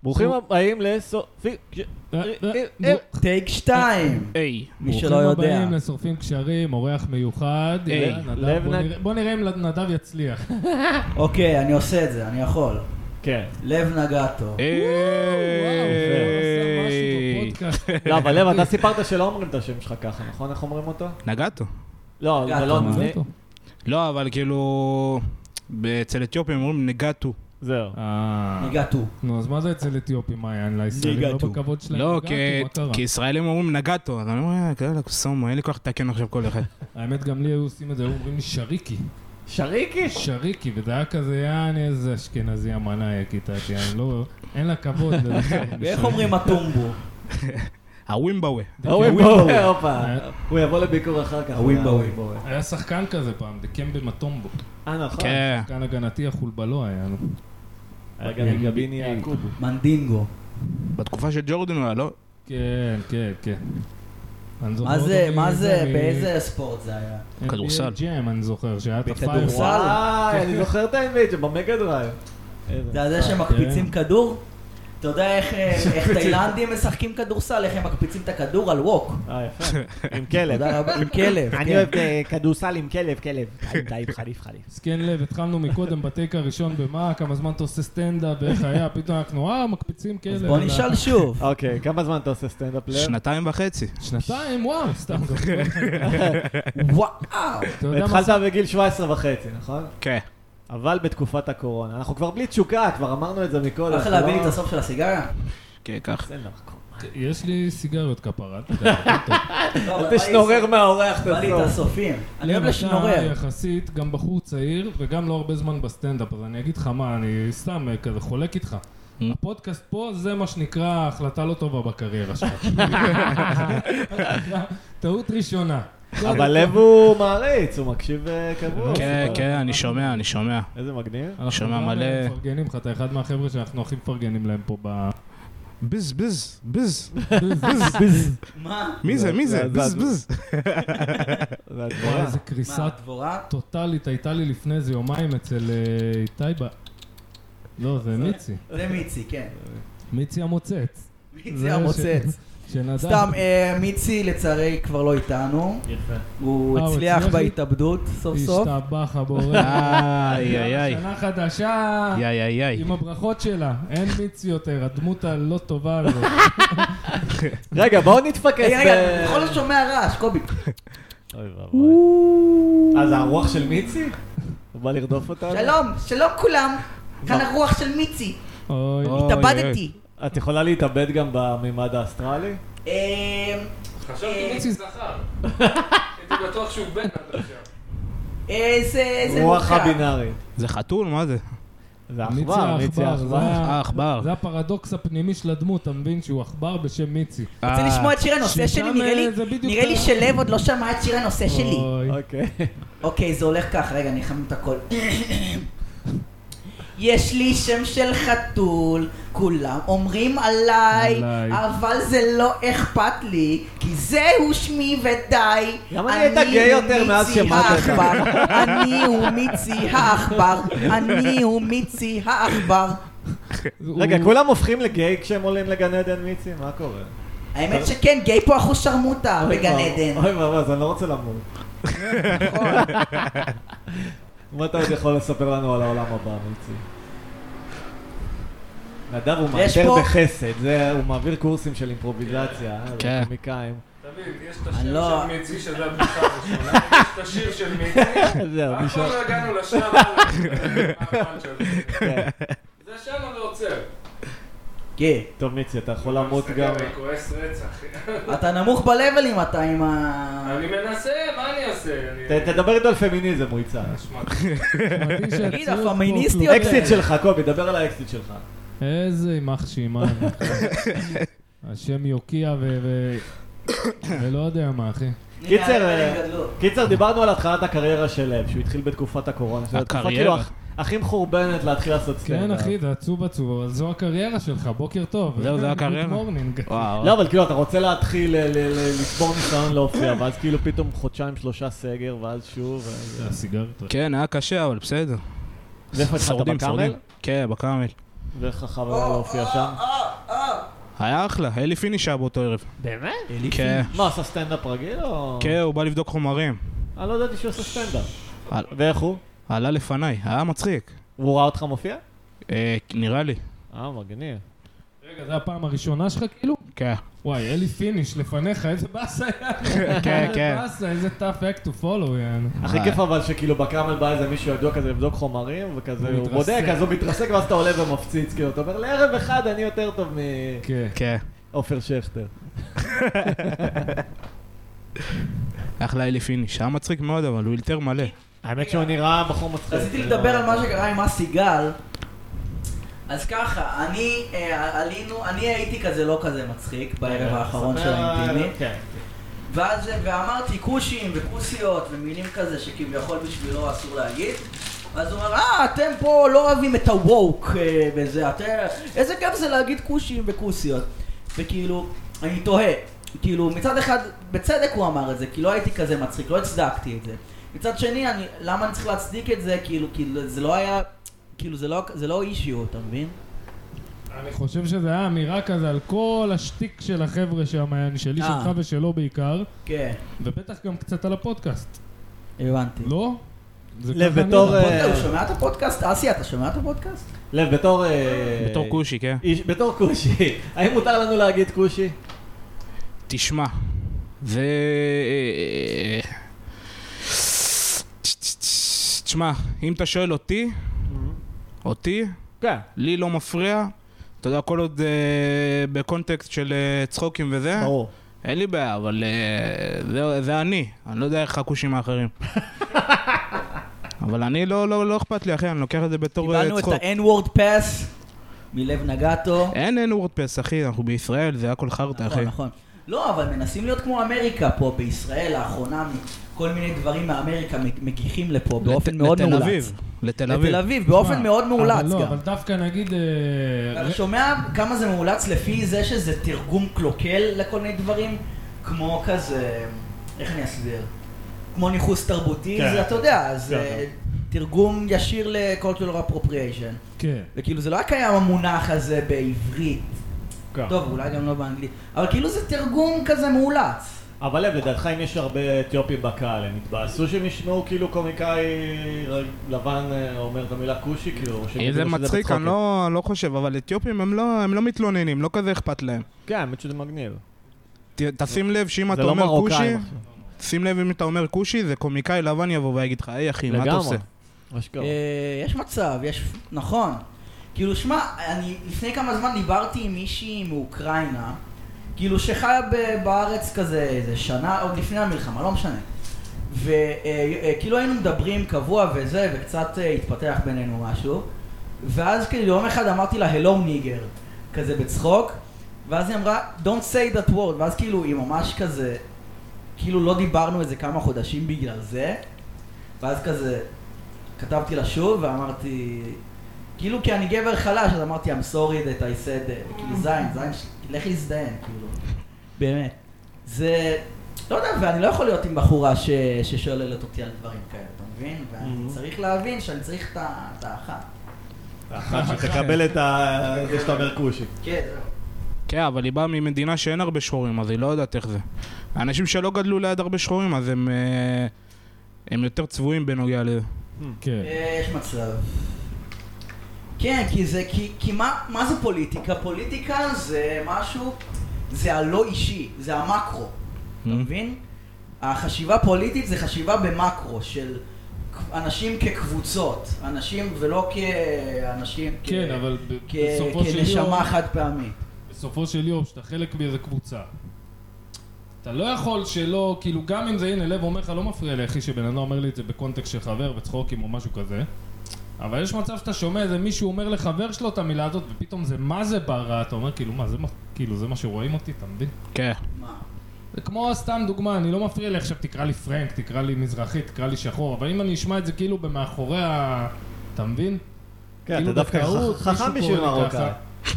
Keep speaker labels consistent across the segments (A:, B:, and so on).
A: ברוכים הבאים לסופים...
B: טייק 2. מי שלא יודע.
C: ברוכים הבאים לשורפים קשרים, אורח מיוחד. בוא נראה אם נדב יצליח.
B: אוקיי, אני עושה את זה, אני יכול.
A: כן.
B: לב נגעתו.
C: וואו, עשה משהו בפודקאסט.
A: לא, אבל לב, אתה סיפרת שלא אומרים את השם שלך ככה, נכון? איך אומרים אותו?
D: נגעתו.
A: לא, זה לא...
D: לא, אבל כאילו... אצל אתיופים אומרים נגעתו.
A: זהו.
B: נגעתו.
C: נו, אז מה זה אצל אתיופים? מה היה? לישראלים לא בכבוד שלהם?
D: לא, כי ישראלים אומרים נגעתו. אז אני אומר, כאלה, קוסומו, אין לי כוח לתקן עכשיו כל אחד.
C: האמת, גם לי היו עושים את זה, היו אומרים לי שריקי.
A: שריקי?
C: שריקי, וזה היה כזה, אני איזה אשכנזי המנה יקית, אין לה כבוד.
B: ואיך אומרים הטומבו?
D: הווימבאווה.
A: הווימבאווה, הופה. הוא יבוא לביקור אחר כך.
B: הווימבאווה.
C: היה שחקן כזה פעם, דקמבה מטומבו.
A: נכון.
C: שחקן הגנתי החולבלו היה.
A: היה גם גביני יעקובו.
B: מנדינגו.
D: בתקופה של ג'ורדן הוא היה, לא?
C: כן.
B: מה זה, באיזה ספורט זה היה?
D: כדורסל.
C: ג'ם, אני זוכר, שהיה את הפיירוול.
B: בכדורסל?
A: וואי, אני זוכר את האמת, שבמגה דרייב.
B: זה שמקפיצים כדור? אתה יודע איך תאילנדים משחקים כדורסל, איך הם מקפיצים את הכדור על ווק.
A: יפה. עם כלב.
B: עם כלב.
A: אני אוהב כדורסל עם כלב. טייב חליף.
C: סכן לב, התחלנו מקודם בטייק הראשון במה, כמה זמן אתה עושה סטנדאפ, ואיך היה, פתאום אנחנו, מקפיצים כלב.
B: אז בוא נשאל שוב.
A: אוקיי, כמה זמן אתה עושה סטנדאפ לב?
D: 2.5.
C: שנתיים, וואו, סתם.
B: וואו.
A: התחלת בגיל 17.5, נכון?
D: כן.
A: אבל בתקופת הקורונה. אנחנו כבר בלי תשוקה, כבר אמרנו את זה מכל.
B: הולך להביא לי את הסוף של הסיגריה?
D: כן, כך.
C: יש לי סיגריות כפרה.
A: אל תשנורר מהאורח את
B: בא לי את
A: הסוף.
B: הסופים. אני אוהב לשנורר.
C: אתה יחסית גם בחור צעיר וגם לא הרבה זמן בסטנדאפ, אז אני אגיד לך מה, אני סתם כזה חולק איתך. הפודקאסט פה זה מה שנקרא החלטה לא טובה בקריירה שלך. טעות ראשונה.
A: אבל לב הוא מעריץ, הוא מקשיב קבוע.
D: כן, אני שומע.
A: איזה מגניב.
D: אני שומע מלא.
C: אנחנו מפרגנים לך, אתה אחד מהחבר'ה שאנחנו הכי מפרגנים להם פה ב...
D: ביז.
B: מה?
D: מי זה? ביז.
C: איזה קריסת טוטלית הייתה לי לפני איזה יומיים אצל איתי לא, זה מיצי.
B: זה מיצי, כן.
C: מיצי המוצץ.
B: מיצי המוצץ. סתם, מיצי לצערי כבר לא איתנו.
A: יפה.
B: הוא הצליח בהתאבדות סוף סוף.
C: השתבח הבורא. שנה חדשה. עם הברכות שלה. אין מיצי יותר, הדמות הלא טובה הזאת.
A: רגע, בואו נתפקס.
B: רגע, בכל זאת שומע רעש, קובי.
A: אוי ואבוי. אז הרוח של מיצי? הוא בא לרדוף אותנו?
B: שלום כולם. כאן הרוח של מיצי. התאבדתי.
A: את יכולה להתאבד גם בממד האסטרלי?
C: חשבתי מיצי זכר. הייתי בטוח שהוא בן עד עכשיו.
B: זה
A: רוח הבינארי.
D: זה חתול? מה זה?
A: זה עכבר, מיצי
D: עכבר.
C: זה הפרדוקס הפנימי של הדמות, אתה מבין שהוא עכבר בשם מיצי.
B: רוצה לשמוע את שיר הנושא שלי? נראה לי שלב עוד לא שמע את שיר הנושא שלי. אוקיי, זה הולך כך, רגע, אני אחמם את הכל. יש לי שם של חתול, כולם אומרים עליי, אבל זה לא אכפת לי, כי זהו שמי ודי.
A: למה אני הייתה גיי יותר מאז שמעת את
B: אני הוא מיצי העכבר.
A: רגע, כולם הופכים לגיי כשהם עולים לגן עדן מיצי? מה קורה?
B: האמת שכן, גיי פה אחוז שרמוטה בגן עדן.
A: אוי ואבוי, אז אני לא רוצה למות. מה אתה עוד יכול לספר לנו על העולם הבא, מיצי? נדב הוא מאתר בחסד, הוא מעביר קורסים של אימפרוביזציה, קומיקאים.
C: תבין, יש את השם של מיצי שזה הבדיחה הראשונה, יש את השיר של מיצי, אף לא הגענו לשלב זה שם אני עוצר.
B: כן.
A: טוב מיצי, אתה יכול למות גם...
C: אני כועס רצח.
B: אתה נמוך בלבלים, אתה עם ה...
C: אני מנסה, מה אני עושה?
A: תדבר איתו על פמיניזם, הוא יצא.
B: תגיד, הפמיניסטיות...
A: אקסיט שלך, קובי, דבר על האקסיט שלך.
C: איזה יימח שימה. השם יוקיע ולא יודע מה, אחי.
A: קיצר, דיברנו על התחלת הקריירה של לב, שהוא התחיל בתקופת הקורונה.
D: הקריירה?
A: הכי מחורבנת להתחיל לעשות סטנדאפ.
C: כן אחי, זה עצוב, אבל זו הקריירה שלך, בוקר טוב.
D: זה הקריירה.
A: לא, אבל כאילו אתה רוצה להתחיל לצבור ניסיון להופיע, ואז כאילו פתאום חודשיים 3 סגר, ואז שוב.
C: זה הסיגריות.
D: כן, היה קשה, אבל בסדר.
A: ואיפה התחלת בקאמל?
D: כן, בקאמל.
A: ואיך החוויה להופיע שם?
D: היה אחלה, אלי פיניש היה באותו ערב.
A: באמת?
D: כן.
A: מה, עשה סטנדאפ רגיל או...
D: כן, הוא בא לבדוק חומרים.
A: אני לא ידעתי שהוא עושה סטנדאפ. ואיך הוא?
D: עלה לפניי, היה מצחיק.
A: והוא ראה אותך מופיע?
D: נראה לי.
A: מגניב.
C: רגע, זה הפעם הראשונה שלך כאילו?
D: כן.
C: וואי, אלי פיניש לפניך, איזה באסה היה.
D: כן, כן.
C: איזה באסה, איזה tough act to follow, יענו.
A: הכי כיף אבל שכאילו בקאמל בא איזה מישהו ידוע כזה לבדוק חומרים, וכזה הוא
C: מתרסק.
A: בודק, אז הוא מתרסק ואז אתה עולה ומפציץ, כאילו, אתה אומר, לערב אחד אני יותר טוב
C: כן.
D: כן.
A: מעופר שכטר.
D: אחלה אלי פיניש, היה מצחיק מאוד, אבל הוא ילתר מלא.
A: האמת שהוא נראה בחור מצחיק.
B: רציתי לדבר על מה שקרה עם אסי גל. אז ככה, אני הייתי כזה לא כזה מצחיק בערב האחרון של האינטימי. ואמרתי קושים וקוסיות ומילים כזה שכביכול בשבילו אסור להגיד. אז הוא אומר, אתם פה לא אוהבים את הווק וזה, איזה כיף זה להגיד קושים וקוסיות. וכאילו, אני תוהה, כאילו מצד אחד, בצדק הוא אמר את זה, כי לא הייתי כזה מצחיק, לא הצדקתי את זה. מצד שני, למה אני צריך להצדיק את זה, כאילו זה לא היה, כאילו זה לא אישיו, אתה מבין?
C: אני חושב שזה היה אמירה כזה על כל השטיק של החבר'ה שם, שלי שלך ושלו בעיקר.
B: כן.
C: ובטח גם קצת על הפודקאסט.
B: הבנתי.
C: לא?
A: לב בתור...
B: הוא שומע את הפודקאסט? אסי, אתה שומע את הפודקאסט?
A: לב בתור...
D: בתור קושי, כן.
A: בתור קושי. האם מותר לנו להגיד קושי?
D: תשמע, זה... תשמע, אם אתה שואל אותי,
A: כן.
D: לי לא מפריע, אתה יודע, כל עוד בקונטקסט של צחוקים וזה,
A: ברור.
D: אין לי בעיה, אבל זה אני לא יודע איך הקושים האחרים. אבל אני לא אכפת לי, אחי, אני לוקח את זה בתור צחוק.
B: קיבלנו את ה-N-word pass מלב נגטו.
D: אין N-word pass, אחי, אנחנו בישראל, זה הכל חרטה, אחי.
B: נכון. לא, אבל מנסים להיות כמו אמריקה פה, בישראל, לאחרונה, כל מיני דברים מאמריקה מגיחים לפה באופן מאוד מאולץ.
D: לתל אביב.
B: באופן מאוד מאולץ גם.
C: אבל דווקא נגיד...
B: אתה שומע כמה זה מאולץ לפי זה שזה תרגום קלוקל לכל מיני דברים? כמו כזה... איך אני אסביר? כמו ניחוס תרבותי, זה אתה יודע, זה תרגום ישיר ל-cultural appropriation.
C: כן.
B: וכאילו זה לא היה קיים המונח הזה בעברית. טוב, אולי גם לא באנגלית. אבל כאילו זה תרגום כזה מאולץ.
A: אבל לב, לדעתך אם יש הרבה אתיופים בקהל, הם התבאסו שהם ישמעו כאילו קומיקאי לבן אומר את המילה קושי, כאילו...
D: זה מצחיק, אני לא חושב, אבל אתיופים הם לא מתלוננים, לא כזה אכפת להם.
A: כן, האמת שזה מגניב.
D: תשים לב שאם אתה אומר קושי, שים לב אם אתה אומר קושי, זה קומיקאי לבן יבוא ויגיד לך, היי אחי, מה אתה עושה?
B: יש מצב, נכון. כאילו, שמע, אני לפני כמה זמן דיברתי עם מישהי מאוקראינה, כאילו שחיה בארץ כזה איזה שנה, עוד לפני המלחמה, לא משנה. וכאילו היינו מדברים קבוע וזה, וקצת התפתח בינינו משהו. ואז כאילו יום אחד אמרתי לה, hello nigger, כזה בצחוק. ואז היא אמרה, don't say that word. ואז כאילו היא ממש כזה, כאילו לא דיברנו איזה כמה חודשים בגלל זה. ואז כזה, כתבתי לה שוב ואמרתי, כאילו כי אני גבר חלש, אז אמרתי, I'm sorry that I said, כאילו זין, לך להזדהן, כאילו. באמת. זה, לא יודע, ואני לא יכול להיות עם בחורה ששואלת אותי על דברים כאלה, אתה מבין? ואני צריך להבין שאני צריך את האחת.
A: האחת שתקבל את זה שאתה אומר קושי.
B: כן, זהו.
D: כן, אבל היא באה ממדינה שאין הרבה שחורים, אז היא לא יודעת איך זה. האנשים שלא גדלו ליד הרבה שחורים, אז הם יותר צבועים בנוגע לזה.
C: כן.
B: יש מצב. כן, כי מה זה פוליטיקה? פוליטיקה זה משהו, זה הלא אישי, זה המקרו, אתה מבין? החשיבה פוליטית זה חשיבה במקרו של אנשים כקבוצות, אנשים ולא כאנשים,
C: כן, אבל בסופו של יום,
B: כנשמה חד פעמית.
C: בסופו של יום, שאתה חלק מאיזה קבוצה, אתה לא יכול שלא, כאילו גם אם זה הנה לב אומר לך לא מפריע לי אחי שבן אדם אומר לי את זה בקונטקסט של חבר וצחוקים או משהו כזה, אבל יש מצב שאתה שומע איזה מישהו אומר לחבר שלו את המילה הזאת ופתאום זה מה זה ברע, אתה אומר כאילו מה זה, כאילו זה מה שרואים אותי, אתה מבין?
D: כן.
B: מה?
C: זה כמו סתם דוגמה, אני לא מפריע לי עכשיו תקרא לי פרנק, תקרא לי מזרחי, תקרא לי שחור, אבל אם אני אשמע את זה כאילו במאחורי אתה מבין?
A: כן, אתה דווקא חכם בשביל מרוקאי.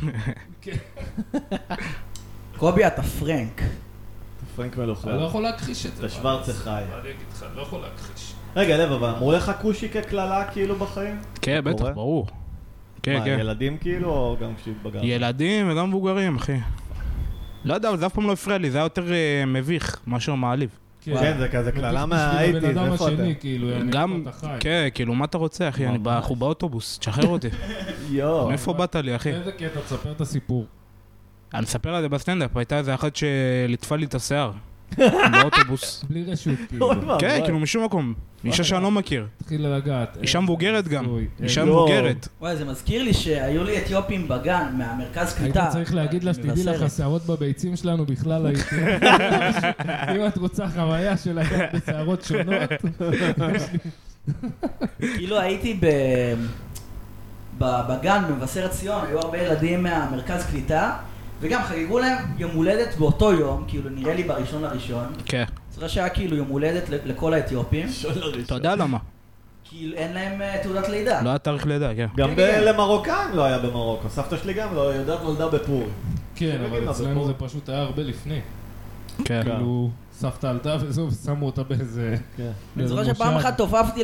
B: קובי, אתה פרנק.
A: פרנק מלוכלך.
C: אתה לא יכול להכחיש את זה.
A: אתה שוורצה חי.
C: אני אגיד לך, אני לא יכול להכחיש.
A: רגע, לב, אבל אמרו לך קושי ככללה כאילו בחיים?
D: כן, בטח, ברור. כן,
A: מה,
D: כן.
A: ילדים כאילו או גם כשהתבגרת?
D: ילדים וגם מבוגרים, אחי. לא יודע, אבל זה אף פעם לא הפריע לי, זה היה יותר מביך, משהו מעליב.
A: כן, זה כזה כללה מהאייטיז,
C: בשביל הבן אדם
A: איפה אתה?
C: השני, כאילו,
D: גם,
C: איפה אתה חי.
D: כן, כאילו, מה אתה רוצה, אחי? אנחנו באוטובוס, תשחרר אותי.
A: יואו.
D: מאיפה באת לי, אחי?
C: איזה קטע, תספר את הסיפור.
D: אני מספר על זה בסטנדאפ, הייתה איזה אחת שליטפה לי את השיער. באוטובוס.
C: בלי רשות, כאילו.
D: כן, כאילו, משום מקום. אישה שאני לא מכיר.
C: התחיל לגעת.
D: אישה מבוגרת גם. אישה
A: לא.
D: מבוגרת.
B: וואי, זה מזכיר לי שהיו לי אתיופים בגן, מהמרכז קליטה.
C: היית צריך להגיד לה שתדעי לך, השערות בביצים שלנו בכלל הייתי. אם את רוצה חוויה של לגעת בשערות שונות.
B: כאילו הייתי בגן במבשרת ציון, היו הרבה ילדים מהמרכז קליטה, וגם חגגו להם יום הולדת באותו יום, כאילו נראה לי בראשון לראשון.
D: כן.
B: זה שהיה כאילו יום הולדת לכל האתיופים.
D: אתה יודע למה?
B: כאילו אין להם תעודת לידה.
D: לא היה תאריך לידה, כן.
A: גם למרוקאים לא היה במרוקו, סבתא שלי גם לא יודעת נולדה בפורים.
C: כן, אבל אצלנו זה פשוט היה הרבה לפני.
D: כן.
C: כאילו, סבתא עלתה וזהו, ושמו אותה באיזה...
B: אני זוכר שפעם אחת תופפתי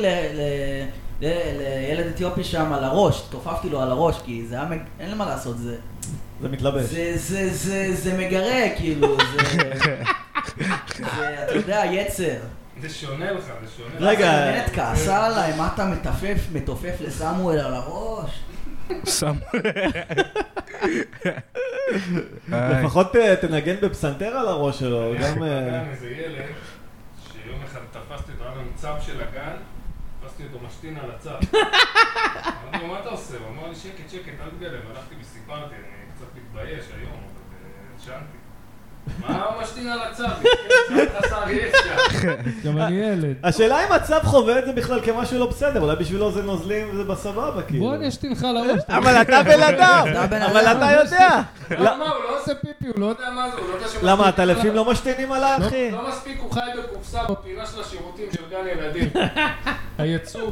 B: לילד אתיופי שם על הראש, תופפתי לו על הראש, כי זה היה, אין לי מה לעשות, זה
A: מתלבש.
B: זה מגרה, כאילו, זה, אתה יודע, יצר.
C: זה שונה לך, זה שונה.
A: רגע.
B: אז באמת כעסה עליי, מה אתה מתופף לסמואל על הראש?
A: לפחות תנגן בפסנתר על הראש שלו, גם...
C: איזה ילד, שיום אחד תפסתי אותו, היה לנו צב של הגן, תפסתי אותו משתין על הצב. אמרתי לו, מה אתה עושה? הוא אמר לי, שקט, אל תגלם, הלכתי וסיפרתי, אני קצת מתבייש היום, אבל שאנתי. מה הוא משתין על הצב? קצת חסר ישע. גם אני ילד.
A: השאלה אם הצב חווה את זה בכלל כמשהו לא בסדר, אולי בשבילו זה נוזלים וזה בסבבה, כאילו.
C: בוא אני אשתין לך על הראש.
A: אבל אתה בן אדם, אבל אתה יודע.
C: למה? הוא לא עושה פיפי, הוא לא יודע מה זה, הוא לא יודע שמשתין.
A: למה, הטלפים לא משתינים עליי, אחי?
C: לא מספיק, הוא חי בקופסה בפינה של השירותים של גן ילדים. היצור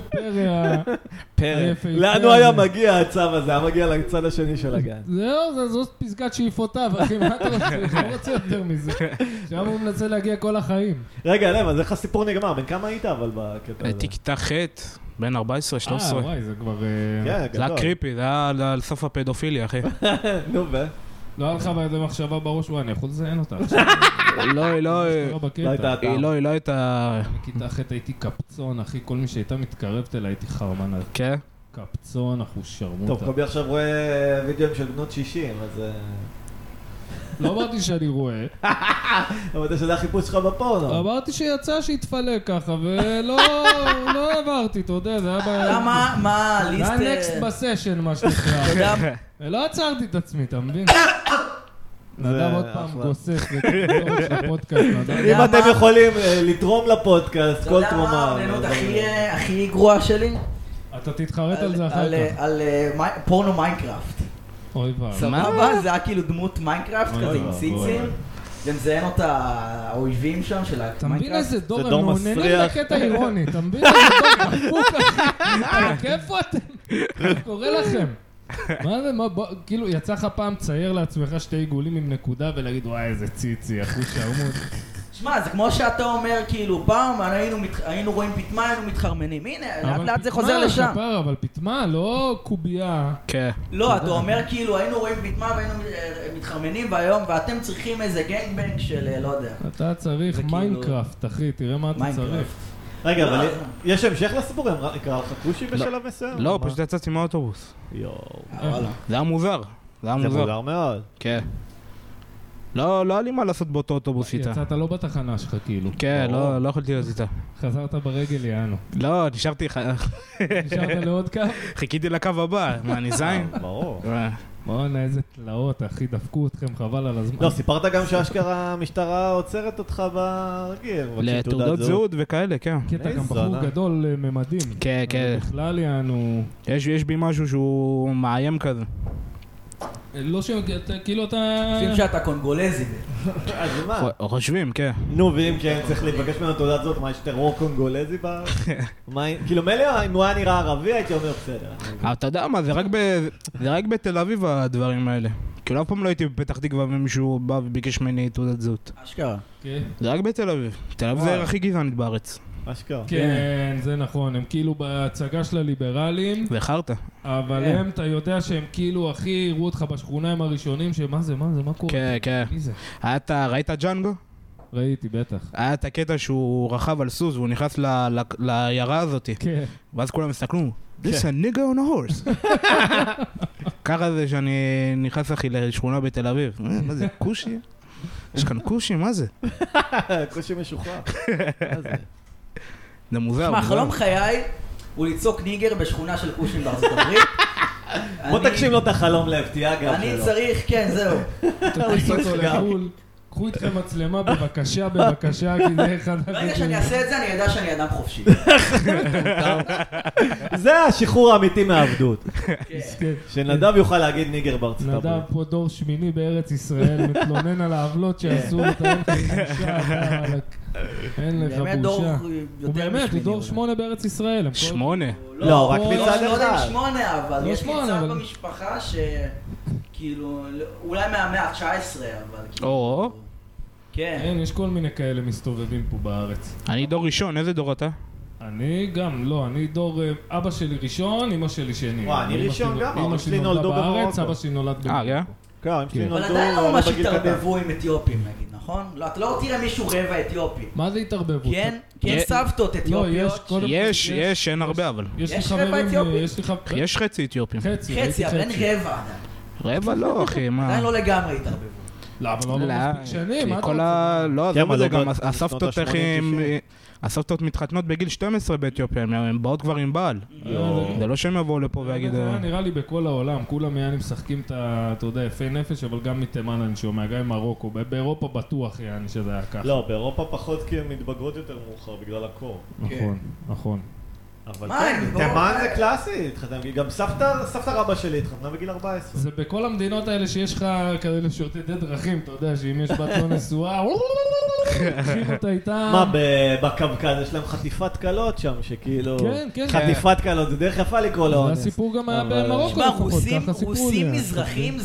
C: פרא.
A: לאן הוא היה מגיע הצב הזה? היה מגיע לצד השני של הגן.
C: זהו, זאת פסגת שאיפותיו, אחי, מה אתה רוצה? אני לא רוצה יותר מזה. שם הוא מנסה להגיע כל החיים.
A: רגע, למה, אז איך הסיפור נגמר? בן כמה היית אבל בקטע הזה?
D: הייתי כיתה ח', בין 14, 13.
C: וואי, זה כבר...
A: כן,
D: זה היה
A: גדול.
D: קריפי, זה היה על סוף הפדופיליה, אחי.
A: נו,
C: לא היה לך באיזה מחשבה בראש, וואי, אני יכול לזיין אותה.
D: לא, היא לא...
A: לא הייתה אתה.
D: היא לא הייתה...
C: בכיתה ח' הייתי קפצון, אחי, כל מי שהייתה מתקרבת אליי הייתי חרמן.
D: כן?
C: קפצון, אחו שרמוטה.
A: טוב, קובי עכשיו רואה וידאוים של בנות 60, אז...
C: לא אמרתי שאני רואה.
A: אבל אתה שזה החיפוש שלך בפורנו.
C: אמרתי שיצא שהתפלק ככה, ולא עברתי, אתה יודע, זה היה
B: למה, מה,
C: זה
B: ליסט...
C: היה נקסט בסשן, מה שנקרא.
B: אתה יודע,
C: ולא עצרתי את עצמי, אתה מבין? נדב עוד פעם
A: אחלה.
C: גוסס של הפודקאסט, נדב.
A: אם אתם יכולים לתרום לפודקאסט,
B: אתה
A: כל
B: יודע
A: תרומה.
B: מה הרעיונות הכי גרועה שלי?
C: אתה תתחרט על זה אחר כך.
B: על פורנו מיינקראפט.
C: אוי ואו.
B: סבבה? זה היה כאילו דמות מיינקראפט
C: אוי
B: כזה עם
C: ואבוי.
B: ציצים. ומזיין אותה האויבים שם של
C: אתה מבין איזה
B: המיינקראפט.
C: דור
A: זה
C: הם
A: דור
C: מעוניינים
A: מסריח.
C: לקטע אירוני, אתה מבין איזה דור דפוק, אחי? איפה אתם? מה קורה לכם? מה זה, כאילו יצא לך פעם צייר לעצמך שתי עיגולים עם נקודה ולהגיד וואי איזה ציצי, אחו שרמוט.
B: שמע, זה כמו שאתה אומר, כאילו, פעם היינו רואים פטמה, היינו מתחרמנים. הנה, לאט לאט זה חוזר לשם.
C: אבל פטמה, לא קובייה.
D: כן.
B: לא, אתה אומר כאילו, היינו רואים פטמה והיינו מתחרמנים, והיום, ואתם צריכים איזה גנגבנג של, לא יודע.
C: אתה צריך
B: זה כאילו-
C: מיינקראפט, אחי, תראה מה אתה צריך.
B: מיינקראפט.
A: רגע, אבל
B: לא.
A: יש המשך לסיפור? יקרא לך כושי בשלב מסוים?
D: לא,
A: מה?
D: פשוט יצאתי מהאוטובוס.
A: יואו.
B: וואלה.
D: זה היה מוזר. זה היה
A: זה
D: מוזר.
A: מוזר מאוד.
D: כן. לא היה לי מה לעשות באותו אוטובוס איתה.
C: יצאת לא בתחנה שלך, כאילו.
D: כן, לא יכולתי להיות איתה.
C: חזרת ברגל, יענו.
D: לא, נשארת
C: לעוד קו?
D: חיכיתי לקו הבא. מה, אני זין?
A: ברור.
C: בוא'נה, איזה תלאות, אחי, דפקו אתכם, חבל על הזמן.
A: לא, סיפרת גם שאשכרה המשטרה עוצרת אותך ברגיל. מבקשים
D: לתעודות זהות וכאלה, כן.
C: כי אתה גם
A: איזה
C: בחור
A: זונה.
C: גדול ממדים.
D: כן, כן.
C: בכלל יענו...
D: יש בי משהו שהוא מאיים כזה.
C: לא ש... כאילו אתה...
B: חושבים שאתה קונגולזי.
A: אז מה?
D: חושבים, כן.
A: נו, ואם כן צריך לבקש ממנו תעודת זאת, מה, יש טרור קונגולזי בארץ? כאילו, מילא אם הוא היה נראה ערבי, הייתי אומר בסדר.
D: אבל אתה יודע מה, זה רק בתל אביב הדברים האלה. כאילו אף פעם לא הייתי בפתח תקווה ומישהו בא וביקש ממני תעודת זהות.
B: אשכרה.
C: כן.
D: זה רק בתל אביב. תל אביב זה העיר הכי גזענית בארץ.
A: אשכרה.
C: כן, זה נכון, הם כאילו בהצגה של הליברלים,
D: זה חרטה.
C: אבל הם, אתה יודע שהם כאילו הכי הראו אותך בשכונה הם הראשונים, שמה זה, מה קורה?
D: כן, כן.
C: מי זה?
D: ראית ג'אנגו?
C: ראיתי, בטח.
D: היה את הקטע שהוא רכב על סוס והוא נכנס לעיירה הזאת.
C: כן.
D: ואז כולם הסתכלו, This a nigga on a horse. ככה זה שאני נכנס אחי לשכונה בתל אביב. מה זה, קושי? יש כאן קושי, מה זה?
A: קושי משוחרר. מה זה?
D: זה מוזר.
B: מה, חלום חיי הוא לצעוק ניגר בשכונה של כושים בארצות הברית.
A: בוא תקשיב לו את החלום להפתיע גם
B: אני
A: שלו.
B: צריך, כן, זהו.
C: תכניס אותו לחול, קחו איתכם מצלמה בבקשה, כי זה אחד...
B: ברגע שאני אעשה את זה, אני יודע שאני אדם חופשי.
A: זה השחרור האמיתי מהעבדות.
C: כן.
A: שנדב יוכל להגיד ניגר בארצות הברית.
C: נדב פה דור שמיני בארץ ישראל, מתלונן על העוולות שעשו אותו, אין לך בושה, אין לך
B: באמת דור
C: בושה.
B: יותר
C: הוא באמת, הוא
B: משמיני,
C: דור
B: אולי.
C: 8 בארץ ישראל. הם כל-
D: 8.
A: לא, רק
B: לא,
A: מצד
B: לא יודע אם
A: אחד.
B: 8, אבל
C: לא
B: יש לי
C: 8,
B: צד
C: אבל-
B: במשפחה שכאילו, אולי מהמאה ה-19, אבל כאילו...
D: או.
B: כן.
C: אין, יש כל מיני כאלה מסתובבים פה בארץ.
D: אני דור ראשון, איזה דור אתה?
C: אני גם, לא, אני דור, אבא שלי ראשון, אמא שלי שני.
A: וואי, אני
C: אמא
A: ראשון
C: שלי-
A: גם,
C: אמא
A: אבל
C: שלי
A: שלי
C: נולדה
A: נולדו
C: בארץ,
A: במרוקו.
C: אבא שלי נולד
D: כן?
A: כן, הם שלי
B: אבל
A: נולדו
B: עדיין לא ממש
A: בגיל קטן.
B: התערבבו עם אתיופים, נגיד, נכון? לא, אתה לא תראה מישהו רבע אתיופי.
C: מה זה התערבבות?
B: כן, כן
D: יש-
B: סבתות
C: לא, יש,
B: אתיופיות.
C: קודם כל,
D: יש, אין הרבה אבל.
C: יש לי
B: יש רבע
C: חברים,
B: אתיופי?
C: יש לי חברים,
D: יש חצי אתיופים.
C: חצי,
B: חצי,
C: הייתי
B: אבל אין
C: חצי.
B: רבע עדיין.
D: רבע לא, אחי, מה?
B: עדיין לא לגמרי התערבבו.
C: לא, אבל לא
D: לא,
C: מספיק שנים, מה אתה
D: כל
C: רוצה?
D: ה... לא,
A: כן,
D: זה
A: אבל
D: זה
A: לא
D: גם
A: בשנות
D: הסבתות
A: ה-80,
D: אחי,
A: 90.
D: הסבתות מתחתנות בגיל 12 באתיופיה, הן באות כבר עם בעל. זה לא שהם יבואו לפה ויגידו...
C: זה היה נראה לי בכל העולם, כולם יעני משחקים את ה... אתה יודע, יפי נפש, אבל גם מתימן אני שומע, גם עם מרוקו. באירופה בטוח יעני שזה היה ככה.
A: לא, באירופה פחות כי הן מתבגרות יותר מאוחר בגלל הקור.
C: נכון, נכון.
A: אבל
B: מה,
A: כן,
B: אני לא-
A: תימן זה קלאסי, גם סבתא רבא שלי התחתנה בגיל 14.
C: זה בכל המדינות האלה שיש לך כאלה שורטטי דרכים, אתה יודע שאם יש בת לא נשואה, לוקחים אותה איתם.
A: מה, בקווקז יש להם חטיפת קלות שם, שכאילו...
C: כן, כן.
A: חטיפת קלות, זה דרך יפה לקרוא
C: זה
A: לאונס.
C: הסיפור גם היה
A: אבל-
C: במרוקו
B: תשמע,
C: לפחות, ככה סיפרו לי.
B: רוסים מזרחים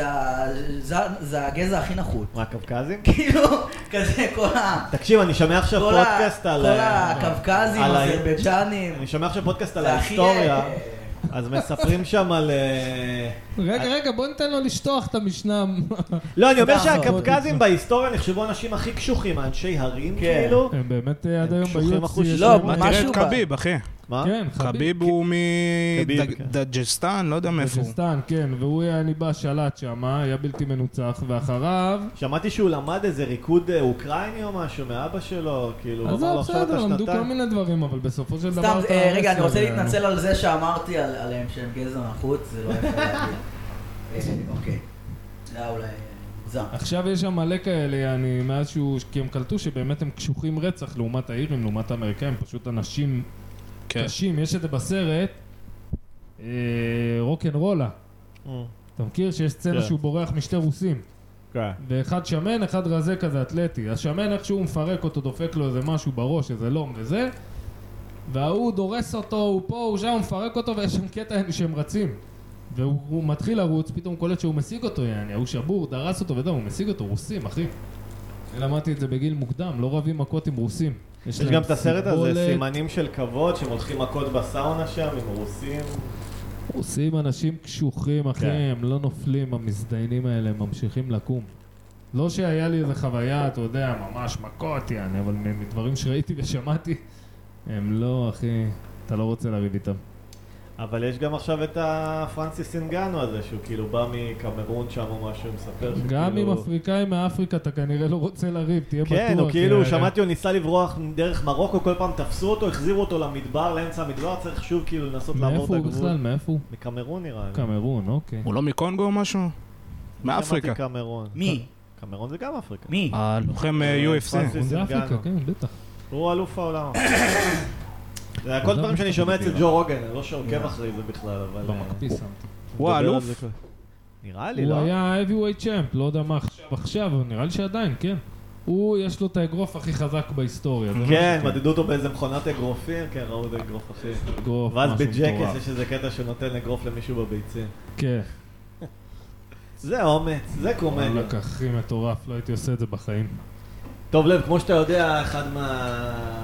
B: זה הגזע הכי נחות.
A: מה, קווקזים?
B: כאילו, כזה כל
A: תקשיב, אני שומע עכשיו
B: כל
A: פודקאסט על...
B: כל הקווקזים,
A: על ה-
B: הזרבייג'נים.
A: אני שומע עכשיו פודקאסט על
B: זה הכי,
A: ההיסטוריה, אז מספרים שם על...
C: רגע, בוא ניתן לו לשטוח את המשנה.
A: לא, אני אומר
B: סתם,
A: שהקווקזים בהיסטוריה נחשבו האנשים הכי קשוחים, האנשי הרים
B: כן.
A: כאילו.
C: הם באמת עד היום
A: קשוחים אחוז
C: ב-UFC.
A: של-
B: לא,
D: מה, תראה
B: משהו
D: את חביב, אחי.
A: מה?
C: כן,
D: חביב הוא
A: חביב, כן.
D: מדג'סטן, לא יודע מאיפה הוא.
C: בג'סטן, כן, והוא היה ניבא שלט שם, היה בלתי מנוצח, ואחריו...
A: שמעתי שהוא למד איזה ריקוד אוקראיני או משהו מאבא שלו, כאילו, הוא
C: אז
A: אמר לו
C: זה
A: עכשיו
C: בסדר,
A: אתה
C: למדו כל
A: שנתיים.
C: מיני דברים, אבל בסופו של
B: סתם,
C: דבר... אתה
B: רגע, אני רוצה
C: רסלר,
B: להתנצל על זה שאמרתי עליהם שהם גזע נחות, זה לא יפה להגיד. אוקיי. זה היה אולי מוגזם.
C: עכשיו יש שם מלא כאלה, אני מאז שהוא... כי הם קלטו שבאמת הם קשוחים רצח לעומת האירים, לעומת האמריקאים, פשוט אנשים
D: כן.
C: קשים. יש את זה בסרט, רוקנרולה. אתה מכיר שיש סצנה
A: כן.
C: שהוא בורח משתי רוסים?
A: כן.
C: ואחד שמן, אחד רזה כזה אתלטי. השמן איכשהו מפרק אותו, דופק לו איזה משהו בראש, איזה לום וזה, וההוא דורס אותו, הוא פה, הוא שם, הוא מפרק אותו, ויש שם קטע שהם רצים. והוא מתחיל לרוץ, פתאום קולט שהוא משיג אותו, יעני, הוא שבור, דרס אותו וזהו, הוא משיג אותו, רוסים, אחי. אני למדתי את זה בגיל מוקדם, לא רבים מכות עם רוסים.
A: יש
C: להם
A: גם את הסרט הזה,
C: סיבולת.
A: סימנים של כבוד, שהם הולכים מכות בסאונה שם עם רוסים.
C: רוסים אנשים קשוחים, אחי,
A: כן.
C: הם לא נופלים, המזדיינים האלה, הם ממשיכים לקום. לא שהיה לי איזה חוויה, אתה יודע, ממש מכות, יעני, אבל מדברים שראיתי ושמעתי, הם לא, אחי, אתה לא רוצה לריב איתם.
A: אבל יש גם עכשיו את הפרנסיס אינגאנו הזה, שהוא כאילו בא מקמרון שם או משהו, מספר שכאילו...
C: גם עם אפריקאים מאפריקה אתה כנראה לא רוצה לריב, תהיה בטוח.
A: כן, הוא כאילו,
C: כי-
A: שמעתי, הוא ניסה לברוח דרך מרוקו, כל פעם תפסו אותו, החזירו אותו למדבר, לאמצע המדבר, צריך שוב כאילו לנסות לעבור
C: מאיפה
A: את
C: הוא
A: הגבול.
C: בכלל? מאיפה הוא?
A: מקמרון נראה לי.
C: קמרון, אוקיי.
D: הוא לא מקונגו או משהו? מאפריקה.
A: שמעתי קמרון.
B: מי?
A: קמרון זה גם אפריקה.
B: מי?
D: הלוחם UFC.
A: פרנסיס
C: זה אפריקה,
A: אינגאנו.
C: כן, בטח.
A: הוא אלוף העולם. זה הכל דברים שאני שומע אצל ג'ו רוגן, אני לא שעוקב אחרי זה בכלל, אבל...
C: במקפיא שמתי.
D: הוא
A: מדבר על
D: האלוף?
A: זה כל- נראה לי,
C: הוא
A: לא?
C: היה heavyweight champ, לא יודע מה עכשיו, אבל נראה לי שעדיין, כן. הוא, יש לו את האגרוף הכי חזק בהיסטוריה. זה
A: כן,
C: משהו,
A: מדדו אותו באיזה מכונת אגרופים, כן, ראו את האגרוף אחי.
C: אגרוף,
A: ואז
C: משהו
A: בג'קס
C: מטורף.
A: יש איזה קטע שנותן אגרוף למישהו בביצים.
C: כן.
A: זה אומץ, זה קומדיה.
C: וואלק, הכי מטורף, לא הייתי עושה את זה בחיים.
A: טוב לב, כמו שאתה יודע, אחד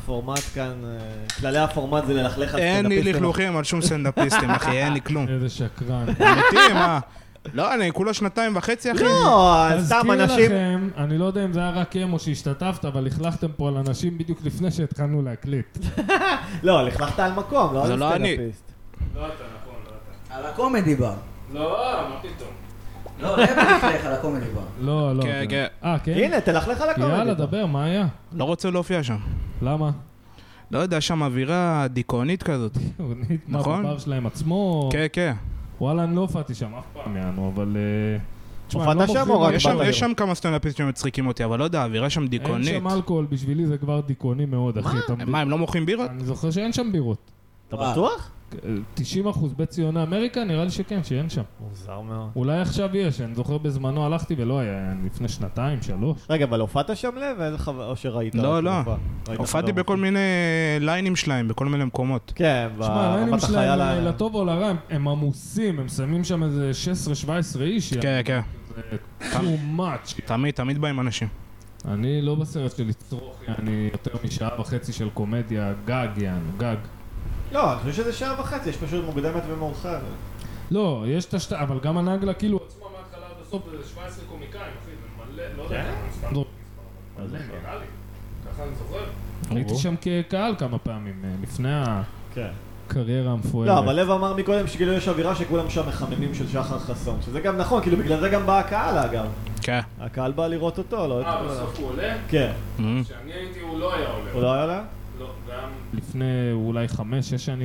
A: הפורמט כאן, כללי הפורמט זה ללכלך על
D: אין לי
A: סטנדאפיסטים.
D: לכלוכים על שום סטנדאפיסטים, אחי, אין לי כלום.
C: איזה שקרן.
D: אמיתי, מה? לא, אני כולה 2.5 אחי.
A: לא, סתם אנשים...
C: אזכיר לכם, אני לא יודע אם זה היה רק הם או שהשתתפת, אבל לכלכתם פה על אנשים בדיוק לפני שהתחלנו להקליט.
A: לא, לכלכת על מקום, לא
D: זה
A: על
D: לא אני.
A: סטנדאפיסט.
C: לא אתה, נכון, לא אתה.
B: על הקומדי בר.
C: לא, מה פתאום?
B: לא, רבי לפניך על הקומדי בר.
C: לא, לא.
D: כן, כן.
C: כן?
A: הנה, תלכלך על הקומדי.
C: יאללה, דבר, מה היה?
D: לא רוצה להופיע שם.
C: למה?
D: לא יודע, שם אווירה דיכאונית כזאת.
C: מה,
D: נכון?
C: בבר שלהם עצמו?
D: כן, כן.
C: וואלה, אני לא הופעתי שם אף פעם, יענו, אבל... תשמע,
A: הופעת
C: הם לא
A: שם
C: מוכרים
A: או רק
C: אלכוהול.
A: באת?
D: יש שם כמה סטנדאפיסטים שמצחיקים אותי, אבל לא יודע, האווירה שם
C: אין
D: דיכאונית.
C: שם אלכוהול, בשבילי זה כבר דיכאוני מאוד, אחי. אתה מבין?
D: מה, הם לא מוכרים בירות?
C: אני זוכר שאין שם בירות.
A: אתה בטוח?
C: 90% בציוני אמריקה, נראה לי שכן, שאין שם.
A: מוזר מאוד.
C: אולי עכשיו יש, אני זוכר בזמנו הלכתי ולא היה, לפני 2, 3.
A: רגע, אבל הופעת שם לב? או שראית?
D: לא,
A: רק
D: לא.
A: הופעה? ראית
D: הופעתי
A: חדר
D: בכל
A: מופע?
D: מיני ליינים שלהם, בכל מיני מקומות.
A: כן,
C: תשמע, הליינים שלהם,
A: החייל
C: לטוב או לרע, הם עמוסים, הם שמים שם איזה 16-17 איש.
D: כן, כן.
C: זה too much.
D: תמיד באים אנשים.
C: אני לא בסרט של לצרוך, אני יותר משעה וחצי של קומדיה, גג, גג.
A: לא, אני חושב שזה שעה וחצי, יש פשוט מוקדמת ומאוחרת.
C: לא, יש את אבל גם הנגלה כאילו עצמה מההתחלה עד הסוף זה 17 קומיקאים, אחי, זה מלא, לא יודע, סתם זורק מספר, מלא, נראה לי, ככה אני זוכר. הייתי שם כקהל כמה פעמים, לפני
A: כן.
C: הקריירה המפוארת.
A: לא, אבל לב אמר מקודם שכאילו יש אווירה שכולם שם מחממים של שחר חסון, שזה גם נכון, כאילו בגלל זה גם בא הקהל אגב.
D: כן.
A: הקהל בא לראות אותו, לא...
C: בסוף הוא עולה?
A: כן.
C: כשאני הייתי הוא לא היה עולה.
A: הוא לא היה לה?
C: לא, גם לפני אולי 5-6 שנים.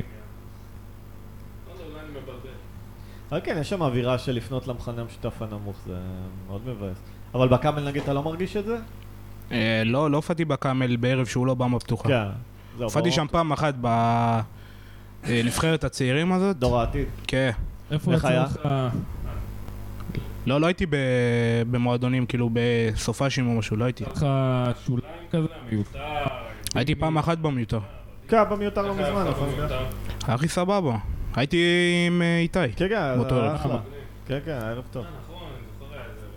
C: לא יודע, אולי אני מבלבל.
A: אבל כן, יש שם אווירה של לפנות למכנה המשותף הנמוך, זה מאוד מבאס. אבל בקאמל נגיד אתה לא מרגיש את זה?
D: לא הופעתי בקאמל בערב שהוא לא במה פתוחה.
A: כן.
D: הופעתי שם פעם אחת בנבחרת הצעירים הזאת.
A: דור העתיד.
D: כן.
C: איפה
A: איך היה?
C: יצא לך?
D: לא הייתי במועדונים, כאילו בסופאשים או משהו, לא הייתי.
C: יצא לך שוליים כזה, מיותר?
D: הייתי פעם אחת במיותר.
A: כן, במיותר לא מזמן.
C: איך
A: נכון?
C: היה מיותר?
D: היה הכי סבבה. הייתי עם איתי.
A: כן, כן,
D: באותו
A: זה
D: ערב.
A: אחלה. כן, כן, הערב טוב.
C: נכון, אני זוכר היה איזה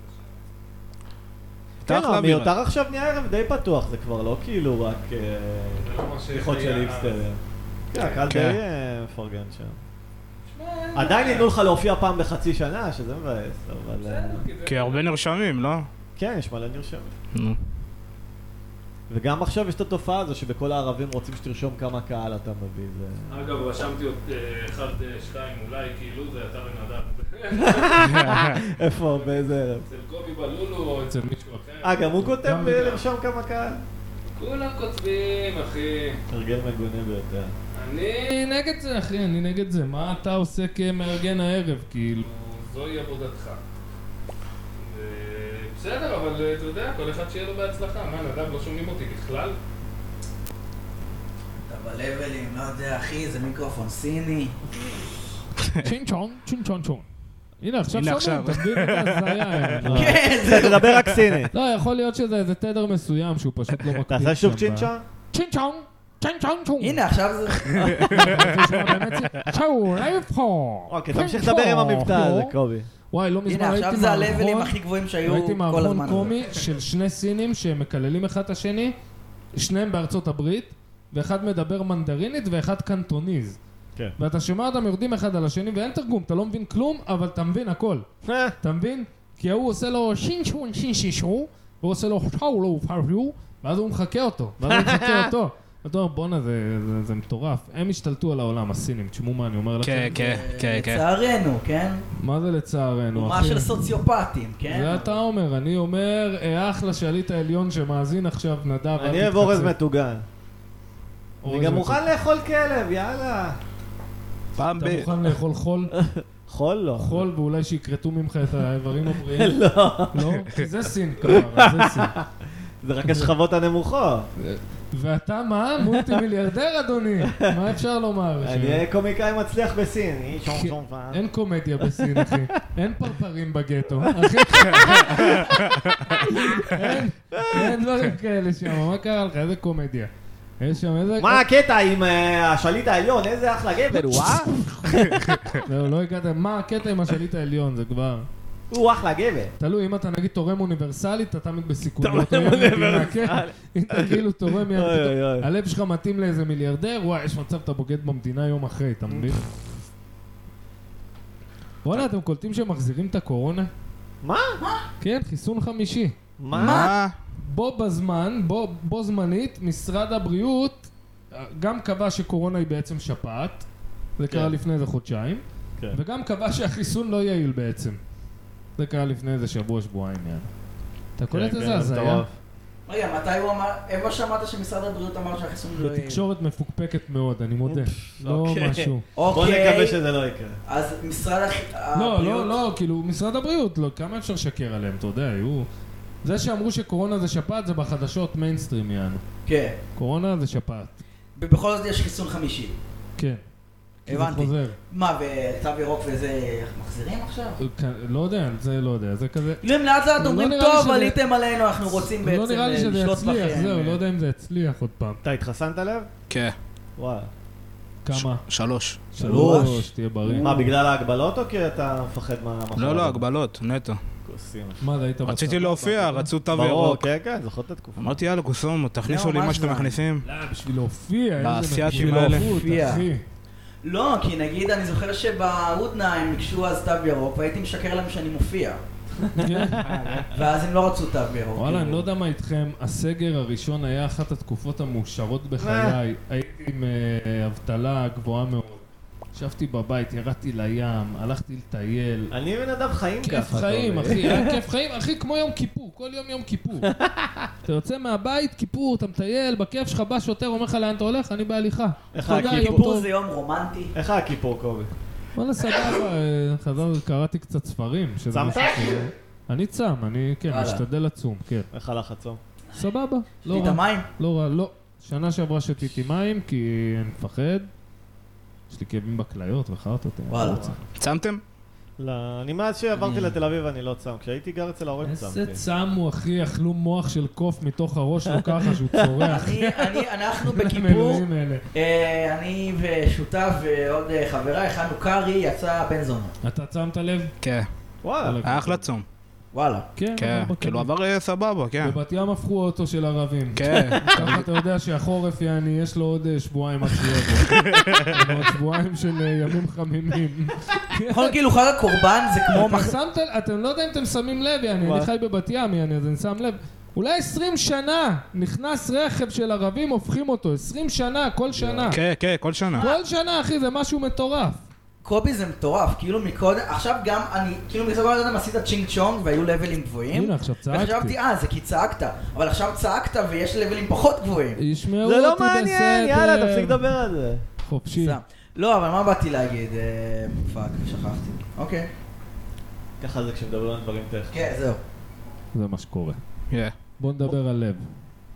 A: כן,
D: אחלה
A: המיותר
D: בירה.
A: עכשיו נהיה ערב די פתוח, זה כבר לא כאילו רק שיחות של איפסטרים. כן, הקהל די
D: כן.
A: מפרגן שם. עדיין ייתנו לך להופיע פעם בחצי שנה, שזה מבאס, אבל...
D: כי הרבה נרשמים, לא?
A: כן, יש מלא נרשמים.
D: נו.
A: וגם עכשיו יש את התופעה הזו שבכל הערבים רוצים שתרשום כמה קהל אתה מביא.
C: אגב, רשמתי עוד 1-2 אולי, כאילו זה אתה בן אדם.
A: איפה, באיזה ערב?
C: אצל קובי בלולו או אצל מישהו אחר.
A: גם הוא כותב
C: גם וגם.
A: לרשום כמה קהל?
C: כולם כותבים, אחי.
A: הרגל מגונה ביותר.
C: אני נגד זה, אחי, אני נגד זה. מה אתה עושה כמארגן הערב? כאילו, זוהי עבודתך. בסדר, אבל אתה יודע, כל אחד שיהיה לו בהצלחה. מה, נדב, לא שומעים אותי בכלל?
B: אתה בלבלים, לא יודע, אחי, זה מיקרופון סיני.
C: צ'ינצ'ון, צ'ינצ'ון צ'ון. הנה, עכשיו
D: הנה,
C: שומעים,
D: עכשיו.
C: תסביר את הזיה.
B: כן,
A: זה תדבר רק סינית.
C: לא, יכול להיות שזה איזה תדר מסוים שהוא פשוט לא מקפיד.
A: תעשה שוב
C: שם
A: צ'ינצ'ון?
C: צ'ינצ'ון, צ'ינצ'ון צ'ון.
B: הנה, עכשיו זה...
C: צ'או, איפה?
A: אוקיי, תמשיך לדבר עם המבטא הזה, קובי.
C: וואי, לא מזמן
B: הנה,
C: ראיתי
B: עכשיו זה הלבלים
C: מערכון,
B: הכי גבוהים שהיו
C: ראיתי
B: כל
C: מערכון
B: הזמן.
C: קומי של שני סינים שמקללים אחד את השני, שניהם בארצות הברית, ואחד מדבר מנדרינית ואחד קנטוניז.
A: כן.
C: ואתה שומע אותם יורדים אחד על השני ואין תרגום, אתה לא מבין כלום, אבל אתה מבין הכל. אתה מבין? כי ההוא עושה לו שינשון שינשישו, והוא עושה לו שאו לא פרפיו, ואז הוא מחכה אותו. אתה אומר, בואנה, זה מטורף. הם השתלטו על העולם, הסינים, תשמעו מה אני אומר לכם.
D: כן, כן, כן.
B: לצערנו, כן?
C: מה זה לצערנו,
B: אומה
C: אחי?
B: של סוציופטים, כן?
C: זה אתה אומר, אני אומר, אחלה שליט העליון שמאזין עכשיו, נדב, אל
A: אני אוהב אורז
C: תתחצף.
A: מטוגן. אני גם מוכן לאכול כלב, יאללה.
D: פעם
C: אתה מוכן לאכול חול?
A: חול לא.
C: חול ואולי שיקרטו ממך את האיברים הבריאים?
A: לא.
C: לא? כי זה סין כבר, זה סין.
A: זה רק השכבות הנמוכות.
C: ואתה מה? מולטי מיליארדר, אדוני? מה אפשר לומר?
A: אני אהיה קומיקאי מצליח בסין.
C: אין קומדיה בסין, אחי. אין פרפרים בגטו. אחי, אין דברים כאלה שם. מה קרה לך? איזה קומדיה? יש שם איזה...
A: מה הקטע עם השליט העליון? איזה אחלה גבר הוא,
C: לא הגעת. מה הקטע עם השליט העליון? זה כבר...
A: הוא אחלה גבר.
C: תלוי, אם אתה נגיד תורם אוניברסלית, אתה תמיד בסיכון.
A: תורם אוניברסלי.
C: אם אתה כאילו תורם, הלב שלך מתאים לאיזה מיליארדר, וואי, יש מצב אתה בוגד במדינה יום אחרי, אתה מבין? וואלה, אתם קולטים שמחזירים את הקורונה?
A: מה?
C: כן, חיסון חמישי.
D: מה?
C: בו זמנית, משרד הבריאות גם קבע שקורונה היא בעצם שפעת, זה קרה לפני איזה חודשיים, וגם קבע שהחיסון לא יעיל בעצם. זה קרה לפני איזה שבועיים. אתה קולט איזה הזיה?
B: רגע, מתי הוא אמר, איפה שמעת שמשרד הבריאות אמר שהחיסון לא יעיל?
C: בתקשורת מפוקפקת מאוד, אני מודה. לא משהו.
A: בוא נקווה שזה לא יקרה.
B: אז משרד הבריאות...
C: לא, כאילו, משרד הבריאות, כמה אפשר לשקר עליהם, אתה יודע, זה שאמרו שקורונה זה שפעת, זה בחדשות מיינסטרים יענו.
B: כן.
C: קורונה זה שפעת.
B: ובכל זאת יש חיסון חמישי.
C: כן.
B: הבנתי. מה, ותו ירוק וזה מחזירים עכשיו?
C: לא יודע, זה כזה...
B: אם לאט לאט אומרים, טוב, עליתם עלינו, אנחנו רוצים בעצם לשלוט בכם.
C: לא נראה לי שזה יצליח, זהו, לא יודע אם זה יצליח עוד פעם.
A: אתה התחסנת לב?
D: כן.
A: וואלה.
C: כמה?
D: 3.
C: 3, תהיה בריא.
A: מה, בגלל ההגבלות או כי אתה מפחד מהמחלה?
D: לא, הגבלות, נטו.
C: מה, זה היית בצבא?
D: רציתי להופיע, רצו תו ירוק.
A: ברור, כן, זוכר את התקופה.
D: אמרתי, יאללה, קוסומו, תכניסו לי מה שאתם מכניסים.
C: לא, בשביל להופיע,
D: לאסייתים האלה.
B: לא, כי נגיד, אני זוכר שבהודנה הם ביקשו אז תו ירוק, והייתי משקר להם שאני מופיע. ואז הם לא רצו תו ירוק.
C: וואלה, אני לא יודע מה איתכם, הסגר הראשון היה אחת התקופות המאושרות בחיי. הייתי עם אבטלה גבוהה מאוד. ישבתי בבית, ירדתי לים, הלכתי לטייל.
A: אני בן אדם חיים ככה.
C: כיף חיים, אחי, היה כיף חיים, אחי, כמו יום כיפור, כל יום כיפור. אתה יוצא מהבית, כיפור, אתה מטייל, בכיף שלך בא שוטר, אומר לך לאן אתה הולך, אני בהליכה.
B: כיפור זה יום רומנטי.
A: איך היה כיפור, קובי?
C: וואלה, סבבה, קראתי קצת ספרים.
A: צמת?
C: אני צם, אני, כן, משתדל לצום, כן.
A: איך הלך הצום?
C: סבבה, לא רע.
B: שתית מים?
C: לא רע, לא. שנה שעברה שתיתי מים, כי אני מפחד. יש לי כאבים בכליות וחרטות.
B: וואלה.
D: צמתם?
A: לא, אני מאז שעברתי לתל אביב אני לא צם. כשהייתי גר אצל ההורים צמתי.
C: איזה צמו, אחי, אכלו מוח של קוף מתוך הראש לא ככה שהוא צורח.
B: אנחנו בכיפור, אני ושותף ועוד חברה, הכנו קארי, יצא בן זונה.
C: אתה צמת לב?
D: כן.
A: וואלה.
D: היה אחלה צום.
B: וואלה.
C: כן,
D: כאילו עבר סבבה, כן.
C: בבת ים הפכו אוטו של ערבים.
D: כן.
C: ככה אתה יודע שהחורף יעני, יש לו עוד שבועיים עשיות. עוד שבועיים של ימים חמימים.
B: נכון, כאילו חג הקורבן זה כמו...
C: אתם לא יודע אם אתם שמים לב, אני חי בבת ים, אז אני שם לב. אולי 20 שנה נכנס רכב של ערבים, הופכים אותו. 20 שנה, כל שנה.
D: כן, כן, כל שנה.
C: כל שנה, אחי, זה משהו מטורף.
B: קובי זה מטורף, כאילו מקודם, עכשיו גם אני, כאילו מקודם עשית צ'ינג צ'ונג והיו לבלים גבוהים.
C: הנה, עכשיו צעקתי.
B: וחשבתי, זה כי צעקת, אבל עכשיו צעקת ויש לבלים פחות גבוהים.
C: ישמעו אותי
A: בסדר. זה
C: בסדר.
A: לא מעניין, יאללה, תפסיק לדבר על זה.
C: חופשי.
B: לא, אבל מה באתי להגיד? פאק, שכחתי. אוקיי.
A: ככה זה כשמדברים על דברים טכניים.
B: כן, זהו.
C: זה מה שקורה.
D: כן.
C: בוא נדבר על לב.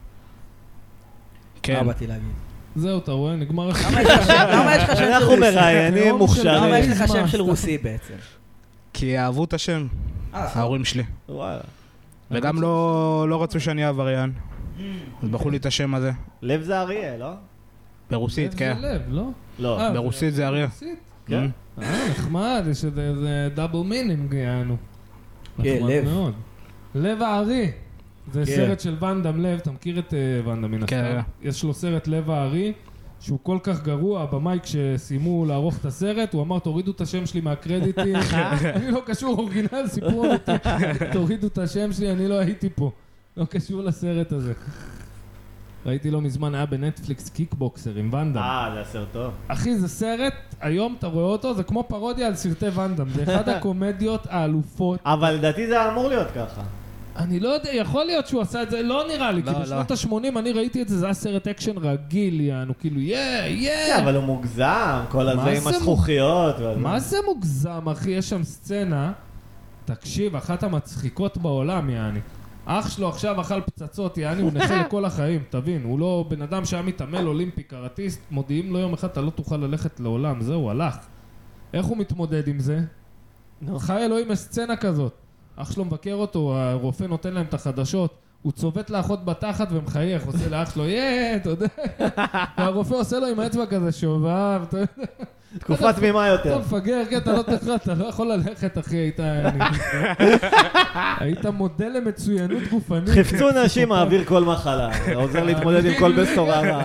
B: מה באתי להגיד?
C: זהו, אתה רואה, נגמר לך.
B: למה יש לך שם של
A: אנחנו
B: רוסי?
A: מראיינים מוכשרים.
B: למה יש לך שם של רוסי בעצם?
D: כי אהבו את השם, ההורים שלי.
A: וואלה.
D: וגם לא רצו שאני אהיה עבריין. אז בחרו לי את השם הזה.
A: לב זה אריה, לא?
D: ברוסית, כן.
C: זה לב, לא?
A: לא.
D: ברוסית זה אריה.
C: ברוסית?
A: כן?
C: נחמד, יש איזה דאבל מינינג יענו.
B: כן, לב.
C: מאוד. לב הארי. זה סרט של ואנדם לב, אתה מכיר את ואנדם מן הסתם? יש לו סרט לב הארי, שהוא כל כך גרוע, במאי כשסיימו לערוך את הסרט, הוא אמר תורידו את השם שלי מהקרדיטים, אני לא קשור, אורגינל, סיפור אמיתי, תורידו את השם שלי, אני לא הייתי פה, לא קשור לסרט הזה. ראיתי לא מזמן, היה בנטפליקס קיקבוקסר עם ואנדם.
A: זה סרט טוב.
C: אחי, זה סרט, היום אתה רואה אותו, זה כמו פרודיה על סרטי ואנדם, זה אחד הקומדיות האלופות.
A: אבל לדעתי זה אמור להיות ככה.
C: אני לא יודע, יכול להיות שהוא עשה את זה, לא נראה לי, כי בשנות ה-80 אני ראיתי את זה, זה היה סרט אקשן רגיל, יענו, כאילו, כן,
A: אבל הוא מוגזם, כל הזה עם הזכוכיות.
C: מה זה מוגזם, אחי? יש שם סצנה, תקשיב, אחת המצחיקות בעולם, יעני. אח שלו עכשיו אכל פצצות, יעני, הוא נכה לכל החיים, תבין, הוא לא בן אדם שהיה מתעמל אולימפי, קראטיסט, מודיעים לו יום אחד, אתה לא תוכל ללכת לעולם, זהו, הלך. איך הוא מתמודד עם זה? חי אלוהים, יש סצנה כזאת. אח שלו מבקר אותו, הרופא נותן להם את החדשות, הוא צובט לאחות בתחת ומחייך, עושה לאח שלו, אתה יודע, והרופא עושה לו עם האצבע כזה שובב, אתה יודע,
A: תקופה תמימה יותר.
C: אתה מפגר, כן, אתה לא יכול ללכת, אחי, היית מודל למצוינות גופנית.
A: חפצו נשים מעביר כל מחלה, עוזר להתמודד עם כל בשורה רעה.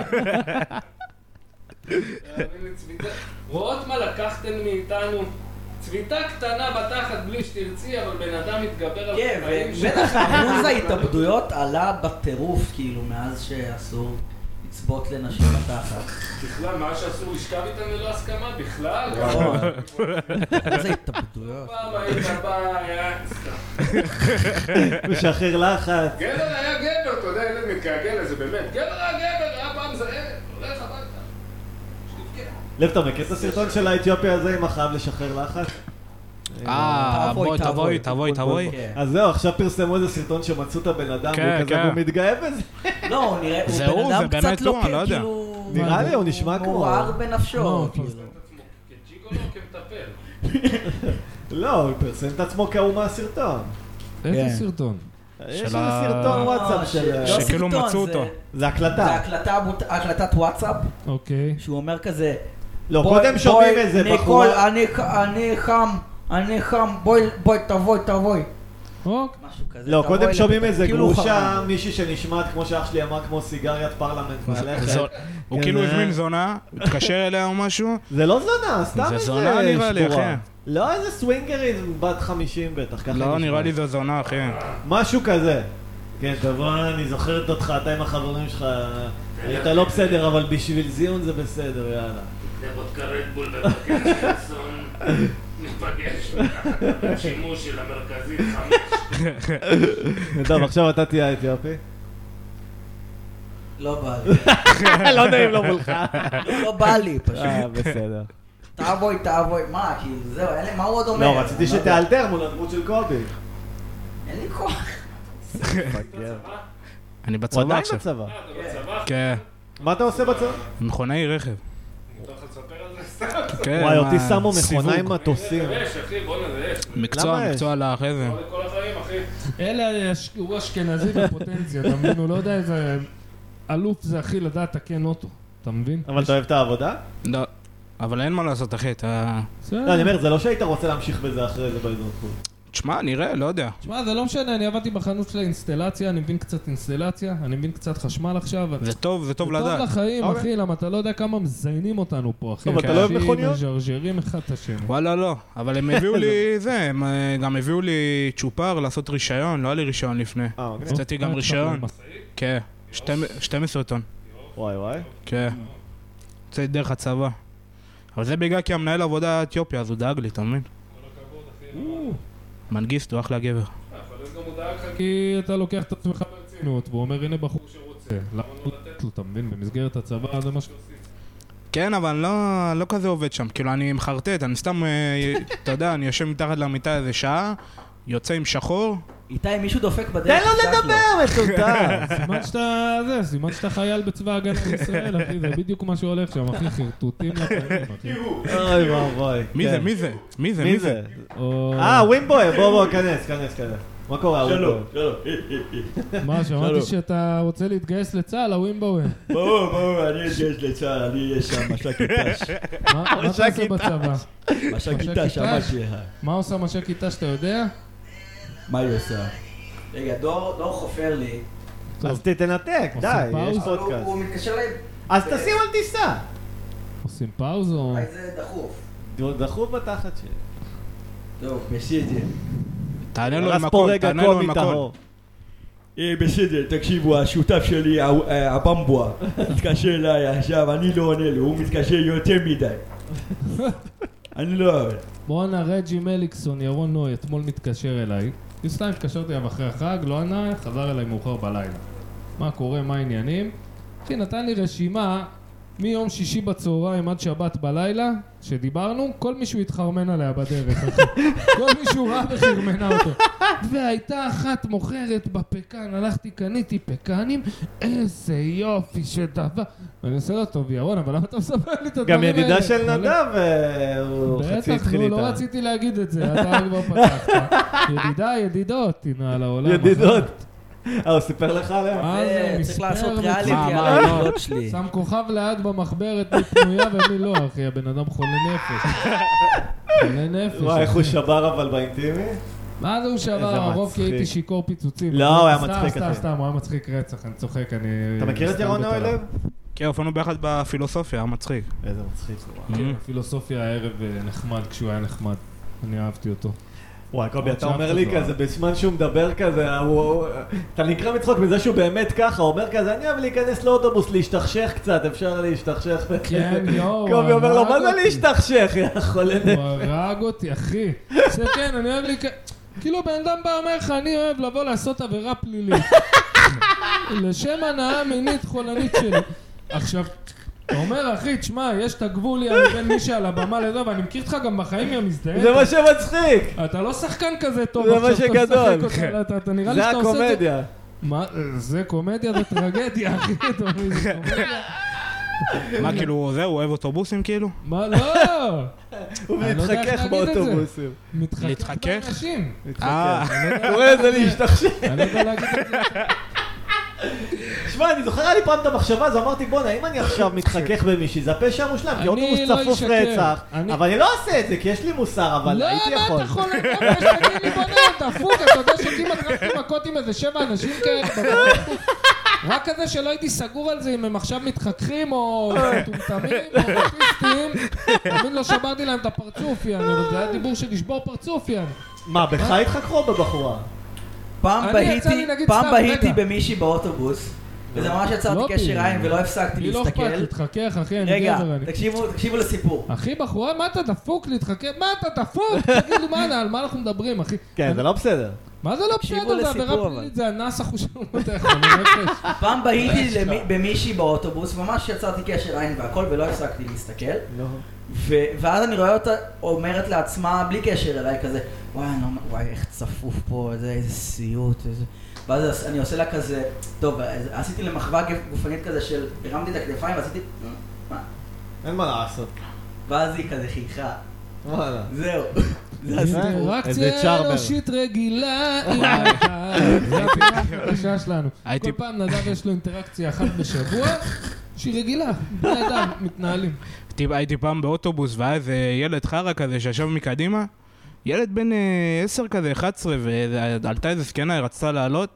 C: רואות מה לקחתם מאיתנו? צביטה קטנה בתחת בלי שתרצי, אבל בן אדם מתגבר על
B: כן,
C: חיים
B: ובטח אחוז ההתאבדויות עלה בטירוף, כאילו, מאז שאסור לצבות לנשים בתחת.
C: בכלל, מה שאסור לשכב איתם ללא הסכמה, בכלל?
B: אחוז ההתאבדויות.
C: פעם היית בא, היה...
A: משחרר לחץ.
C: גבר היה גבר, אתה יודע, ילד מתגעגע לזה, באמת. גבר היה גבר, היה פעם זה הולך הביתה.
A: לב, אתה מכיר את הסרטון של האתיופי הזה עם החייב לשחרר לחץ?
D: תבואי.
A: אז זהו, עכשיו פרסמו איזה סרטון שמצאו את הבן אדם, והוא כזה, הוא מתגאה בזה.
B: לא, הוא נראה, הוא בן אדם קצת לא כאילו...
A: נראה לי, הוא נשמע כמו...
B: הוא רער בנפשו, כאילו.
C: כג'יגולו כמטפל.
A: לא, הוא פרסם את עצמו כאו מהסרטון.
C: איזה סרטון?
A: יש איזה סרטון וואטסאפ של...
D: שכאילו מצאו אותו.
A: זה הקלטה.
B: זה הקלטת וואטסאפ,
C: אוקיי.
B: שהוא אומר כזה...
A: לא, קודם שומעים איזה בחורה...
B: אני חם, בואי, תבואי. משהו כזה.
A: לא, קודם שומעים איזה גרושה, מישהי שנשמעת כמו שאח שלי אמר, כמו סיגריית פרלמנט מהלכת.
D: הוא כאילו הזמין זונה, הוא התקשר אליה או משהו.
A: זה לא זונה, סתם איזה
D: זה זונה נראה לי, אחי.
A: לא איזה סווינגרית בת 50 בטח, ככה
D: לא, נראה לי זה זונה, אחי.
A: משהו כזה. כן, תבוא, אני זוכרת אותך, אתה עם החברים שלך, היית לא בסדר, אבל בשביל זיון זה בסדר, יאללה.
C: נבות קרדבול ובקר שנסון, נפגש בשימוש של המרכזית 5.
A: טוב, עכשיו אתה תהיה אתיופי.
B: לא בא לי.
A: לא נעים לו מולך.
B: לא בא לי, פשוט.
A: בסדר.
B: תבואי, מה, כאילו, זהו, מה הוא עוד אומר?
A: לא, רציתי שתאלתר מול הדמות של קובי.
B: אין לי כוח.
D: אני
A: הוא
D: בצבא
A: עדיין
D: עכשיו.
A: בצבא.
D: כן.
A: מה אתה עושה בצבא?
D: מכונאי רכב.
C: מותר לך לספר על זה סתם?
A: וואי, אותי שמו מכונה עם מטוסים.
C: זה יש, אחי, בוא נדייש.
D: מקצוע לאחרי זה.
C: כל החיים, אחי. אלה, הוא אשכנזי בפוטנציה, אתה מבין? הוא לא יודע איזה אלוף זה, אחי, לדעת תקן אוטו. אתה מבין?
A: אבל אתה אוהב את העבודה?
D: לא. אבל אין מה לעשות, אחי, אתה...
A: לא, אני אומר, זה לא שהיית רוצה להמשיך בזה אחרי זה באזרחות.
D: תשמע, נראה, לא יודע.
C: תשמע, זה לא משנה, אני עבדתי בחנות של האינסטלציה, אני מבין קצת אינסטלציה, אני מבין קצת חשמל עכשיו.
D: זה טוב
C: זה
D: לדעת.
C: טוב לחיים, אחי, למה אתה לא יודע כמה מזיינים אותנו פה, אחי.
A: אבל אתה לא אוהב מכוניות?
C: מז'רג'רים אחד את השני.
D: וואלה, לא. אבל הם הביאו לי זה, הם גם הביאו לי צ'ופר לעשות רישיון, לא היה לי רישיון לפני. קצתי גם רישיון. כן, 12 טון.
A: וואי.
D: כן. קצת דרך הצבא. אבל זה בגלל כי המנהל עבודה אתיופיה, אז הוא דאג לי, אתה מבין? מנגיסט, הוא אחלה גבר.
C: אבל אז גם הוא דאג לך כי אתה לוקח את עצמך ברצינות, והוא אומר הנה בחור שרוצה. למה לא לתת לו, אתה מבין? במסגרת הצבא זה מה שעושים.
D: כן, אבל לא כזה עובד שם. כאילו, אני מחרטט, אני סתם, אתה יודע, אני יושב מתחת למיטה איזה שעה, יוצא עם שחור.
B: איתי, מישהו דופק בדרך.
A: תן לו לדבר, מטומטם.
C: סימן שאתה חייל בצבא הגנה לישראל, אחי, זה בדיוק מה שהולך שם, אחי, חרטוטים לפנים, אחי.
A: אוי ואבוי.
D: מי זה?
A: ווימבוי, בוא, כנס. מה קורה, ווימבוי?
C: מה, שמעתי שאתה רוצה להתגייס לצה"ל, הווימבוי.
E: בואו, אני אתגייס לצה"ל, אני אהיה שם, מש"ק אית"ש.
C: מה אתה עושה בצבא?
E: מש"ק אית"ש, אמרתי לך.
C: מה עושה מש"ק אית"ש, אתה יודע?
E: מה היא עושה?
B: רגע, דור חופר לי.
A: אז תתנתק, די, יש פודקאסט.
B: הוא מתקשר לי...
A: אז תשים על טיסה.
C: עושים פאוז או...
B: זה דחוף.
A: דחוף בתחת שלי.
B: טוב, בסדר.
D: תענה לו עם הכל.
E: בסדר, תקשיבו, השותף שלי, הבמבואה, מתקשר אליי עכשיו, אני לא עונה לו, הוא מתקשר יותר מדי. אני לא אוהב.
C: בואנה, רג'י מליקסון, ירון נוי, אתמול מתקשר אליי. סתם התקשרתי אליו אחרי החג, לא ענה, חזר אליי מאוחר בלילה. מה קורה, מה העניינים? אחי, נתן לי רשימה מיום שישי בצהריים עד שבת בלילה, שדיברנו, כל מישהו התחרמן עליה בדרך, אחי. כל מישהו ראה וחרמנה אותו. והייתה אחת מוכרת בפקן, הלכתי, קניתי פקנים, איזה יופי של דבר. ואני עושה לו טוב, ירון, אבל למה אתה מספר לי את הדברים האלה?
A: גם ידידה של נדב, הוא חצי התחיל איתה.
C: בטח, לא רציתי להגיד את זה, אתה כבר פתחת. ידידות, הנה על העולם.
A: ידידות. הוא סיפר לך עליה?
C: מה זה,
B: צריך לעשות
C: מספר
B: ריאליטי
D: מה,
B: על
D: מה,
B: העבודות שלי.
C: שם כוכב ליד במחברת, מי פנויה ומי לא, אחי, הבן אדם חולה נפש. חולה נפש.
A: וואי, איך הוא
C: אחי.
A: שבר אבל באינטימי?
C: מה זה הוא שבר?
A: איזה
C: הרוב כי
A: מצחיק.
C: הייתי שיכור פיצוצים.
A: לא, הוא היה מצחיק,
C: סתם,
A: אחי.
C: סתם, הוא היה מצחיק רצח, אני צוחק, אני...
A: אתה מכיר את ירון
C: מסתלבט
A: נוי
C: עליו.
A: לב?
D: כן, הופענו ביחד בפילוסופיה, היה מצחיק.
A: איזה מצחיק. וואי.
C: כן, הפילוסופיה הערב נחמד כשהוא היה נחמד. אני אהבתי אותו.
A: וואי, קובי, אתה
C: שאף
A: אומר
C: אחד
A: לי
C: לא
A: כזה, בזמן שהוא מדבר כזה, אתה נקרא מצחוק מזה שהוא באמת ככה, הוא אומר כזה, אני אוהב להיכנס לאוטובוס, להשתכשך קצת, אפשר להשתכשך.
C: כן, יואו.
A: קובי אומר לו, מה
C: הרג
A: זה
C: אותי.
A: להשתכשך, יא חולה נפש.
C: הוא הרג אותי, אחי. זה כן, אני אוהב כאילו בן אדם בא אומר לך, אני אוהב לבוא לעשות עבירה פלילית. לשם הנאה מינית חולנית שלי. עכשיו, אתה אומר, אחי, תשמע, יש את הגבול בין מי שעל הבמה לזה, ואני מכיר אותך גם בחיים מהמזדהן.
A: זה מה שמצחיק.
C: אתה לא שחקן כזה טוב.
A: זה מה
C: עכשיו אתה
A: שגדול.
C: משחק אותה, אתה נראה לי
A: זה
C: שאתה עושה את זה.
A: הקומדיה.
C: מה? זה קומדיה, זה טרגדיה, אחי. אתה מבין, זה קומדיה.
D: מה, כאילו, זה, הוא אוהב אוטובוסים כאילו?
C: מה? לא!
A: הוא
C: אני לא יודע איך
A: מתחכך
C: להגיד את זה.
A: באוטובוסים.
C: מתחכך
D: להתחכך?
C: באנשים.
A: מתחכך. קורא לזה להשתכשך.
C: אני לא יודע להגיד את זה.
A: שמע, אני זוכר היה לי פעם את המחשבה הזו, אמרתי בוא'נה, אם אני עכשיו מתחכך במישהי, זה הפשע מושלם, כי
C: אני
A: אוטובוס
C: לא
A: צפוף
C: אשקר.
A: רצח,
C: אני-
A: אבל אני לא עושה את זה, כי יש לי מוסר, אבל
C: לא,
A: הייתי
C: מה
A: יכול.
C: אתה יכול? יש תגיד לי בנה, דפוק, אתה יודע שכמעט רצתי מכות עם איזה 7 אנשים כאלה בבית. רק כזה שלא הייתי סגור על זה אם הם עכשיו מתחככים או מטומטמים או אוטיסטים. תמיד לא שברתי להם את הפרצוף, יעני, אבל זה היה דיבור של לשבור פרצוף, יעני.
A: מה, בך התחככו או בבחורה?
B: פעם
C: אני יצא לי,
B: בהיתי,
C: נגיד,
B: פעם
C: סתם,
B: בהיתי
C: רגע.
B: במישהי באוטובוס, וזה ממש
C: לא
B: יצרתי קשר
C: בי.
B: עין ולא הפסקתי
C: לי לא אכפת,
B: להסתכל.
C: להתחכך, אחי, אני
B: רגע,
C: גבר, אני.
B: תקשיבו לסיפור.
C: אחי, בחורה, מה אתה דפוק להתחכך? מה אתה דפוק? תגיד לי, על מה אנחנו מדברים, אחי?
A: כן, זה לא בסדר.
C: מה זה לא
B: תקשיבו
C: בסדר? זה
B: לסיפור,
C: עבירה
B: אבל.
C: פלילית, זה הנסח הוא שלמות היכול, נפש.
B: פעם בהיתי במישהי באוטובוס, ממש יצרתי קשר עין והכל ולא הפסקתי להסתכל. ואז אני רואה אותה אומרת לעצמה, בלי קשר אליי, כזה, וואי, איך צפוף פה, איזה סיוט, איזה... ואז אני עושה לה כזה, טוב, עשיתי למחווה גופנית כזה של, הרמתי את הכתפיים ועשיתי, מה?
A: אין מה לעשות.
B: ואז היא כזה חייכה.
A: וואלה.
B: זהו. זה הסיפור.
A: איזה
C: אינטראקציה
A: צ'ארמר.
C: אנושית רגילה עם הקהל. זה הפינה החדשה שלנו.
D: הייתי-
C: כל פעם נדב יש לו אינטראקציה אחת בשבוע, שהיא רגילה. בני אדם מתנהלים.
D: הייתי פעם באוטובוס והיה איזה ילד חרא כזה שישב מקדימה, ילד בן 10 כזה, 11, ועלתה איזה זקנה, היא רצתה לעלות,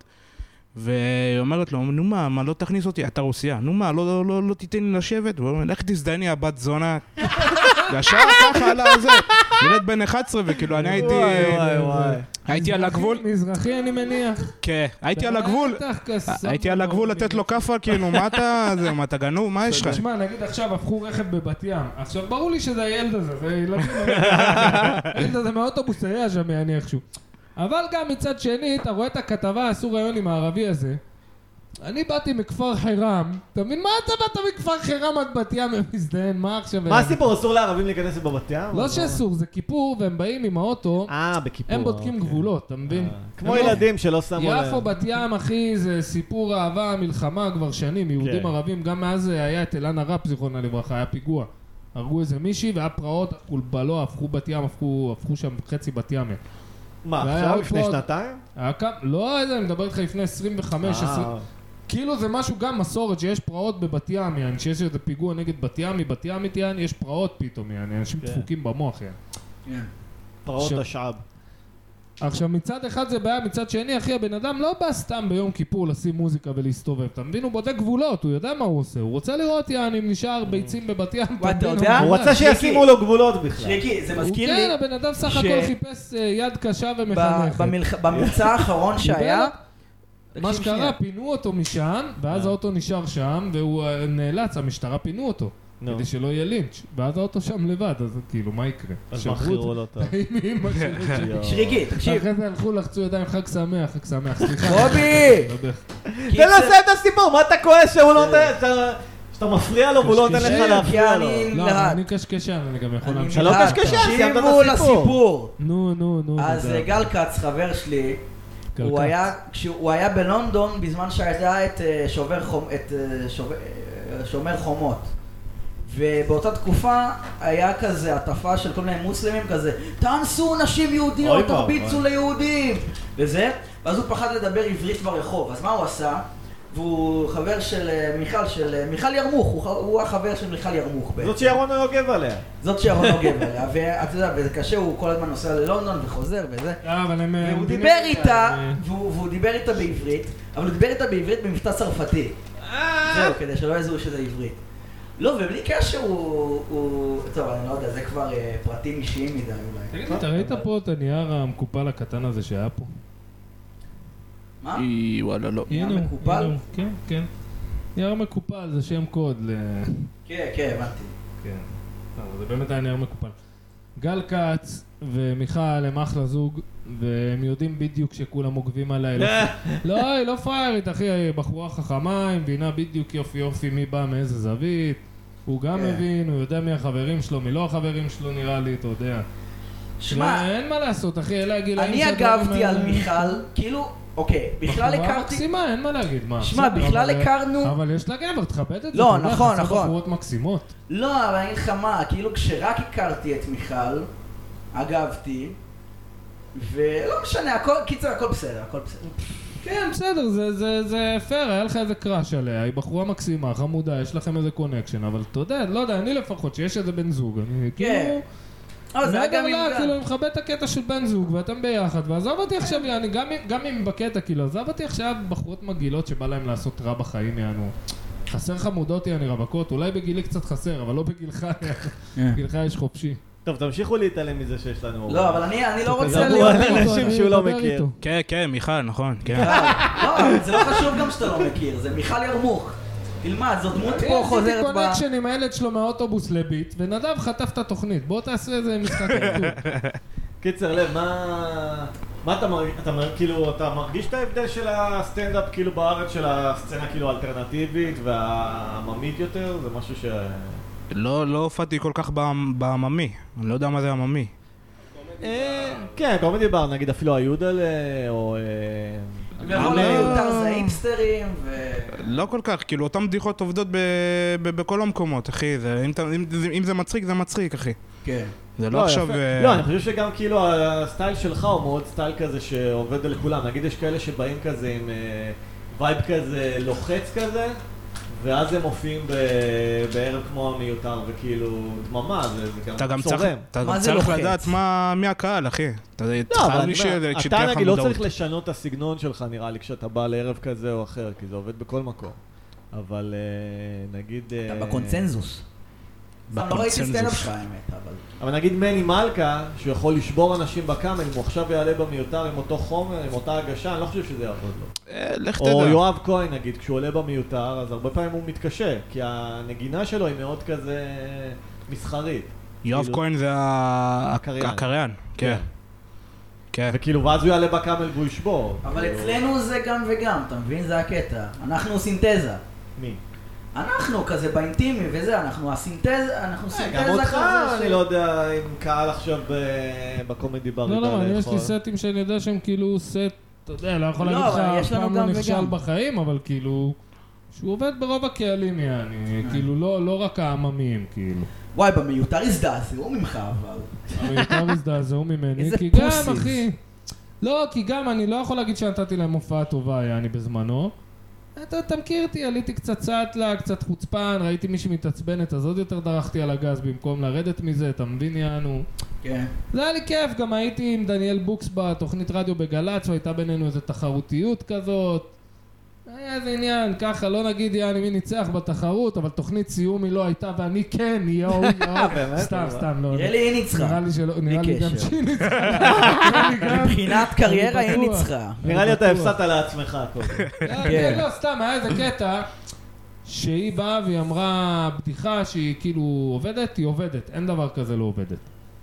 D: והיא אומרת לו, נו מה, לא תכניס אותי, אתה רוסיה, נו מה, לא תיתן לי לשבת, והוא אומר, לך תזדייני הבת זונה, ישר ככה על הזה, ילד בן 11, וכאילו אני הייתי על הגבול,
C: מזרחי אני מניח.
D: כן, הייתי על הגבול,
C: בטח כסף.
D: הייתי על הגבול לתת לו כאפה, כאילו, מה אתה גנוב, מה יש לך?
C: תשמע, נגיד עכשיו הפכו רכב בבת ים. עכשיו ברור לי שזה הילד הזה, זה ילדים. הילד הזה מהאוטובוס היה שם יעני איכשהו. אבל גם מצד שני, אתה רואה את הכתבה, עשו רעיון עם הערבי הזה. אני באתי מכפר חירם. אתה מבין? מה אתה באת מכפר חירם עד בת ים ומזדהן? מה עכשיו?
A: מה הסיפור? אסור לערבים להיכנס בבת ים?
C: לא שאסור, זה כיפור, והם באים עם האוטו,
A: בכיפור.
C: הם בודקים
A: אוקיי.
C: גבולות, אתה מבין?
A: כמו
C: הם לא-
A: ילדים שלא שמו להם.
C: יפו, בת ים, אחי, זה סיפור אהבה, מלחמה כבר שנים, יהודים
A: כן.
C: ערבים, גם מאז היה את אלן הרפ, זיכרונה לברכה, היה פיגוע. הרגו איזה מישהי, והיה פרעות, קולבלו, הפכו בת ים, הפכו שם חצי בת ים.
A: מה,
C: והיה
A: עכשיו?
C: עוד
A: לפני
C: פה-
A: שנתיים?
C: לא איזה, אני מדבר איתך לפני 25, 20... כאילו זה משהו גם מסורת שיש פרעות בבת ים, יעני, שיש איזה פיגוע נגד בת ים, מבת ים יעני, יש פרעות פתאום, יעני, אנשים
A: כן.
C: דפוקים במוח, יעני.
A: פרעות
C: עכשיו-
A: השעב.
C: עכשיו מצד אחד זה בעיה, מצד שני אחי הבן אדם לא בא סתם ביום כיפור לשים מוזיקה ולהסתובב, אתה מבין? הוא בודק גבולות, הוא יודע מה הוא עושה, הוא רוצה לראות יעני אם נשאר ביצים בבת ים,
B: וואי, אתה
C: מבין?
B: יודע?
A: הוא רצה שישימו לו גבולות בכלל.
B: שריקי, זה
C: הוא
B: מזכיר
C: כן,
B: לי,
C: הבן אדם סך
B: ש-
C: הכל חיפש יד קשה ומחנכת.
B: במבצע האחרון שהיה,
C: מה
B: תקשיב
C: שקרה,
B: שנייה.
C: פינו אותו משם, ואז האוטו נשאר שם, והוא נאלץ, המשטרה פינו אותו,
A: נו.
C: כדי שלא יהיה לינץ', ואז האוטו שם לבד, אז כאילו, מה יקרה?
A: אז
C: שברו
A: מכירו
C: את
A: לו אותו.
C: זה. עם אמא שלו.
A: יואו.
B: שריקי, תקשיב,
C: אחרי זה הלכו לחצו ידיים, חג שמח, חג שמח, סליחה.
B: רובי!
C: לא יודע.
A: תן לו לסיים את הסיפור, מה אתה כועס שהוא לא נותן... שאתה מפריע לו והוא לא נותן לך
C: קשקשן,
A: להפריע לו.
B: כי
C: לא,
B: להט.
C: אני קשקשן, אני גם יכול
B: אני
C: להמשיך.
A: אתה לא
B: להט.
A: קשקשן, סיימת את
B: תקשיבו
A: הסיפור.
B: לסיפור.
C: נו.
B: אז
C: תודה.
B: גל כץ, חבר שלי,
C: גל
B: הוא
C: כץ.
B: היה, כשהוא היה בלונדון בזמן שהיה את שומר חומות. ובאותה תקופה היה כזה הטפה של כל מיני מוסלמים כזה, תאנסו נשים יהודיות, תרביצו ליהודים וזה, ואז הוא פחד לדבר עברית ברחוב, אז מה הוא עשה? והוא חבר של מיכל ירמוך, הוא החבר של מיכל ירמוך.
A: זאת שירון יוגב עליה.
B: זאת שירון יוגב עליה, ואתה יודע, וזה קשה, הוא כל הזמן נוסע ללונדון וחוזר וזה. והוא דיבר איתה בעברית, אבל הוא דיבר איתה בעברית במבטא צרפתי. זהו, כדי שלא יזהו שזה עברית. לא, ובלי קשר הוא... טוב, אני לא יודע, זה כבר פרטים אישיים מדי אולי.
C: תגיד, אתה ראית פה את הנייר המקופל הקטן הזה שהיה פה?
B: מה?
D: וואלה, לא.
B: נייר מקופל?
C: כן, כן. נייר מקופל זה שם קוד ל...
B: כן, כן, הבנתי.
C: כן. זה באמת היה נייר מקופל. גל כץ ומיכל הם אחלה זוג, והם יודעים בדיוק שכולם עוקבים עליי. לא, היא לא פריירית, אחי, בחורה חכמה, היא מבינה בדיוק יופי יופי מי בא מאיזה זווית. הוא גם מבין, הוא יודע מי החברים שלו, מי לא החברים שלו נראה לי, אתה יודע.
B: שמע,
C: אין מה לעשות, אחי, אלה הגילאים
B: אני אגבתי על מיכל, כאילו, אוקיי, בכלל הכרתי...
C: בחורה מקסימה, אין מה להגיד, מה?
B: שמע, בכלל הכרנו...
C: אבל יש לה גבר, תכבד את זה,
B: לא, נכון, נכון.
C: חסר בחורות מקסימות.
B: לא, אבל אני אגיד לך מה, כאילו כשרק הכרתי את מיכל, אגבתי, ולא משנה, קיצר, הכל בסדר, הכל בסדר.
C: כן, בסדר, זה פייר, היה לך איזה קראש עליה, היא בחורה מקסימה, חמודה, יש לכם איזה קונקשן, אבל אתה יודע, לא יודע, אני לפחות, שיש איזה בן זוג, אני כאילו...
B: זה היה גם
C: כאילו, אני מכבד את הקטע של בן זוג, ואתם ביחד, ועזוב אותי עכשיו, גם אם בקטע, כאילו, עזוב אותי עכשיו בחורות מגעילות שבא להם לעשות רע בחיים, יענו. חסר חמודות, יעני רווקות, אולי בגילי קצת חסר, אבל לא בגילך, בגילך יש חופשי.
A: טוב, תמשיכו להתעלם מזה שיש לנו...
B: לא, אבל אני לא רוצה...
A: תדברו על אנשים שהוא לא מכיר.
D: כן, כן, מיכל, נכון, כן.
B: לא, זה לא חשוב גם שאתה לא מכיר, זה מיכל ירמוך. תלמד, זאת דמות פה חוזרת ב...
C: עשיתי קונקשן עם הילד שלו מהאוטובוס לביט, ונדב חטף את התוכנית. בוא תעשה איזה משחק כתוב.
A: קיצר לב, מה אתה מרגיש? כאילו, אתה מרגיש את ההבדל של הסטנדאפ כאילו בארץ של הסצנה כאילו האלטרנטיבית והעממית יותר? זה משהו ש...
D: לא הופעתי כל כך בעממי, אני לא יודע מה זה עממי.
A: כן, קומדי בר, נגיד אפילו היודל או...
B: יכול להיות זה היפסטרים ו...
D: לא כל כך, כאילו אותם בדיחות עובדות בכל המקומות, אחי, אם זה מצחיק, זה מצחיק, אחי.
B: כן.
D: זה לא עכשיו...
A: לא, אני חושב שגם כאילו הסטייל שלך הוא מאוד סטייל כזה שעובד לכולם. נגיד יש כאלה שבאים כזה עם וייב כזה לוחץ כזה, ואז הם מופיעים בערב כמו המיותר וכאילו דממה, זה גם צורם.
D: אתה גם צריך לדעת מי הקהל, אחי.
A: לא, אבל אתה נגיד לא צריך לשנות את הסגנון שלך נראה לי כשאתה בא לערב כזה או אחר, כי זה עובד בכל מקום. אבל נגיד...
B: אתה בקונצנזוס. לא ראיתי סטנדאפ שלך האמת,
A: אבל נגיד מני מלכה, שהוא יכול לשבור אנשים בקאמל, אם הוא עכשיו יעלה במיותר עם אותו חומר, עם אותה הגשה, אני לא חושב שזה יעבוד לו.
D: לך תדע.
A: או יואב כהן נגיד, כשהוא עולה במיותר, אז הרבה פעמים הוא מתקשה, כי הנגינה שלו היא מאוד כזה מסחרית.
D: יואב כהן זה הקריין, כן.
A: וכאילו, ואז הוא יעלה בקאמל והוא ישבור.
B: אבל אצלנו זה גם וגם, אתה מבין? זה הקטע. אנחנו עושים תזה.
A: מי?
B: אנחנו כזה באינטימי וזה, אנחנו הסינתזה, אנחנו סינתזה כזה.
A: גם אותך, אני לא יודע אם קהל עכשיו בקומדי בר.
C: לא, יש לי סטים שאני יודע שהם כאילו סט, אתה יודע, לא יכול להגיד לך, אף פעם לא נכשל בחיים, אבל כאילו, שהוא עובד ברוב הקהלים, יעני, כאילו, לא רק העממיים, כאילו.
B: וואי, במיותר הזדעזעו ממך, אבל.
C: במיותר הזדעזעו ממני,
B: איזה
C: כי
B: פוסיס.
C: גם, אחי, לא, כי גם אני לא יכול להגיד שנתתי להם הופעה טובה, יעני, בזמנו. אתה מכיר אותי, עליתי קצת סטלה, קצת חוצפן, ראיתי מישהי מתעצבנת, אז עוד יותר דרכתי על הגז במקום לרדת מזה, אתה מבין יענו?
B: כן.
C: זה היה לי כיף, גם הייתי עם דניאל בוקס בתוכנית רדיו בגלץ, והייתה בינינו איזו תחרותיות כזאת. היה איזה עניין, ככה, לא נגיד יעני מי ניצח בתחרות, אבל תוכנית סיום היא לא הייתה, ואני כן, יואו, סתם, לא.
B: נראה לי היא ניצחה.
C: נראה לי שלא, נראה לי גם שהיא ניצחה.
B: מבחינת קריירה היא ניצחה.
A: נראה לי אתה הפסדת לעצמך קודם.
C: לא, סתם, היה איזה קטע שהיא באה והיא אמרה בדיחה שהיא כאילו עובדת, היא עובדת, אין דבר כזה לא עובדת.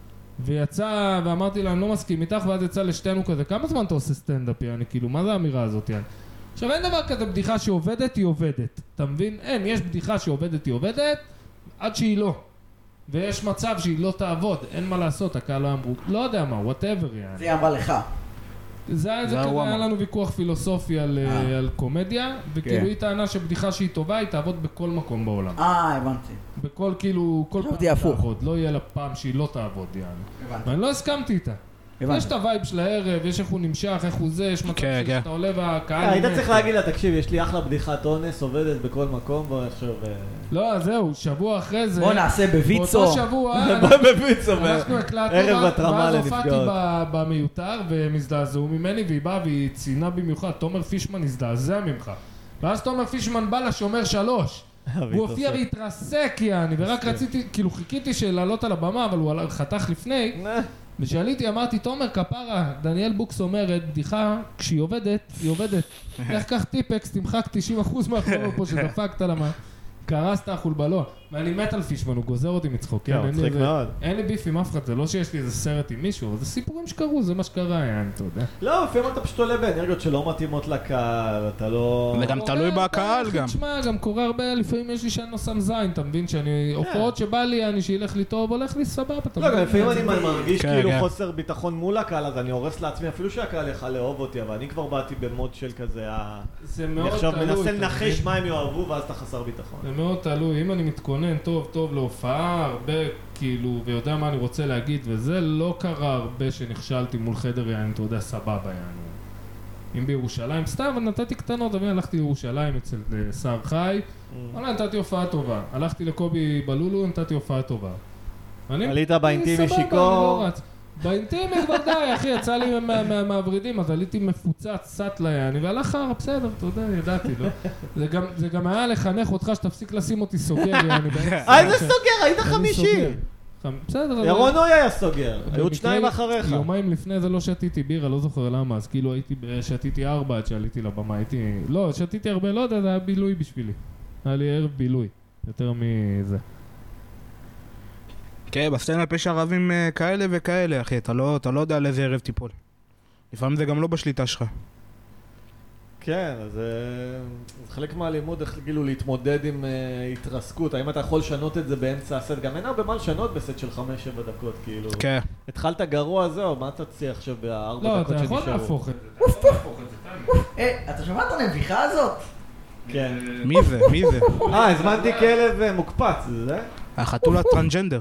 C: ויצא, ואמרתי לה, אני לא מסכים איתך, ואז יצא לשתינו כזה, כמה זמן אתה עושה סטנדאפ, יעני, כאילו, מה זה האמירה הזאת, יעני? עכשיו, אין דבר כזה בדיחה שעובדת, היא עובדת. אתה מבין? אין, יש בדיחה שעובדת, היא עובדת, עד שהיא לא. ויש מצב שהיא לא תעבוד, אין מה לעשות, הקהל לא אמרו, לא יודע מה, whatever, יעני.
B: זה אמרה לך.
C: זה היה
D: הוא
C: היה
D: אמר.
C: לנו ויכוח פילוסופי על קומדיה, וכאילו
B: כן.
C: היא טענה שבדיחה שהיא טובה, היא תעבוד בכל מקום בעולם.
B: הבנתי.
C: בכל כאילו, כל
B: חשבתי
C: פעם
B: הפוך.
C: תעבוד, לא יהיה לה פעם שהיא לא תעבוד, יעני.
B: הבנתי.
C: ואני לא הסכמתי איתה.
B: הבנתי.
C: יש את הווייב של הערב, יש איך הוא נמשך, איך הוא זה, יש מצב
D: כן, כן.
C: שאתה עולה והקהל...
A: היית
C: מת.
A: צריך להגיד לה, תקשיב, יש לי אחלה בדיחת אונס, עובדת בכל מקום, בוא נחשוב...
C: לא, זהו, שבוע אחרי זה...
B: בוא נעשה בוויצו.
C: באותו שבוע...
A: בוא בביצו,
C: אנחנו הקלטנו,
A: ערב התרמה
C: ואז הופעתי
A: לנפגעות.
C: במיותר, והם הזדעזעו ממני, והיא באה והיא ציינה במיוחד, תומר פישמן הזדעזע ממך. ואז תומר פישמן בא לשומר 3. הוא הופיע והתרסק, יעני, ורק רציתי, כאילו חיכיתי שלעלות על הבמה, אבל הוא חתך לפני, ושאליתי, אמרתי, תומר כפרה, דניאל בוקס אומרת, בדיחה, כשהיא עובדת, היא עובדת. איך כך טיפקס, תמחק 90% מהחומר פה שדפקת למה. קרסת החולבלו. ואני מת על פישמן, הוא גוזר אותי מצחוק.
A: כן, מצחיק מאוד.
C: אין לי ביף עם אף אחד, זה לא שיש לי איזה סרט עם מישהו, זה סיפורים שקרו, זה מה שקרה, יעני, אתה יודע.
A: לא, לפעמים אתה פשוט עולה באנרגיות שלא מתאימות לקהל, אתה לא...
D: זה גם תלוי בקהל גם.
C: תשמע, גם קורה הרבה, לפעמים יש לי שאני לא שם זין, אתה מבין שאני... הופעות שבא לי, אני שילך לי טוב, הולך לי סבבה, אתה
A: לא, גם
C: מבין?
A: לפעמים אני מרגיש
D: כן,
A: כאילו
D: כן.
A: חוסר ביטחון מול הקהל, אז אני הורס לעצמי אפילו שהקהל יכל לאהוב אותי, אבל אני כבר באתי במוד של כזה...
C: זה
A: אני
C: מאוד
A: עכשיו
C: תלוי.
A: מנסה
C: אתה
A: לנחש
C: מבין?
A: מה הם יאהבו, ואז אתה חסר ביטחון.
C: זה מאוד תלוי, אם אני מתכונן טוב להופעה, הרבה כאילו, ויודע מה אני רוצה להגיד, וזה לא קרה הרבה שנכשלתי מול חדר, יעני, אתה יודע, סבבה, יעני. אם בירושלים, סתם, אבל נתתי קטנות, אבל הלכתי לירושלים אצל שר חי, אבל נתתי הופעה טובה. הלכתי לקובי בלולו, נתתי הופעה טובה.
A: עלית באינטימי
C: סבבה,
A: שיכור.
C: אני לא רץ. באינטימי כבר די, אחי, יצא לי מהוורידים, אז עליתי מפוצץ, סטלה, יעני, והלך חרא, בסדר, אתה יודע, ידעתי, לא? זה גם היה לחנך אותך שתפסיק לשים אותי סוגר, יעני.
A: איזה סוגר, היית חמישי.
C: בסדר, אבל...
A: ירון אוי היה סוגר, היו עוד שניים
C: במקרה,
A: אחריך.
C: יומיים לפני זה לא שתיתי בירה, לא זוכר למה, אז כאילו שתיתי 4 עד שעליתי לבמה, לא, שתיתי הרבה, לא יודע, זה היה בילוי בשבילי. היה לי ערב בילוי, יותר מזה.
D: כן, בסטנדאפ יש ערבים כאלה וכאלה, אחי, אתה לא יודע על איזה ערב תיפול. לפעמים זה גם לא בשליטה שלך.
A: כן, אז זה חלק מהלימוד, איך כאילו להתמודד עם התרסקות. האם אתה יכול לשנות את זה באמצע הסט? גם אין הרבה מה לשנות בסט של 5-7 דקות, כאילו.
D: כן.
A: התחלת גרוע זהו, מה אתה צריך עכשיו ב4
C: לא,
A: דקות
C: אתה
A: שנשארו?
C: יכול להפוך את זה.
B: אתה שמעת על הנביכה הזאת?
A: כן.
D: מי זה?
A: הזמנתי כלב מוקפץ, זה זה?
D: החתול הטרנג'נדר.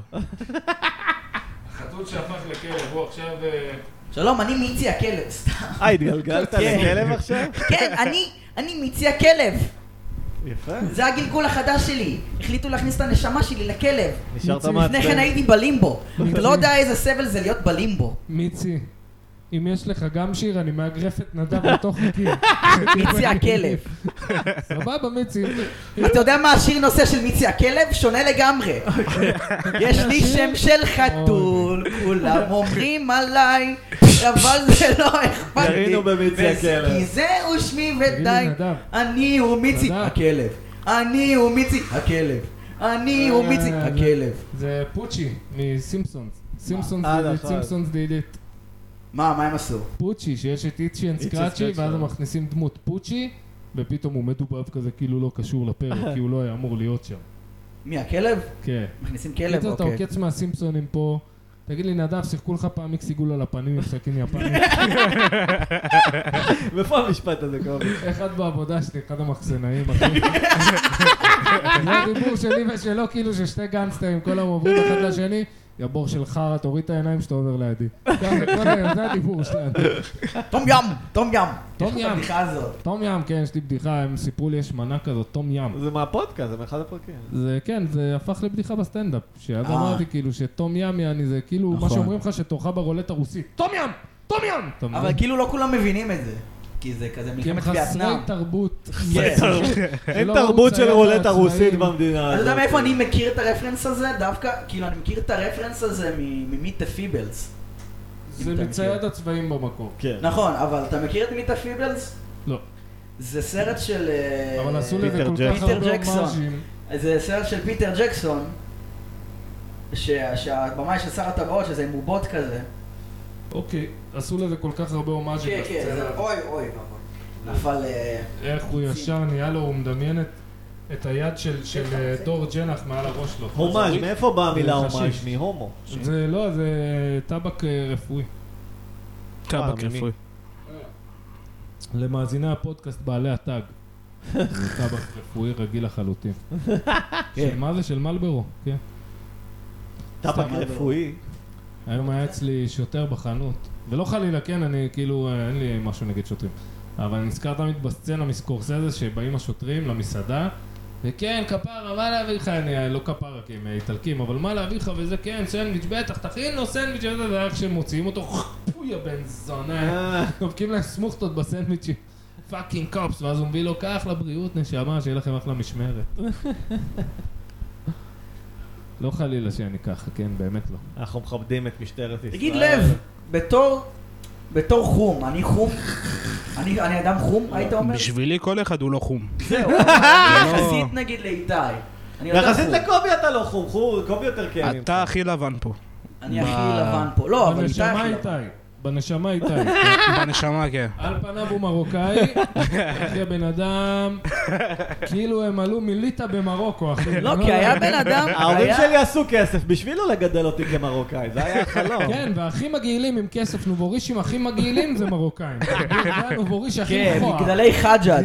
C: חתול שהפך לכלב, הוא עכשיו...
B: שלום, אני מיצי הכלב, סתם.
A: התגלגלת
B: כן.
A: לכלב עכשיו?
B: כן, אני מיצי הכלב.
A: יפה.
B: זה הגלגול החדש שלי. החליטו להכניס את הנשמה שלי לכלב.
A: נשארת
B: לפני
A: מעצבן.
B: כן הייתי בלימבו. אתה לא יודע איזה סבל זה להיות בלימבו.
C: מיצי, אם יש לך גם שיר, אני מאגרף את נדב לתוך חוקים.
B: מיצי הכלב.
C: סבבה, מיצי.
B: אתה יודע מה השיר נושא של מיצי הכלב? שונה לגמרי. יש לי שם של חתול, כולם אומרים עליי, אבל זה לא אכפת לי.
A: ירינו במיצי הכלב.
B: כי זהו שמי
C: תגיד לי,
B: ודי.
C: נדב.
B: אני הוא מיצי
C: נדב.
B: הכלב. אני הוא מיצי הכלב. אני הוא מיצי הכלב.
C: זה פוצ'י מסימפסונס. סימפסונס
A: נכון.
C: דידית, סימפסונס דידית.
B: מה הם עשו?
C: פוצ'י, שיש את איצ'י אנד
A: איצ'י
C: סקראצ'י,
A: סקראצ'י.
C: ואז הם מכניסים דמות פוצ'י, ופתאום הוא מדובב כזה כאילו לא קשור לפרק, כי הוא לא היה אמור להיות שם.
B: מי, הכלב?
C: כן.
B: מכניסים כלב?
C: קיצר, אתה
B: אוקיי.
C: עוקץ מהסימפסונים פה. תגיד לי, נדב, שיחקו לך פעם מיקס עיגול על הפנים עם סכין יפני?
A: מאיפה המשפט הזה קובי?
C: אחד בעבודה שלי, אחד המחסנאים, אחי. זה הדיבור שלי ושלו, כאילו ששתי גנגסטרים, כל היום עוברים אחד לשני, יא בור של חרא, תוריד את העיניים שאתה עובר לידי. זה הדיבור שלנו.
B: תום ים! תום ים!
C: תום
B: יש לך
C: ים.
B: הבדיחה הזאת.
C: תום ים, כן, יש לי בדיחה, הם סיפרו לי, יש מנה כזאת, תום ים.
A: זה מהפודקאסט, זה מאחד הפרקים.
C: זה כן, זה הפך לבדיחה בסטנדאפ. שאז
B: אה.
C: אמרתי כאילו שתום ים יעני זה כאילו מה
B: נכון.
C: שאומרים לך שתורך ברולט הרוסית. תום ים! תום ים! אתה מבין?
B: אבל כאילו לא כולם מבינים את זה. כי זה כזה
C: כי הם
B: מלחמת
C: חסרי
B: וייטנאם.
C: תרבות.
B: כן.
A: אין
C: שלא
A: תרבות
C: הוא
A: של
C: צייר
A: רולטה
C: לעצמאים.
A: רוסית במדינה
B: אתה
A: הזאת.
B: יודע מאיפה אני מכיר את הרפרנס הזה? דווקא, כאילו אני מכיר את הרפרנס הזה ממיט פיבלס.
C: זה מצייד הצבעים במקור.
A: כן.
B: נכון, אבל אתה מכיר את מיט פיבלס?
C: לא.
B: זה סרט של...
C: אבל עשו לזה
A: פיטר
C: כל כך
A: ג'קסון.
C: הרבה
B: פיטר ג'קסון.
C: אומאז'ים.
B: זה סרט של פיטר ג'קסון, שהבמאי של שר הטבעות, שזה עם בובות כזה.
C: אוקיי, עשו לזה כל כך הרבה אומאז'ים.
B: כן, כן,
C: בסצנה.
B: זה אוי. נפל...
C: איך הוא ישר נהיה לו, הוא מדמיין את היד של דור ג'נח מעל הראש שלו.
A: הומאז', מאיפה באה המילה
C: זה חשיש.
A: הומאז'? מהומו.
C: זה לא, זה טבק רפואי.
D: טבק
A: ממי?
D: רפואי.
C: למאזיני הפודקאסט בעלי הטאג. זה טבק רפואי רגיל לחלוטין. מה זה? של מלברו, כן.
A: טבק רפואי.
C: היום היה אצלי שוטר בחנות, ולא חלילה, כן, אני כאילו, אין לי משהו נגד שוטרים, אבל אני נזכר תמיד בסצנה מסקורסזה שבאים השוטרים למסעדה, וכן, כפרה, מה להביא לך? אני לא כפרה, כי הם איטלקים, אבל מה להביא לך? וזה כן, סנדוויץ', בטח, תכין לו סנדוויץ', זה איך שהם מוציאים אותו, פוי הבן זונה, דופקים להם סמוכתות בסנדוויצ'ים, פאקינג קופס, ואז הוא מביא לו, קח לבריאות נשמה, שיהיה לכם אחלה משמרת. לא חלילה שאני ככה, כן, באמת לא.
A: אנחנו מכבדים את משטרת ישראל.
B: תגיד לב, בתור חום, אני חום, אני אדם חום, היית אומר?
D: בשבילי כל אחד הוא לא חום.
B: זהו, יחסית נגיד לאיתי.
A: יחסית לקובי אתה לא חום, קובי יותר כן.
D: אתה הכי לבן פה.
B: אני הכי לבן פה, לא, אבל איתי הכי לבן.
C: בנשמה איתי.
D: בנשמה, כן.
C: על פניו הוא מרוקאי, אחי הבן אדם, כאילו הם עלו מליטה במרוקו, אחי.
B: לא, כי היה בן אדם...
A: ההורים שלי עשו כסף בשבילו לגדל אותי כמרוקאי, זה היה החלום.
C: כן, והכי מגעילים עם כסף, נובורישים הכי מגעילים זה מרוקאים. זה הנובוריש הכי מכוער.
B: כן, מגדלי חג'אג'.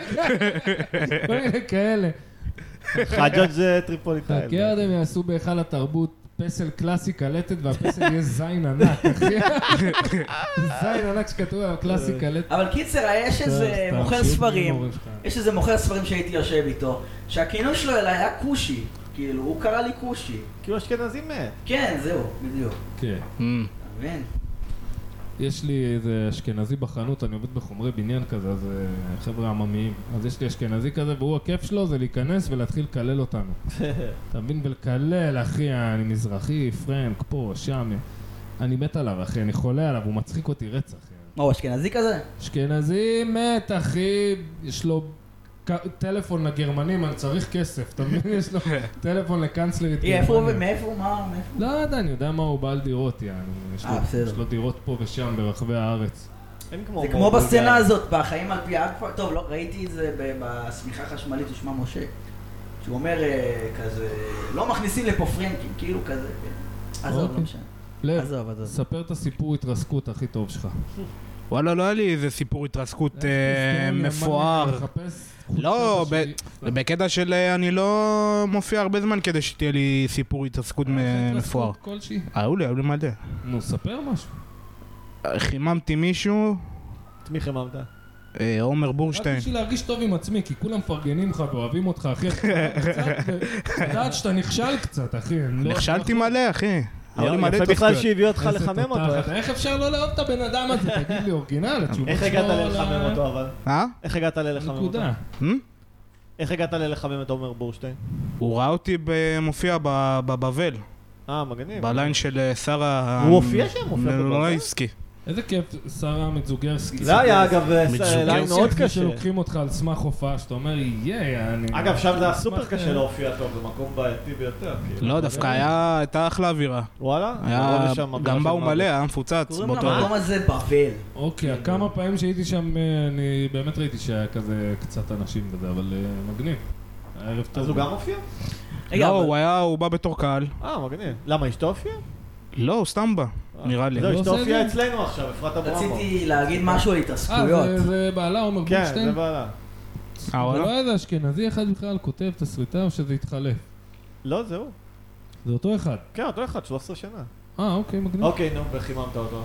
C: כל מיני כאלה.
A: חג'אג' זה טריפוליטאי.
C: חכה עוד הם יעשו בהיכל התרבות פסל קלאסי קלטת, והפסל יהיה זין ענק, אחי. זין ענק שכתוב על קלאסי קלטת.
B: אבל קיצר, יש איזה מוכר ספרים, יש איזה מוכר ספרים שהייתי יושב איתו, שהכינוי שלו אליי היה קושי, כאילו, הוא קרא לי קושי.
A: כאילו אשכנזי מת.
B: כן, זהו, בדיוק.
C: כן.
B: מבין?
C: יש לי איזה אשכנזי בחנות, אני עובד בחומרי בניין כזה, אז חבר'ה עממיים. אז יש לי אשכנזי כזה, והוא הכיף שלו זה להיכנס ולהתחיל לקלל אותנו. אתה מבין? ולקלל, אחי, אני מזרחי, פרנק, פה, שם. אני מת עליו, אחי, אני חולה עליו, הוא מצחיק אותי רצח.
B: מה, הוא אשכנזי כזה?
C: אשכנזי מת, אחי, יש לו טלפון לגרמנים, אני צריך כסף, אתה מבין? יש לו טלפון לקנצלרית גרמניה.
B: מאיפה הוא? מה?
C: לא יודע, אני יודע מה הוא בעל דירות, יש לו דירות פה ושם ברחבי הארץ.
B: זה כמו בסצנה הזאת, בחיים על פי אגפר, טוב, לא, ראיתי את זה בסמיכה חשמלית ששמה משה, שהוא אומר כזה, לא מכניסים לפה פרנקים, כאילו כזה, עזוב, לא משנה.
C: לב, ספר את הסיפור התרסקות הכי טוב שלך.
D: וואלה, לא היה לי איזה סיפור התרסקות מפואר. לא, בקטע של אני לא מופיע הרבה זמן כדי שתהיה לי סיפור התרסקות מפואר. היו לי מלא.
C: נו, ספר משהו.
D: חיממתי מישהו.
A: את מי חיממת?
D: עומר בורשטיין.
C: רק בשביל להרגיש טוב עם עצמי, כי כולם מפרגנים לך ואוהבים אותך, אחי. לדעת שאתה נכשל קצת, אחי.
A: נכשלתי מלא, אחי. יפה בכלל שהביא אותך לחמם אותו.
C: איך אפשר לא לאהוב את הבן אדם הזה? תגיד לי, אורגינל,
A: איך הגעת ללחמם אותו אבל? איך הגעת ללחמם אותו?
C: נקודה.
A: איך הגעת ללחמם את עומר בורשטיין?
D: הוא ראה אותי מופיע בבבל.
A: מגניב.
D: בליין של שרה...
A: הוא הופיע שם? מופיע בבבל?
D: מלויסקי.
C: איזה כיף, שרה מצוגרסקי.
A: זה היה אגב ליין מאוד קשה.
C: שלוקחים אותך על סמך הופעה, שאתה אומר, אני...
A: אגב, שם זה היה סופר קשה להופיע טוב, במקום בעייתי ביותר.
D: לא, דווקא הייתה אחלה אווירה.
A: וואלה?
D: גם באו מלא, היה מפוצץ.
B: קוראים למקום הזה בבל.
C: אוקיי, כמה פעמים שהייתי שם, אני באמת ראיתי שהיה כזה קצת אנשים בזה, אבל מגניב. הערב טוב.
A: אז הוא גם הופיע?
D: לא, הוא בא בתור קהל.
A: מגניב. למה, אשתו הופיע?
D: לא, הוא סתם בא, נראה לי.
A: זהו, אשתו הופיע אצלנו עכשיו, אפרת אברהם.
B: רציתי להגיד משהו על התעסקויות.
C: זה בעלה, עומר בורשטיין?
A: כן, זה בעלה.
C: זה לא איזה אשכנזי אחד בכלל כותב תסריטה או שזה התחלף?
A: לא, זהו.
C: זה אותו אחד?
A: כן, אותו אחד, 13 שנה.
C: אוקיי, מגניב.
A: אוקיי, נו, וחיממת אותו.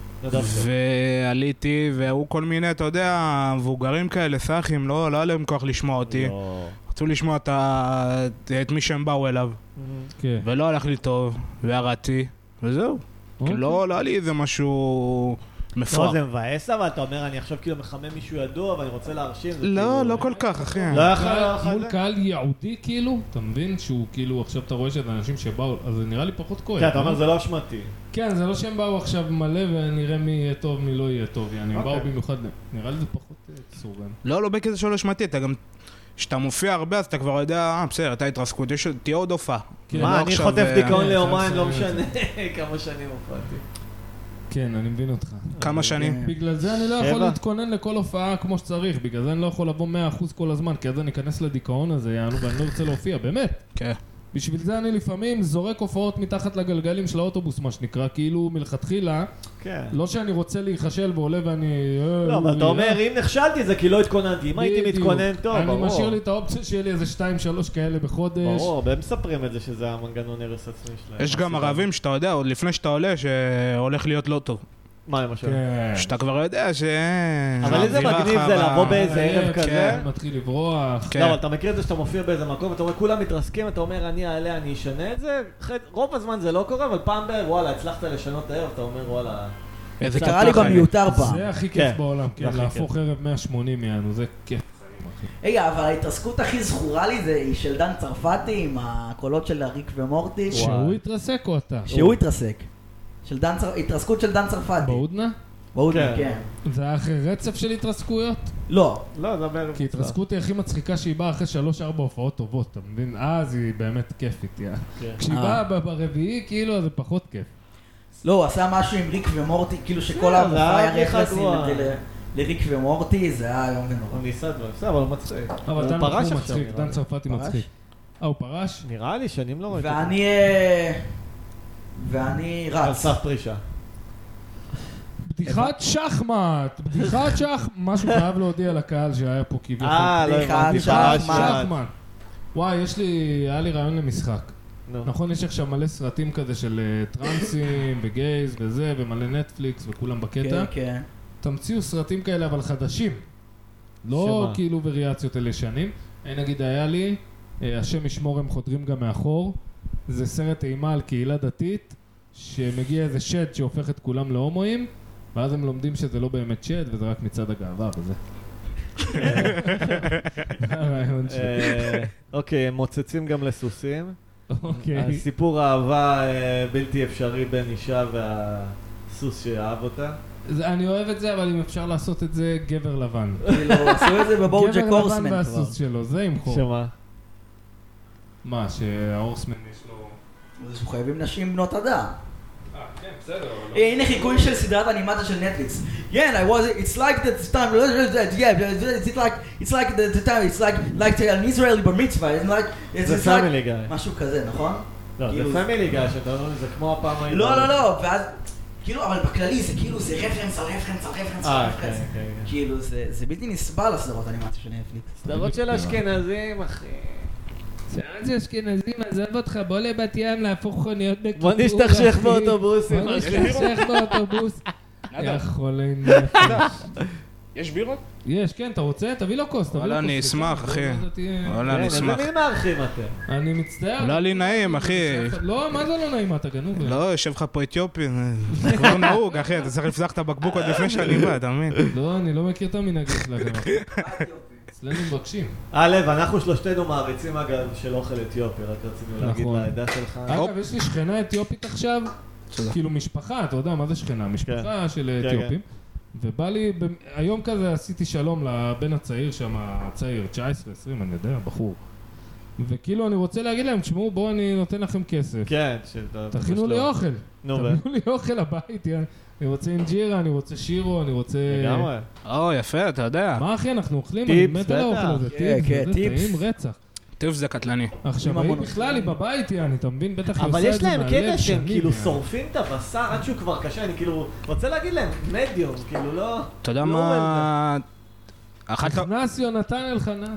D: ועליתי, והיו כל מיני, אתה יודע, מבוגרים כאלה, סאחים, לא היה להם כוח לשמוע אותי. רצו לשמוע את מי שהם באו אליו. ולא הלך לי טוב, והרעתי, וזהו. לא היה לי איזה משהו מפואר.
A: לא, זה מבאס, אבל אתה אומר, אני עכשיו כאילו מחמם מישהו ידוע, ואני רוצה להרשים.
D: לא כל כך, אחי.
C: מול קהל יהודי, כאילו, אתה מבין שהוא כאילו, עכשיו אתה רואה שזה אנשים שבאו, אז זה נראה לי פחות כואב.
A: כן, אתה אומר, זה לא אשמתי.
C: כן, זה לא שהם באו עכשיו מלא ונראה מי יהיה טוב, מי לא יהיה טוב. הם באו במיוחד, נראה לי זה פחות צורם.
D: לא בקטע שלא אשמתי, אתה גם... כשאתה מופיע הרבה אז אתה כבר יודע, בסדר, אתה התרסקות, תהיה עוד הופעה.
A: מה, אני חוטף דיכאון ליומיים, לא משנה כמה שנים הופעתי.
C: כן, אני מבין אותך.
D: כמה שנים?
C: בגלל זה אני לא יכול להתכונן לכל הופעה כמו שצריך, בגלל זה אני לא יכול לבוא 100% כל הזמן, כי אז אני אכנס לדיכאון הזה, ואני לא רוצה להופיע, באמת.
D: כן.
C: בשביל זה אני לפעמים זורק הופעות מתחת לגלגלים של האוטובוס, מה שנקרא, כאילו מלכתחילה,
A: כן.
C: לא שאני רוצה להיחשל ועולה ואני...
A: לא, אבל אתה אומר, אם נכשלתי זה כי לא התכוננתי, אם הייתי מתכונן טוב, ברור.
C: אני משאיר לי את האופציה שיהיה לי איזה 2-3 כאלה בחודש.
A: ברור, והם מספרים את זה שזה המנגנון הרס עצמי שלהם.
D: יש גם ערבים שאתה יודע, עוד לפני שאתה עולה, שהולך להיות לא טוב.
A: מה למשל?
C: כן.
D: שאתה כבר יודע ש...
A: אבל איזה מגניב זה לבוא באיזה ערב כזה.
C: מתחיל לברוח.
D: כן.
A: לא, אבל אתה מכיר את זה שאתה מופיע באיזה מקום, ואתה רואה כולם מתרסקים, אתה אומר אני אעלה, אני אשנה את זה. רוב הזמן זה לא קורה, אבל פעם בערב, וואלה, הצלחת לשנות את הערב, אתה אומר וואלה.
B: זה קרה לי במיותר פעם.
C: זה הכי
A: כן.
C: כיף בעולם, כן,
A: הכי
C: להפוך ערב 180 יענו, זה כיף.
B: רגע, אבל ההתרסקות הכי זכורה לי זה היא של דן צרפתי עם הקולות של ריק ומורטי.
C: שהוא התרסק או אתה?
B: שהוא התרסק. התרסקות של דן צרפתי.
C: בהודנה?
B: בהודנה, כן.
C: זה היה אחרי רצף של התרסקויות?
B: לא.
A: לא, זה בערב.
C: כי התרסקות היא הכי מצחיקה שהיא באה אחרי 3-4 הופעות טובות, אתה מבין? אז היא באמת כיפית, יא. כשהיא באה ברביעי, כאילו, זה פחות כיף.
B: לא, הוא עשה משהו עם ריק ומורטי, כאילו שכל המופע היה רפרנסים לריק ומורטי, זה היה איום ונורא.
A: הוא ניסה דברים, בסדר, אבל הוא מצחיק.
C: אבל דן
A: הוא פרש
C: בחור
A: עכשיו,
C: מצחיק,
A: נראה
C: דן
A: לי.
C: צרפתי מצחיק. הוא פרש?
A: נראה לי שנים לא ראיתי.
B: ואני
A: על
B: רץ.
A: סף פרישה.
C: בדיחת שחמט, בדיחת משהו חייב להודיע לקהל שהיה פה כביכול.
A: לא
B: בדיחת
A: הבנתי.
B: שחמט.
C: וואי, היה לי רעיון למשחק.
A: נו.
C: נכון, יש עכשיו מלא סרטים כזה של טרנסים וגייז וזה, ומלא נטפליקס וכולם בקטע.
B: כן, כן.
C: תמציאו סרטים כאלה אבל חדשים. לא
A: שמה?
C: כאילו וריאציות אלה שנים. נגיד היה לי, השם ישמור הם חודרים גם מאחור. זה סרט אימה על קהילה דתית, שמגיע איזה שד שהופך את כולם להומואים, ואז הם לומדים שזה לא באמת שד, וזה רק מצד הגאווה וזה. הרעיון שלי.
A: אוקיי, הם מוצצים גם לסוסים.
C: אוקיי.
A: סיפור אהבה בלתי אפשרי בין אישה והסוס שאהב אותה.
C: אני אוהב את זה, אבל אם אפשר לעשות את זה, גבר לבן.
B: כאילו, עשו את זה בבוג'ק
C: גבר לבן
B: הורסמן כבר.
C: והסוס שלו, זה ימחור.
A: שמה?
C: מה, שההורסמן יש לו...
B: אנחנו חייבים נשים בנות אדם.
C: כן, בסדר, אבל לא...
B: הנה חיקוי של סדרת אנימציה של נטפליקס. Yeah, it's like the time, yeah, it's like the time, it's like an Israeli bar mitzvah,
A: זה פמילי גאי.
B: משהו כזה, נכון?
A: לא, זה פמילי גאי, שאתה אומר, זה כמו הפעם הייתה.
B: לא, ואז, כאילו, אבל בכללי זה כאילו, זה רפרנס על רפרנס על רפרנס על רפרנס. כאילו, זה בלתי נסבל הסדרות אנימציה של נטפליקס.
A: סדרות של אשכנזים, אחי.
C: זה אשכנזים, עזב אותך, בוא לבת ים להפוך חוניות בכיפור.
A: בוא נשתכשך באוטובוסים.
C: בוא נשתכשך באוטובוס. יא חולי נפש.
D: יש בירות?
C: יש, כן, אתה רוצה? תביא לו כוס, תביא לו כוס.
D: וואלה, אני אשמח, אחי. וואלה, אני אשמח.
A: איזה מי מארחים אתם?
C: אני מצטער.
D: אולי לי נעים, אחי.
C: לא, מה זה לא נעים? אתה גנוב.
D: לא, יושב לך פה אתיופי, זה כבר נהוג, אחי, אתה צריך לפתח את הבקבוק עוד לפני שאני בא, אתה מבין?
C: לא, אני לא מכיר את המנהגים שלכם. אצלנו מבקשים.
A: ואנחנו שלושתנו מעריצים אגב של אוכל אתיופי, רק רצינו להגיד
C: נכון.
A: לעדה שלך.
C: אגב, יש לי שכנה אתיופית עכשיו, כאילו משפחה, אתה יודע מה זה שכנה? משפחה של אתיופים. ובא לי, היום כזה עשיתי שלום לבן הצעיר שם, הצעיר, 19-20, אני יודע, בחור. וכאילו אני רוצה להגיד להם, תשמעו, בואו אני נותן לכם כסף.
A: כן.
C: תכינו לי אוכל.
A: נו,
C: תביאו לי אוכל לבית, אני רוצה אינג'ירה, אני רוצה שירו, אני רוצה...
A: לגמרי.
D: יפה, אתה יודע.
C: מה אחי, אנחנו אוכלים, אני מת על האוכל הזה, טיפס, זה טעים רצח.
D: טיפס זה קטלני.
C: עכשיו, היא בכלל היא בבית, אתה מבין, בטח היא
A: אבל
C: עושה
A: יש
C: את זה
A: להם
C: מהלב
A: קטע שהם
C: שנים,
A: כאילו שורפים את הבשר עד שהוא כבר קשה, אני כאילו רוצה להגיד להם מדיום, כאילו לא...
D: אתה יודע מה...
C: נכנס יונתן אלחנן.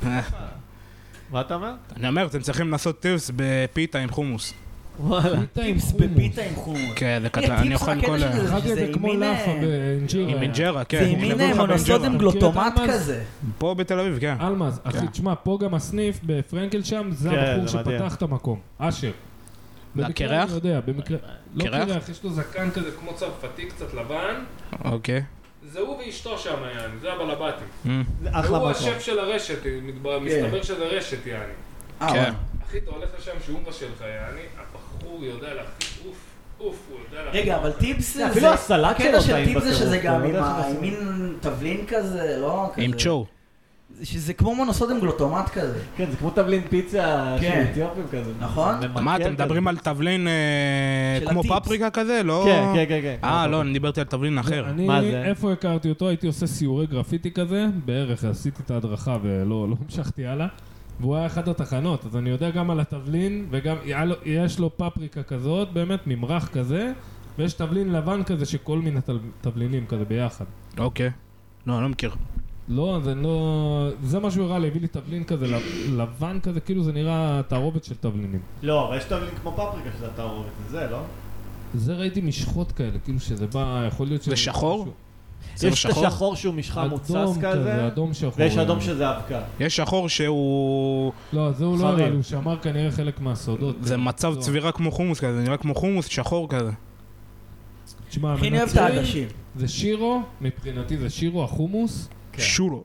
A: מה אתה אומר?
D: אני אומר, אתם צריכים לעשות טיפס בפיתה עם חומוס.
A: וואלה.
B: טיפס בפיתה עם חומוס.
D: כן, זה קטלני, אני אוכל כל...
C: אחת זה כמו לאפה באינג'ירה.
D: עם אינג'רה, כן.
B: זה עם מין מונוסודיום גלוטומט כזה.
D: פה בתל אביב, כן.
C: אלמז, אחי, תשמע, פה גם הסניף בפרנקל שם, זה הבחור שפתח את המקום. אשר.
D: זה הקרח?
C: אני יודע, במקרה... לא
D: קרח?
C: קרח, יש לו זקן כזה כמו צרפתי קצת לבן.
D: אוקיי.
C: זה הוא ואשתו שם, יעני, זה הבלבטי.
A: אחלה
C: הוא
A: מקום.
C: השף של הרשת, מסתבר שזה רשת, יעני.
D: כן.
C: אחי, אתה הולך לשם שהוא מבשל לך, יעני, הבחור יודע להכי הוא יודע להכי...
B: רגע, אבל טיפס זה...
A: אפילו הסלט שלו
B: הקטע של
A: טעים
B: טיפס זה שזה
A: בטירוף,
B: גם
A: לא
B: עם
A: יודע איך
B: מין תבלין כזה, לא?
D: עם צ'ו.
B: שזה כמו מונוסודיום גלוטומט כזה.
A: כן, זה כמו תבלין פיצה של אתיופים כזה.
B: נכון?
D: מה, אתם מדברים על תבלין כמו
B: הטיפס.
D: פפריקה כזה? לא...
A: כן.
D: לא, אני דיברתי על תבלין אחר.
A: מה
C: אני,
A: זה?
C: איפה הכרתי אותו? הייתי עושה סיורי גרפיטי כזה, בערך עשיתי את ההדרכה ולא המשכתי הלאה. והוא היה אחד התחנות, אז אני יודע גם על התבלין, וגם יש לו פפריקה כזאת, באמת ממרח כזה, ויש תבלין לבן כזה שכל מיני תבלינים כזה ביחד.
D: אוקיי. לא, אני לא מכיר.
C: לא, זה לא... זה מה שהוא הראה לי, הביא לי תבלין כזה לבן כזה, כאילו זה נראה תערובת של תבלינים.
A: לא, אבל יש תבלין כמו פפריקה שזה התערובת, זה לא?
C: זה ראיתי משחות כאלה, כאילו שזה בא, יכול להיות
D: זה שחור?
A: יש את השחור שהוא משחה מוצס כזה,
C: אדום שחור.
A: ויש אדום שזה אבקה.
D: יש שחור שהוא...
C: לא, זה הוא לא הראה לי, הוא שמר כנראה חלק מהסודות.
D: זה מצב צבירה כמו חומוס כזה, נראה כמו חומוס שחור כזה.
C: תשמע,
B: הכי נאהב את העדשים.
C: זה שירו, מבחינתי זה שירו, החומוס.
D: שורו.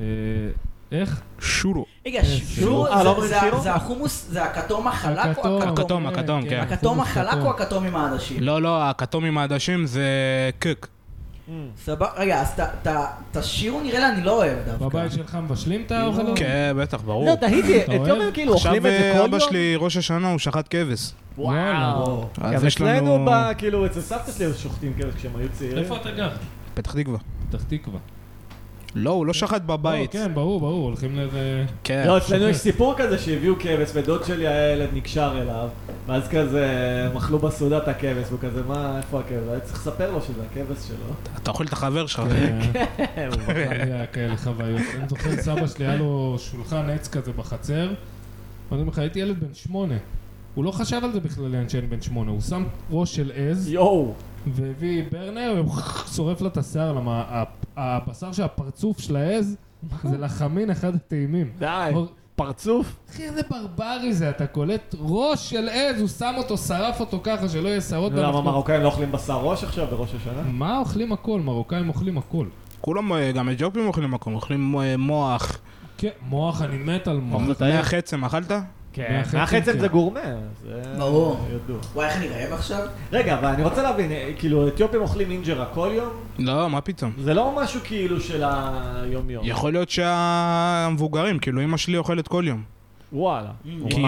C: איך?
D: שורו.
B: רגע, שורו זה החומוס, זה הכתום החלק או הכתום?
D: הכתום, כן.
B: הכתום החלק או הכתום עם העדשים?
D: לא, הכתום עם העדשים זה קק.
B: סבבה, רגע, אז את השירו נראה לי אני לא אוהב דווקא.
C: בבית שלך מבשלים את האוכל?
D: כן, בטח, ברור.
A: לא, תהיתי, אתיופים כאילו אוכלים את זה כל יום?
D: עכשיו אבא שלי ראש השנה הוא שחט כבש.
A: וואו.
D: אז
A: גם
D: יש לנו...
A: אצלנו, כאילו, אצל סבתא שלי שוחטים כבש כשהם היו צעירים.
C: איפה אתה גר?
D: פתח תקווה.
C: פתח תקווה.
D: לא, הוא לא שחט בבית.
C: כן, ברור, הולכים לאיזה...
A: לא, אצלנו יש סיפור כזה שהביאו כבש, ודוד שלי הילד נקשר אליו, ואז כזה מחלו בסעודה את הכבש, והוא כזה, מה, איפה הכבש? היה צריך לספר לו שזה הכבש שלו.
D: אתה אוכל את החבר שלך.
A: כן, הוא
C: היה כאלה חוויות. אני זוכר, סבא שלי היה לו שולחן עץ כזה בחצר, ואני אומר לך, הייתי ילד בן 8. הוא לא חשב על זה בכלל שאני בן 8, הוא שם ראש של עז, והביא ברנר, ושורף לה את השיער, למה הבשר של הפרצוף של העז, זה לחמין אחד הטעימים.
A: די, פרצוף?
C: אחי, איזה ברברי זה, אתה קולט ראש של עז, הוא שם אותו, שרף אותו ככה, שלא יהיה שערות.
A: למה מרוקאים לא אוכלים בשר ראש עכשיו בראש השנה?
C: מה אוכלים הכל? מרוקאים אוכלים הכל.
D: כולם, גם אתיופים אוכלים הכל, אוכלים מוח.
C: כן, מוח, אני מת על מוח.
D: מח עצם, אכלת?
A: כן, מהחצם זה גורמה, זה
B: ברור.
A: ידוע.
B: וואי, איך אני רעב עכשיו?
A: רגע, אבל אני רוצה להבין, כאילו, אתיופים אוכלים אינג'רה כל יום?
D: לא, מה פתאום?
A: זה לא משהו כאילו של היום-יום.
D: יכול להיות שהמבוגרים, כאילו אמא שלי אוכלת כל יום.
A: וואלה.
D: כי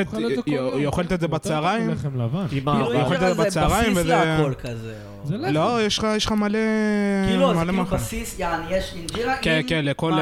D: היא אוכלת את זה בצהריים. היא אוכלת את זה בצהריים
B: בסיס להכל כזה.
D: לא, יש לך מלא...
B: כאילו, זה כאילו בסיס, יעני, יש אינג'רה עם
D: כן, כן, לכל...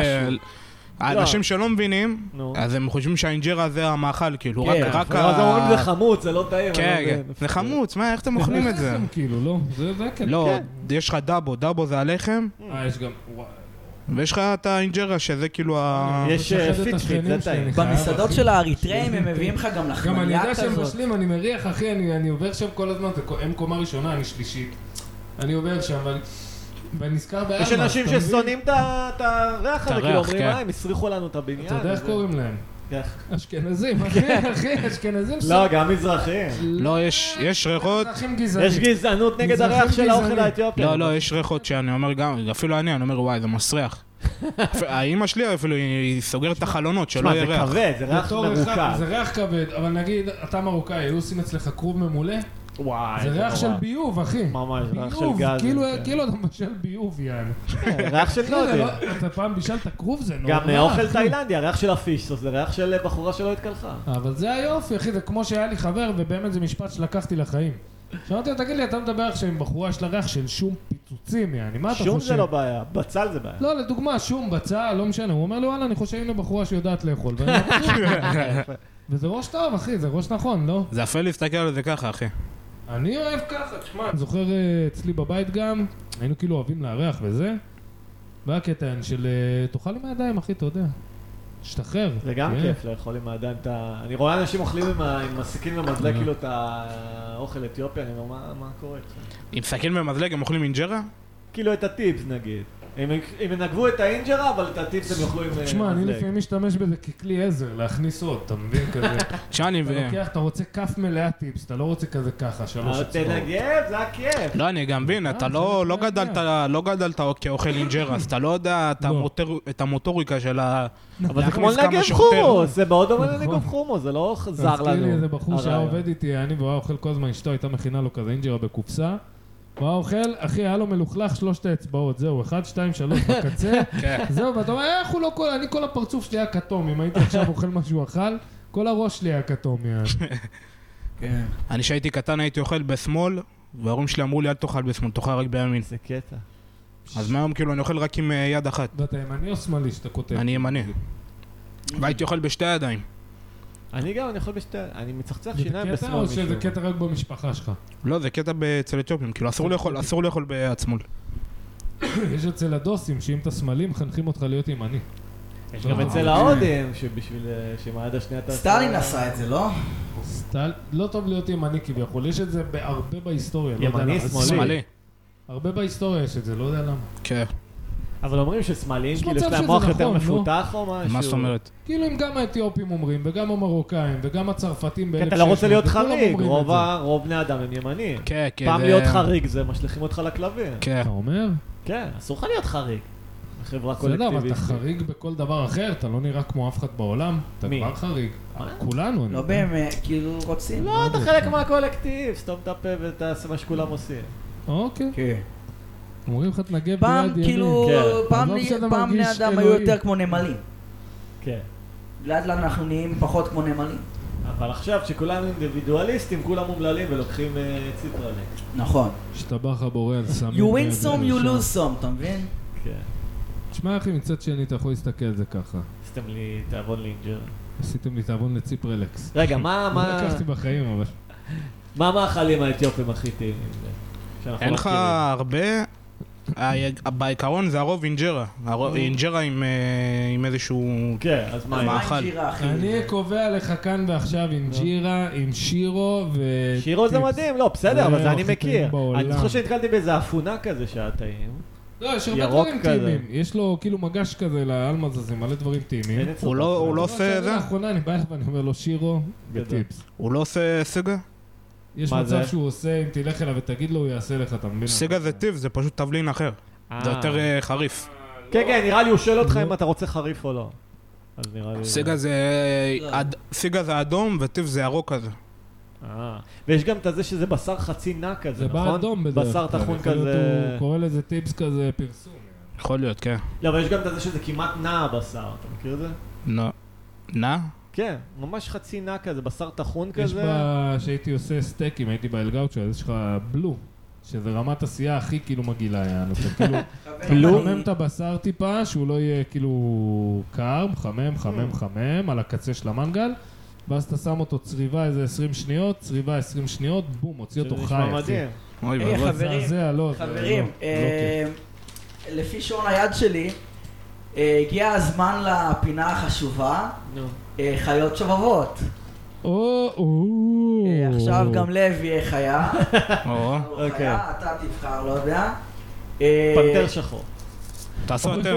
D: האנשים שלא מבינים, אז הם חושבים שהאינג'רה זה המאכל, כאילו, רק
A: אז אומרים זה חמוץ, זה לא טעים.
D: כן, זה חמוץ, מה, איך אתם אוכלים את זה?
C: כאילו, לא, זה כן.
D: לא, יש לך דאבו, דאבו זה הלחם,
C: יש גם...
D: ויש לך את האינג'רה שזה כאילו
A: יש פיצ'פיט, זה טעים.
B: במסעדות של האריתראים הם מביאים לך גם לחמניה כזאת.
C: גם אני יודע שהם משלים, אני מריח, אחי, אני עובר שם כל הזמן, הם קומה ראשונה, אני שלישית. אני עובר שם, ואני נזכר בארמה.
A: יש אנשים ששונאים את הריח הזה, כאילו אומרים, הם הסריחו לנו את הבניין.
C: אתה יודע איך קוראים להם? אשכנזים, אחי, אשכנזים.
A: לא, גם מזרחים.
D: לא, יש ריחות.
A: יש גזענות נגד הריח של האוכל האתיופי.
D: לא, יש ריחות שאני אומר גם, אפילו אני אומר, וואי, זה מסריח. האמא שלי אפילו, היא סוגרת את החלונות, שלא יהיה ריח.
A: זה כבד, זה ריח מרוקד.
C: זה ריח כבד, אבל נגיד, אתה מרוקאי, היו עושים אצלך כרוב ממולא?
A: וואי,
C: זה ריח של ביוב, אחי.
A: ממש, ריח של גז.
C: כאילו אתה משל ביוב, יעני.
A: ריח של נוטי.
C: אתה פעם בישלת כרוב, זה נורא.
A: גם אוכל תאילנדי, הריח של הפישסוס, זה ריח של בחורה שלא התקלחה.
C: אבל זה היופי, אחי, זה כמו שהיה לי חבר, ובאמת זה משפט שלקחתי לחיים. שמעתי, תגיד לי, אתה מדבר עכשיו עם בחורה, יש לה ריח של שום פיצוצים, יעני, מה אתה חושב?
A: שום זה לא בעיה, בצל זה בעיה.
C: לא, לדוגמה, שום, בצל, לא משנה. הוא אומר לי, וואלה, אני חושב הנה בחורה שיודעת לאכול. וזה ראש טוב, אחי, זה ראש נכון, לא?
D: זה יפה להסתכל על זה ככה, אחי.
C: אני אוהב ככה, תשמע, אני זוכר אצלי בבית גם, היינו כאילו אוהבים לארח וזה, והיה קטען של תאכל עם הידיים, אחי, אתה יודע. שתחרר.
A: זה גם כיף לאכול עם הידיים את ה... אני רואה אנשים אוכלים עם סכין ומזלג כאילו את האוכל אתיופי, אני אומר, מה קורה?
D: עם סכין ומזלג הם אוכלים אינג'רה?
A: כאילו את הטיפס נגיד. הם ינגבו את האינג'רה, אבל את הטיפס הם יוכלו עם מזלג.
C: תשמע, אני לפעמים משתמש בזה ככלי עזר, להכניס עוד, אתה מבין כזה. אתה רוצה כף מלאה טיפס, אתה לא רוצה כזה ככה, 3 אצבעות.
A: תנגב, זה הכיף.
D: לא, אני גם מבין, אתה לא גדלת כאוכל אינג'רה, אז אתה לא יודע את המוטוריקה של ה...
A: אבל זה כמו לנגב חומוס, זה מאוד דומה לנגב חומוס, זה לא זר לנו.
C: תזכיר לי איזה בחור שהיה עובד איתי, אני והוא היה אוכל כל הזמן, אשתו הייתה מכינה לו כזה אינג'רה בקופסה. הוא היה אוכל, אחי, היה לו מלוכלך 3 האצבעות, זהו, 1, 2, 3 בקצה, זהו, ואתה אומר, איך הוא לא כל, אני כל הפרצוף שלי היה כתום, אם הייתי עכשיו אוכל משהו אכל, כל הראש שלי היה כתום,
B: כן.
D: אני שהייתי קטן הייתי אוכל בשמאל, וההורים שלי אמרו לי, אל תאכל בשמאל, תאכל רק בימין.
A: זה קטע.
D: אז מהיום כאילו אני אוכל רק עם יד אחת.
C: ואתה ימני או שמאלי שאתה כותב?
D: אני ימני. והייתי אוכל בשתי ידיים.
A: אני יכול אני מצחצח
C: זה
A: שיניים
C: קטע
A: בשמאל
C: או
A: מישהו.
C: שזה קטע רק במשפחה שלך?
D: לא, זה קטע אצל אתיופים, כאילו אסור לאכול ביד שמאל.
C: יש אצל הדוסים שאם אתה שמאלי מחנכים אותך להיות ימני.
A: יש גם אצל ההודים, שבשביל שמעד השנייה תעשה...
B: סטלין עשה את זה, לא?
C: לא טוב להיות ימני כביכול, יש את זה הרבה בהיסטוריה. לא יודע
A: ימני,
C: למה.
A: שמאלי.
C: הרבה בהיסטוריה יש את זה, לא יודע למה.
D: כן.
A: אבל אומרים ששמאליים
C: יש
A: כאילו
C: מצב
A: יש להם
C: שזה
A: מוח יותר
C: נכון,
A: מפותח או משהו?
D: מה זאת אומרת?
C: כאילו אם גם האתיופים אומרים, וגם המרוקאים, וגם הצרפתים
A: כי אתה לא רוצה להיות
C: וכולם
A: חריג,
C: אומרים את זה.
A: רוב בני אדם הם ימנים.
D: כן, כן.
A: פעם להיות חריג זה משליכים אותך לכלבים.
D: כן.
C: אתה אומר?
A: כן, אסור לך להיות חריג. בחברה
C: בסדר, אבל
A: קולקטיבית.
C: אתה חריג בכל דבר אחר, אתה לא נראה כמו אף אחד בעולם. אתה
A: מי?
C: כבר חריג.
A: מה?
C: כולנו. אני
B: לא
C: יודע.
B: באמת, כאילו רוצים.
A: לא, אתה חלק מהקולקטיב, סתום את הפה ותעשה מה שכולם עושים.
C: אוקיי.
B: כן.
C: אומרים לך תנגב
B: פעם,
C: ביד ימין.
B: כאילו,
A: כן.
B: פעם
C: עזוב שאתה
B: פעם בני
C: מרגיש
B: אדם היו
C: אלוהי.
B: יותר כמו נמלים.
A: כן.
B: לאט לאט אנחנו נהיים פחות כמו נמלים.
A: אבל עכשיו שכולם אינדיבידואליסטים, כולם אומללים ולוקחים ציפרלקס.
B: נכון.
C: השתבח הבורא על סמים.
B: You win some, you lose some, אתה מבין?
A: כן.
C: תשמע אחי, מצד שני אתה יכול להסתכל על זה ככה.
A: עשיתם לי תיאבון לאינג'ר.
C: עשיתם לי תאבון לציפרלקס.
A: רגע,
C: לא לקחתי בחיים אבל.
A: מה המאכלים האתיופים הכי טעימים? שאנחנו
D: אין
A: לא
D: לך
A: מכירים?
D: הרבה... בעיקרון זה הרוב אינג'רה. אינג'רה עם איזשהו...
A: כן, אז מה?
B: אז
A: עם
B: מה
D: מאכל.
B: עם שירה, אחי?
C: אני קובע לך כאן ועכשיו עם ג'ירה, עם שירו ו...
A: שירו זה
C: טיפס.
A: מדהים, לא, בסדר, אבל זה אני
C: הכי טעים
A: מכיר.
C: בעולם.
A: אני זוכר שהתקלתי באיזה אפונה כזה שהיה טעים.
C: לא, יש הרבה
A: ירוק
C: דברים
A: כזה.
C: טעימים. יש לו כאילו מגש כזה לאלמז הזה, מלא דברים טעימים.
A: אין אצלו
D: הוא לא
A: כזה.
D: עושה זה?
C: לאחרונה אני בא אליו ואני אומר לו שירו
A: גדול.
C: וטיפס.
D: הוא לא עושה סגה?
C: יש
A: מה
C: מצב
A: זה?
C: שהוא עושה, אם תלך אליו ותגיד לו, הוא יעשה לך, אתה מבין?
D: סגה זה טיב, זה פשוט תבלין אחר. זה יותר חריף.
A: כן, כן, נראה לי הוא שואל אותך אם אתה רוצה חריף או לא. אז נראה לי...
D: סגה זה אדום וטיב זה ירוק כזה.
A: ויש גם את זה שזה בשר חצי נע כזה,
C: זה
A: נכון?
C: באדום בדרך
A: בשר
C: כלל.
A: טחון
C: יכול להיות
A: כזה...
C: הוא קורא לזה טיפס כזה פרסום.
D: יכול להיות, כן.
A: לא, אבל יש גם את זה שזה כמעט נע הבשר, אתה מכיר את זה?
D: נע?
A: כן, ממש חצי נע כזה, בשר טחון
C: יש
A: כזה.
C: שהייתי עושה סטייקים, הייתי באלגאוצ'ה, אז יש לך בלו, שזה רמת עשייה הכי כאילו מגעילה, יענו. אתה כאילו
A: בלו?
C: מחמם את הבשר טיפה, שהוא לא יהיה כאילו קר, מחמם, על הקצה של המנגל, ואז אתה שם אותו צריבה איזה 20 שניות, צריבה 20 שניות, בום, מוציא אותו
A: שזה
C: חי,
A: נשמע
C: אחי.
A: מדהים.
D: אוי
B: היי,
D: ואבוי.
B: חברים,
C: זה לא, זה
B: חברים,
C: לא כיף.
B: לפי שעון היד שלי, הגיע הזמן לפינה החשובה,
A: נו.
B: חיות שובבות. עכשיו גם לב יהיה חיה.
D: או,
A: אוקיי.
B: חיה, אתה תבחר, לא יודע.
A: פנתר שחור.
D: תעשו אתם.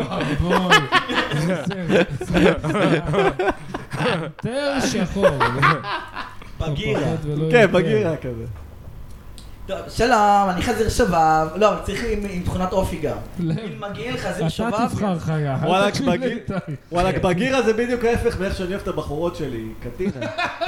C: פנתר שחור.
B: בגירה.
A: כן, בגירה כזה.
B: טוב, שלום, אני חזיר שובב. לא, אבל צריך עם תכונת אופי גם.
C: לב.
B: אם מגעיל חזיר
C: אתה
B: שובב.
C: תבחר חיה. אל
A: וואלכ,
C: תקשיב
A: בגיר-
C: לאיתי.
A: וואלכ, בגירה זה בדיוק ההפך מאיך שאני אוהב את הבחורות שלי, קטינה.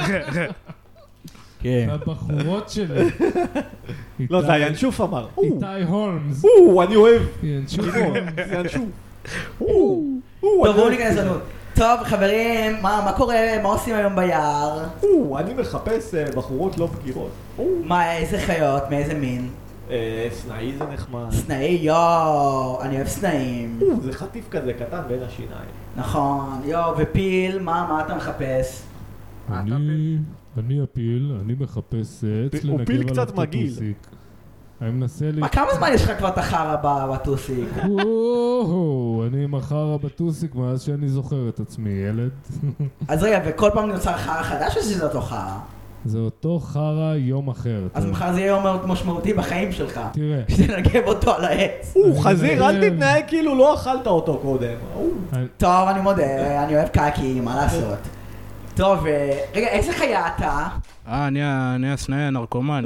B: כן.
C: הבחורות שלי.
A: לא, זה
C: איתי-
A: הינשוף אמר.
C: איתי הולמס.
A: אני אוהב.
C: ינשוף
A: לימור,
C: הולמס.
A: זה ינשוף.
B: טוב, בואו ניכנס לנו. טוב, חברים, מה קורה? מה עושים היום ביער?
A: אני מחפש בחורות לא בגירות.
B: מה, איזה חיות? מאיזה מין?
A: סנאי זה נחמד.
B: סנאי, יואו, אני אוהב סנאים.
A: זה חטיף כזה קטן בין השיניים.
B: נכון, יואו, ופיל, מה אתה מחפש?
C: אני הפיל, אני מחפש עץ
A: הוא פיל
C: לנגב
A: קצת
C: עליו את
A: מגעיל.
C: הטוסיק. אני מנסה לי...
B: מה, כמה זמן יש לך כבר את החרא בטוסיק?
C: אני עם החרא בטוסיק מאז שאני זוכר את עצמי, ילד.
B: אז רגע, וכל פעם נוצר חרא חדש או שזה אותו חרא?
C: זה אותו חרא יום אחר.
B: אז
C: אתה-
B: מחר זה יהיה יום מאוד משמעותי בחיים שלך.
C: תראה,
B: שתנגב אותו על העץ.
A: חזיר, אל תתנהג כאילו לא אכלת אותו קודם.
B: טוב, אני מודה, אני אוהב קקי, מה לעשות? טוב, רגע, איזה חיה אתה?
D: אני הסנאי הנרקומן.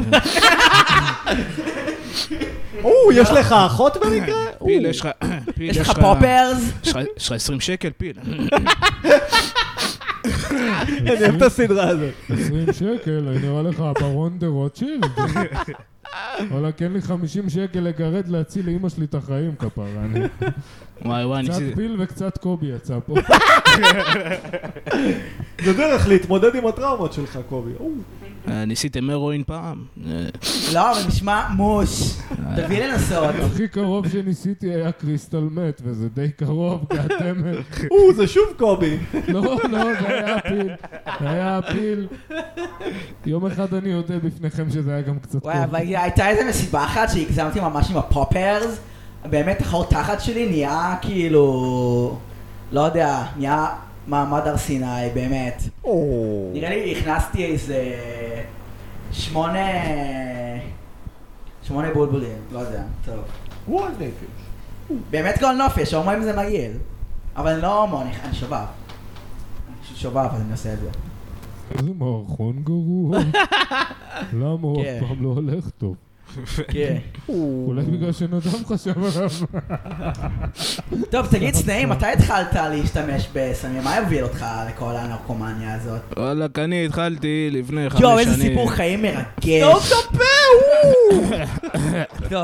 A: יש לך אחות במקרה?
D: פיל, יש לך... פיל,
B: יש לך פופרס?
D: יש לך 20 שקל, פיל.
A: אני אוהב את הסדרה הזאת.
C: 20 שקל, אני נראה לך הברון דה רוטשילד. וואלה, כן לי 50 שקל לגרד להציל לאמא שלי את החיים כפרה.
D: וואי,
C: קצת
D: ניסיתי...
C: פיל וקצת קובי יצא פה.
A: זה דרך להתמודד עם הטראומות שלך, קובי.
D: ניסיתם הרואין פעם?
B: לא, אבל נשמע מוש. תביא לנסות.
C: הכי קרוב שניסיתי היה קריסטל מת, וזה די קרוב, גאטמת.
A: זה שוב קובי.
C: לא, זה היה הפיל. זה היה הפיל. יום אחד אני יודע בפניכם שזה היה גם קצת
B: וואי, אבל הייתה איזה מסיבה אחת שהגזמתי ממש עם הפופרס. באמת החור תחת שלי נהיה כאילו... לא יודע, נהיה מעמד הר סיני, באמת. נראה לי הכנסתי איזה... 8 בולבולים, לא יודע, טוב.
A: גועל נפש.
B: באמת גועל נופש, אומרים זה מגעיל. אבל אני לא הומו, אני שובב. אני פשוט שובב, אז אני עושה את זה.
C: איזה מערכון גרוע. למה הוא אף פעם לא הולך טוב?
B: כן.
C: אולי בגלל שנדם חשב עליו.
B: טוב, תגיד סנאי, מתי התחלת להשתמש בסמים? מה הביא אותך לכל הנרקומניה הזאת?
D: וואלה, אני התחלתי לפני 5 שנים.
B: יואו, איזה סיפור חיים מרגש.
A: סתום את הפה!
B: טוב.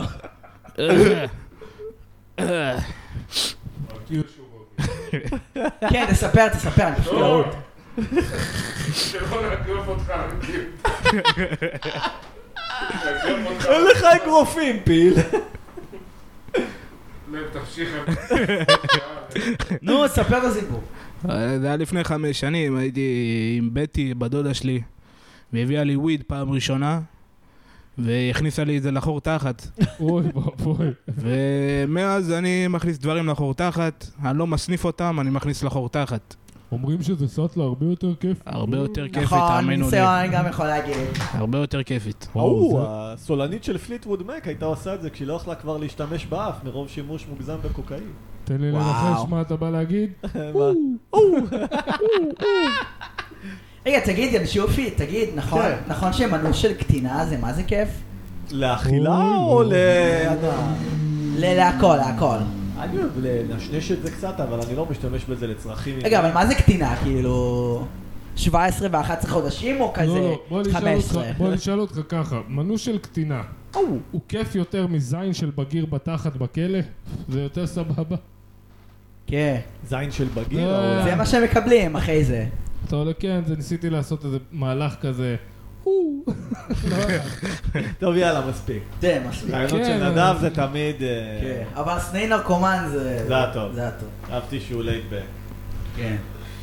B: כן, תספר, אני פשוט להוט.
C: שלא נעקוף אותך,
A: אין לך אגרופים, פיל.
C: תמשיך.
B: נו, ספר את הסיפור.
D: זה היה לפני 5 שנים, הייתי עם בטי, בדודה שלי, והביאה לי וויד פעם ראשונה, והכניסה לי את זה לחור תחת.
C: אוי בואי.
D: ומאז אני מכניס דברים לחור תחת, אני לא מסניף אותם, אני מכניס לחור תחת.
C: אומרים שזה סטלה הרבה יותר כיף.
D: הרבה יותר כיפית,
B: נכון,
D: תאמינו לי.
B: ניסיון, אני גם יכול להגיד.
D: הרבה יותר כיפית.
A: הסולנית של פליטווד מק הייתה עושה את זה כשהיא לא יכלה כבר להשתמש באף מרוב שימוש מוגזם בקוקאין.
C: תן לי לנחש מה אתה בא להגיד.
B: רגע, תגיד, ינשופי, תגיד, נכון שמנוי של קטינה זה מה זה כיף?
A: לאכילה או להנאה?
B: להכל.
A: אני אוהב לנשנש את זה קצת, אבל אני לא משתמש בזה לצרכים.
B: רגע, אבל מה זה קטינה? כאילו... 17 ו-11 חודשים או כזה 15?
C: בוא נשאל אותך ככה, מנוי של קטינה, הוא כיף יותר מזין של בגיר בתחת בכלא? זה יותר סבבה?
B: כן.
A: זין של בגיר?
B: זה מה שהם מקבלים אחרי זה.
C: אתה עולה, כן, ניסיתי לעשות איזה מהלך כזה.
A: טוב, יאללה, מספיק.
B: זה מספיק.
A: רעיונות של נדב זה תמיד...
B: כן, אבל סני נרקומן זה...
A: זה הטוב.
B: זה הטוב.
A: אהבתי שהוא לייטבק.
B: כן.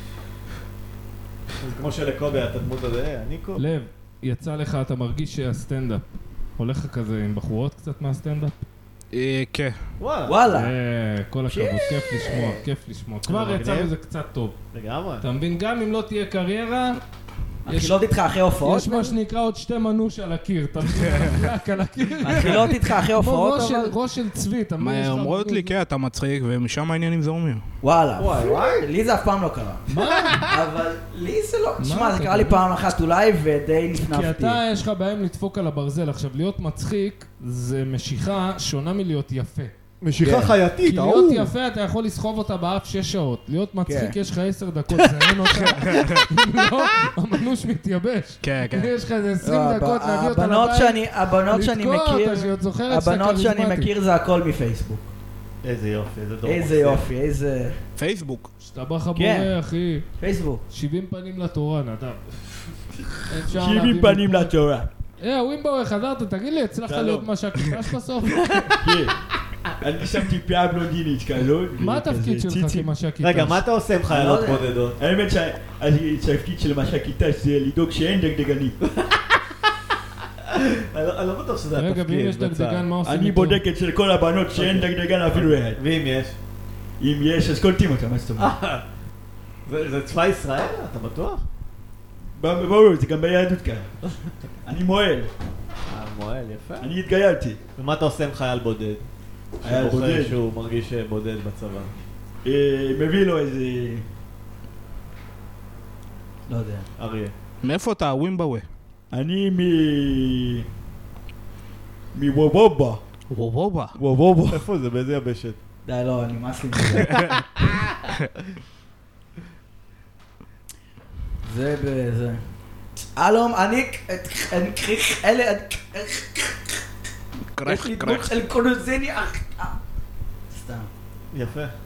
A: זה כמו שלקובי, אתה דמות הזה, אני קובי.
C: לב, יצא לך, אתה מרגיש שהסטנדאפ הולך לך כזה עם בחורות קצת מהסטנדאפ?
D: כן.
B: וואלה.
C: כל הכבוד, כיף לשמוע. כבר יצא מזה קצת טוב.
A: לגמרי.
C: אתה מבין, גם אם לא תהיה קריירה...
B: התחילות איתך אחרי הופעות?
C: יש מה שנקרא עוד 2 מנוש על הקיר, אתה מבין? רק על הקיר.
B: התחילות איתך אחרי הופעות?
C: ראש של צבי, אתה מבין?
D: אומרות לי, כן, אתה מצחיק, ומשם העניינים זורמים.
B: וואלה. לי זה אף פעם לא קרה.
C: מה?
B: אבל לי זה לא... שמע, זה קרה לי פעם אחת אולי, ודי נפנפתי.
C: כי אתה, יש לך בעיה לדפוק על הברזל. עכשיו, להיות מצחיק זה משיכה שונה מלהיות יפה.
A: משיכה חייתית,
C: כי להיות יפה אתה יכול לסחוב אותה באף 6 שעות. להיות מצחיק יש לך 10 דקות, זיין אותה. אם לא, המנוש מתייבש.
D: כן.
C: יש לך איזה 20 דקות להביא אותה לבית.
B: הבנות שאני מכיר זה הכל מפייסבוק.
A: איזה יופי, איזה דור.
B: איזה יופי, איזה...
D: פייסבוק.
C: שאתה בא חבורה, אחי.
B: פייסבוק.
C: 70 פנים לתורה, נדב.
E: 70 פנים לתורה.
C: ווימבאווי, חזרת, תגיד לי, הצלחת להיות מש"ק איתש בסוף?
E: כן. אני שמתי פיה בלונדינית כזאת.
C: מה התפקיד שלך כמש"ק איתש?
A: רגע, מה אתה עושה עם חיילות בודדות?
E: האמת שהתפקיד של מש"ק איתש זה לדאוג שאין דגדגנים.
A: אני לא בטוח שזה התפקיד.
C: רגע, ואם יש דגדגן, מה עושים איתו?
E: אני בודק אצל כל הבנות שאין דגדגן אפילו אחד.
A: ואם יש?
E: אם יש, אז קולטים אותה, מה זאת אומרת?
A: זה צבא ישראל? אתה בטוח?
E: ברור, זה גם ביהדות כאן. אני מועל.
A: מועל, יפה.
E: אני התגיירתי.
A: ומה אתה עושה עם חייל בודד?
E: חייל בודד?
A: שהוא מרגיש בודד בצבא.
E: מביא לו איזה...
B: לא יודע.
A: אריה.
D: מאיפה אתה, ווימבאווי?
E: אני מוובובה.
D: וובובה.
A: איפה זה? באיזה יבשת?
B: די, לא, נמאס לי מזה. זה בזה. אלום, אני אלה...
D: קרח.
B: אל קונוזני... סתם.
A: יפה. אחלה.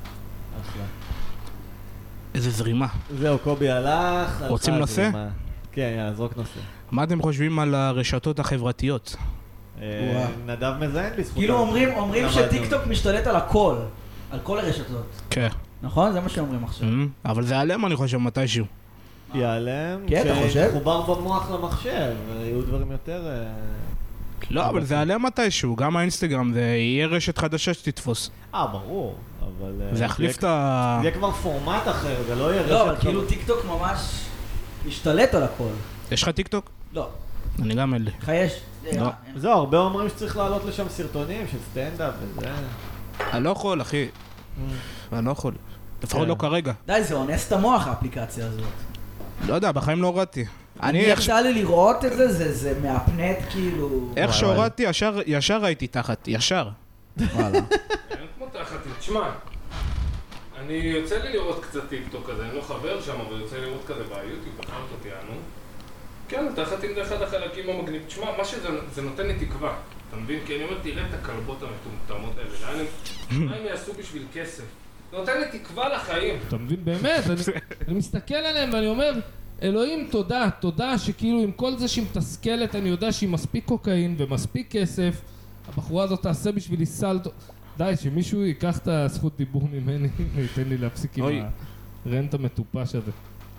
D: איזה זרימה.
A: זהו, קובי הלך.
D: רוצים נושא?
A: כן, יאללה, זרוק נושא.
D: מה אתם חושבים על הרשתות החברתיות?
A: נדב מזיין בזכות.
B: כאילו אומרים שטיקטוק משתלט על הכל, על כל הרשתות.
D: כן.
B: נכון? זה מה שאומרים עכשיו.
D: אבל זה ייעלם, אני חושב, מתישהו.
A: ייעלם,
B: כן, אתה חושב?
A: כשחובר במוח למחשב, יהיו דברים יותר...
D: לא, אבל זה ייעלם מתישהו, גם האינסטגרם, זה יהיה רשת חדשה שתתפוס.
A: ברור, אבל...
D: זה יחליף את ה...
A: זה יהיה כבר פורמט אחר, זה לא יהיה רשת...
B: לא, אבל כאילו טיקטוק ממש משתלט על הכל.
D: יש לך טיקטוק?
B: לא.
D: אני גם אין לי.
B: לך יש?
D: לא.
A: זהו, הרבה אומרים שצריך לעלות לשם סרטונים של סטנדאפ וזה...
D: אני לא יכול, אחי. אני לא יכול. לפחות לא כרגע.
B: די, זה אונס את המוח האפליקציה הזאת.
D: לא יודע, בחיים לא הורדתי.
B: אני יצא לי לראות את זה, זה מהפנט כאילו...
D: איך שהורדתי, ישר הייתי תחת, ישר.
B: וואלה.
C: אין כמו תחת, תשמע. אני יוצא לי לראות קצת טיקטוק כזה, אני לא חבר שם, אבל יוצא לי לראות כזה ביוטיוב, בחרת אותי, כן, תחת עם זה אחד החלקים המגניב. תשמע, מה שזה נותן לי תקווה. אתה מבין? כי אני אומר, תראה את הכלבות המטומטמות האלה. מה הם יעשו בשביל כסף? זה נותן לי תקווה לחיים.
F: אתה מבין? באמת, אני מסתכל עליהם ואני אומר, אלוהים, תודה שכאילו עם כל זה שהיא מתסכלת, אני יודע שהיא מספיק קוקאין ומספיק כסף, הבחורה הזאת תעשה בשבילי סל... די, שמישהו ייקח את הזכות דיבור ממני וייתן לי להפסיק עם הרנט המטופש הזה.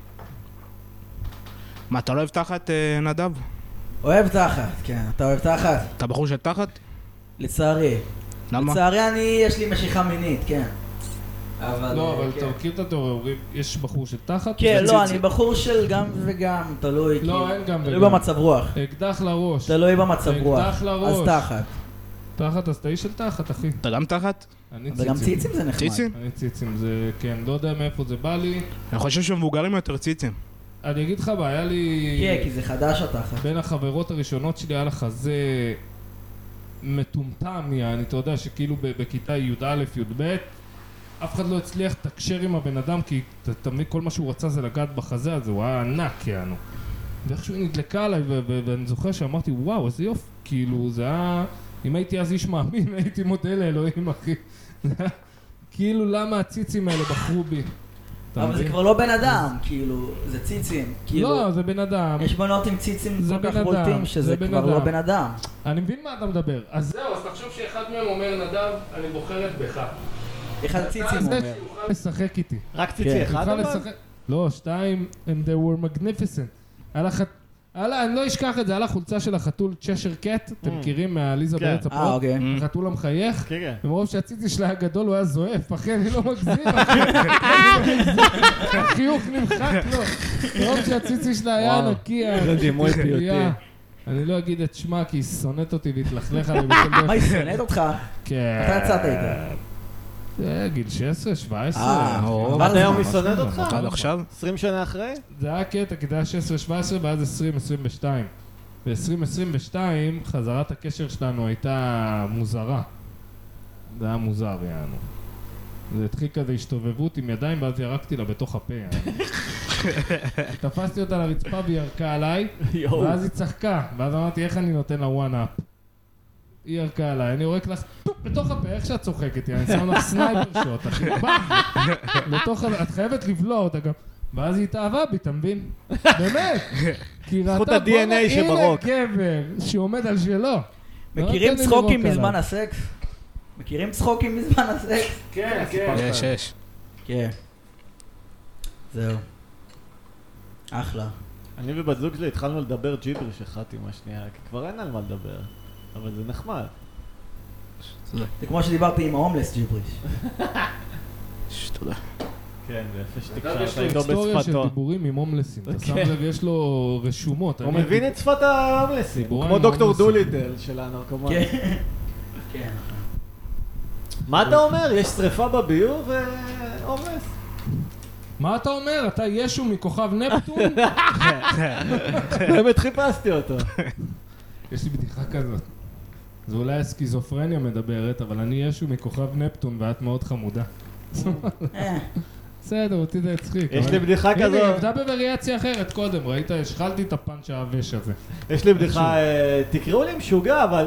D: מה, אתה לא אוהב תחת, נדב?
B: אוהב תחת, כן. אתה אוהב תחת?
D: אתה בחור של תחת?
B: לצערי.
D: למה?
B: לצערי יש לי משיכה מינית, כן.
C: לא, אבל אתה מכיר את התיאוריה, אומרים, יש בחור של תחת?
B: כן, לא, אני בחור של גם וגם, תלוי.
C: לא, אין גם וגם.
B: תלוי במצב רוח.
C: אקדח לראש.
B: תלוי במצב רוח.
C: אקדח לראש.
B: אז תחת.
C: תחת, אז אתה איש של תחת, אחי.
D: אתה גם תחת?
C: אני
B: אבל גם ציצים זה נחמד.
D: ציצים?
C: אני ציצים, זה, כן, לא יודע מאיפה זה בא לי.
D: אני חושב שמבוגרים יותר ציצים.
C: אני אגיד לך, היה לי...
B: כן, כי זה חדש התחת.
C: בין החברות הראשונות שלי היה לך זה מטומטם, אתה יודע שכאילו בכיתה י"א, י"ב, אף אחד לא הצליח לתקשר עם הבן אדם, כי תמיד כל מה שהוא רצה זה לגעת בחזה הזה, הוא היה ענק, יענו. ואיכשהו היא נדלקה עליי, ואני זוכר שאמרתי, וואו, איזה יופי, כאילו, זה היה... אם הייתי אז איש מאמין, הייתי מודה לאלוהים, אחי. כאילו, למה הציצים האלה בחרו בי?
B: אבל זה כבר לא בן אדם, כאילו, זה ציצים.
C: לא, זה בן אדם.
B: יש בנות עם ציצים כל כך בולטים, שזה כבר לא בן אדם.
C: אני מבין מה אתה מדבר. אז זהו, אז תחשוב שאחד מהם אומר, נדב, אני בוחרת בך.
B: אחד ציצים אומר.
C: זה שיוכל לשחק איתי.
A: רק ציצי אחד אבל?
C: לא, 2, and they were magnificent. אני לא אשכח את זה, על החולצה של החתול צ'שר קט, אתם מכירים מהליזה בארץ הפרוט?
B: אוקיי.
C: החתול המחייך,
A: כן.
C: ומרוב שהציצי שלה היה גדול, הוא היה זועף, אחי, אני לא מגזים, החיוך נמחק לו, מרוב שהציצי שלה היה נקי, אני לא אגיד את שמה, כי היא שונאת אותי והתלכלך עליי.
B: מה, היא שונאת אותך?
C: כן.
B: אתה יצאת איתה.
C: זה גיל 16, 17.
A: עד היום היא שונאת אותך?
D: עד עכשיו?
A: 20 שנה אחרי?
C: זה היה קטע, כי זה היה 16, 17 ואז 2022. ב-2022 חזרת הקשר שלנו הייתה מוזרה. זה היה מוזר, יענו. זה התחיל כזה השתובבות עם ידיים ואז ירקתי לה בתוך הפה, יענו. תפסתי אותה לרצפה והיא ירקה עליי, ואז היא צחקה, ואז אמרתי איך אני נותן לה one up. היא ירקה עליי, אני יורק לך בתוך הפה, איך שאת צוחקת, אני שם לך סנייפר שוט, אחי, את חייבת לבלוע אותה גם. ואז היא התאהבה בי, אתה מבין? באמת. כי ראתה בוא הנה גבר שעומד על שלו.
B: מכירים צחוקים בזמן הסקס? מכירים צחוקים בזמן הסקס?
C: כן, כן.
D: יש.
B: כן. זהו. אחלה.
A: אני ובת זוג שלי התחלנו לדבר ג'יבריש אחת עם השנייה, כי כבר אין על מה לדבר. אבל זה נחמד.
B: זה כמו שדיברתי עם ההומלס ג'יבריש.
D: תודה.
A: כן, זה יפה
C: שתקשרת
A: איתו בשפתו.
C: יש לו היסטוריה של דיבורים עם הומלסים. אתה שם לב, יש לו רשומות.
A: הוא מבין את שפת ההומלסים. כמו דוקטור דוליטל של הנרקומן.
B: כן. כן.
A: מה אתה אומר? יש שריפה בביוב והומלס?
C: מה אתה אומר? אתה ישו מכוכב נפטון?
A: באמת חיפשתי אותו.
C: יש לי בדיחה כזאת. זה אולי הסקיזופרניה מדברת, אבל אני ישו מכוכב נפטון ואת מאוד חמודה. בסדר, אותי זה הצחיק.
A: יש לי בדיחה כזאת.
C: הנה, היא עבדה בווריאציה אחרת קודם, ראית? השחלתי את הפאנץ' העבש הזה.
A: יש לי בדיחה, תקראו לי משוגע, אבל...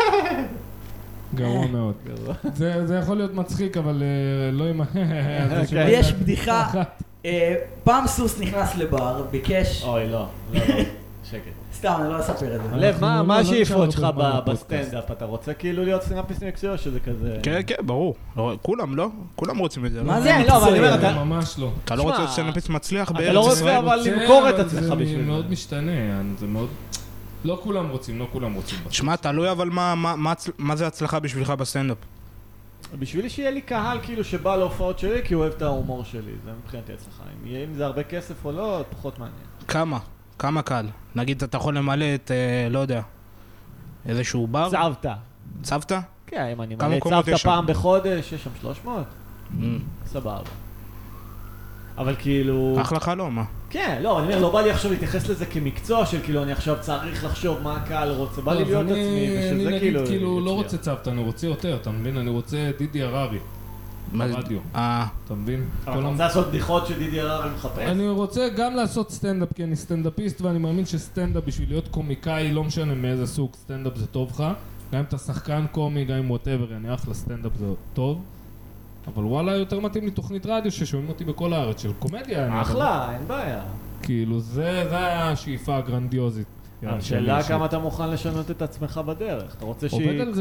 C: גרוע מאוד. זה יכול להיות מצחיק, אבל לא עם...
B: יש בדיחה פעם סוס נכנס לבר, ביקש...
A: אוי, לא, שקט.
B: סתם, אני לא אספר את זה.
A: לב, מה
C: לא
A: השאיפות שלך
C: נשארנו בפודקאסט.
A: בסטנדאפ? אתה רוצה כאילו להיות סטנדאפיסט מקצועי או שזה כזה...
D: כן, כן, ברור. כולם, לא? כולם רוצים את זה.
B: מה
D: לא?
B: זה
A: כן, לא, אבל אני אומר,
B: מקצועי?
A: אתה...
C: ממש לא.
D: אתה לא רוצה להיות סטנדאפיסט מצליח
A: אתה
D: בארץ
A: לא רוצה
D: ישראל?
A: אבל למכור את עצמך
C: זה
A: בשביל
C: מאוד
A: זה.
C: משתנה, זה מאוד... לא כולם רוצים.
D: שמע, תלוי אבל מה זה הצלחה בשבילך בסטנדאפ?
A: בשבילי שיהיה לי קהל כאילו שבא להופעות שלי כי הוא אוהב את ההומור שלי, זה מבחינתי הצלחה. אם זה הרבה כסף או לא, פחות מעניין.
D: כמה? כמה קל? נגיד אתה יכול למלא את, לא יודע, איזשהו בר?
A: צוותא.
D: צוותא?
A: כן, אם אני
D: כמה
A: מלא
D: מקומות
A: צוותא
D: יש שם?
A: פעם בחודש, יש שם 300? סבבה. אבל כאילו...
D: אחלה חלום, מה?
A: כן, לא, אני אומר, לא בא לי עכשיו להתייחס לזה כמקצוע של כאילו אני עכשיו צריך לחשוב מה הקהל רוצה, בא לי להיות עצמי,
C: אני
A: ושזה
C: נגיד כאילו לא
A: יצליח.
C: רוצה צוותא, אני רוצה יותר, אתה מבין? אני רוצה דידי הררי, ברדיו, אתה מבין?
A: אבל אתה רוצה לעשות בדיחות שדידי הררי מחפש?
C: אני רוצה גם לעשות סטנדאפ, כי אני סטנדאפיסט ואני מאמין שסטנדאפ בשביל להיות קומיקאי, לא משנה מאיזה סוג סטנדאפ זה טוב לך, גם אם אתה שחקן קומי, גם אם whatever, אני אחלה סטנדאפ זה טוב, אבל וואלה יותר מתאים לי תוכנית רדיו ששומעים אותי בכל הארץ של קומדיה.
A: אחלה, אין בעיה.
C: כאילו זה השאיפה הגרנדיוזית.
A: השאלה כמה אתה מוכן לשנות את עצמך בדרך, אתה רוצה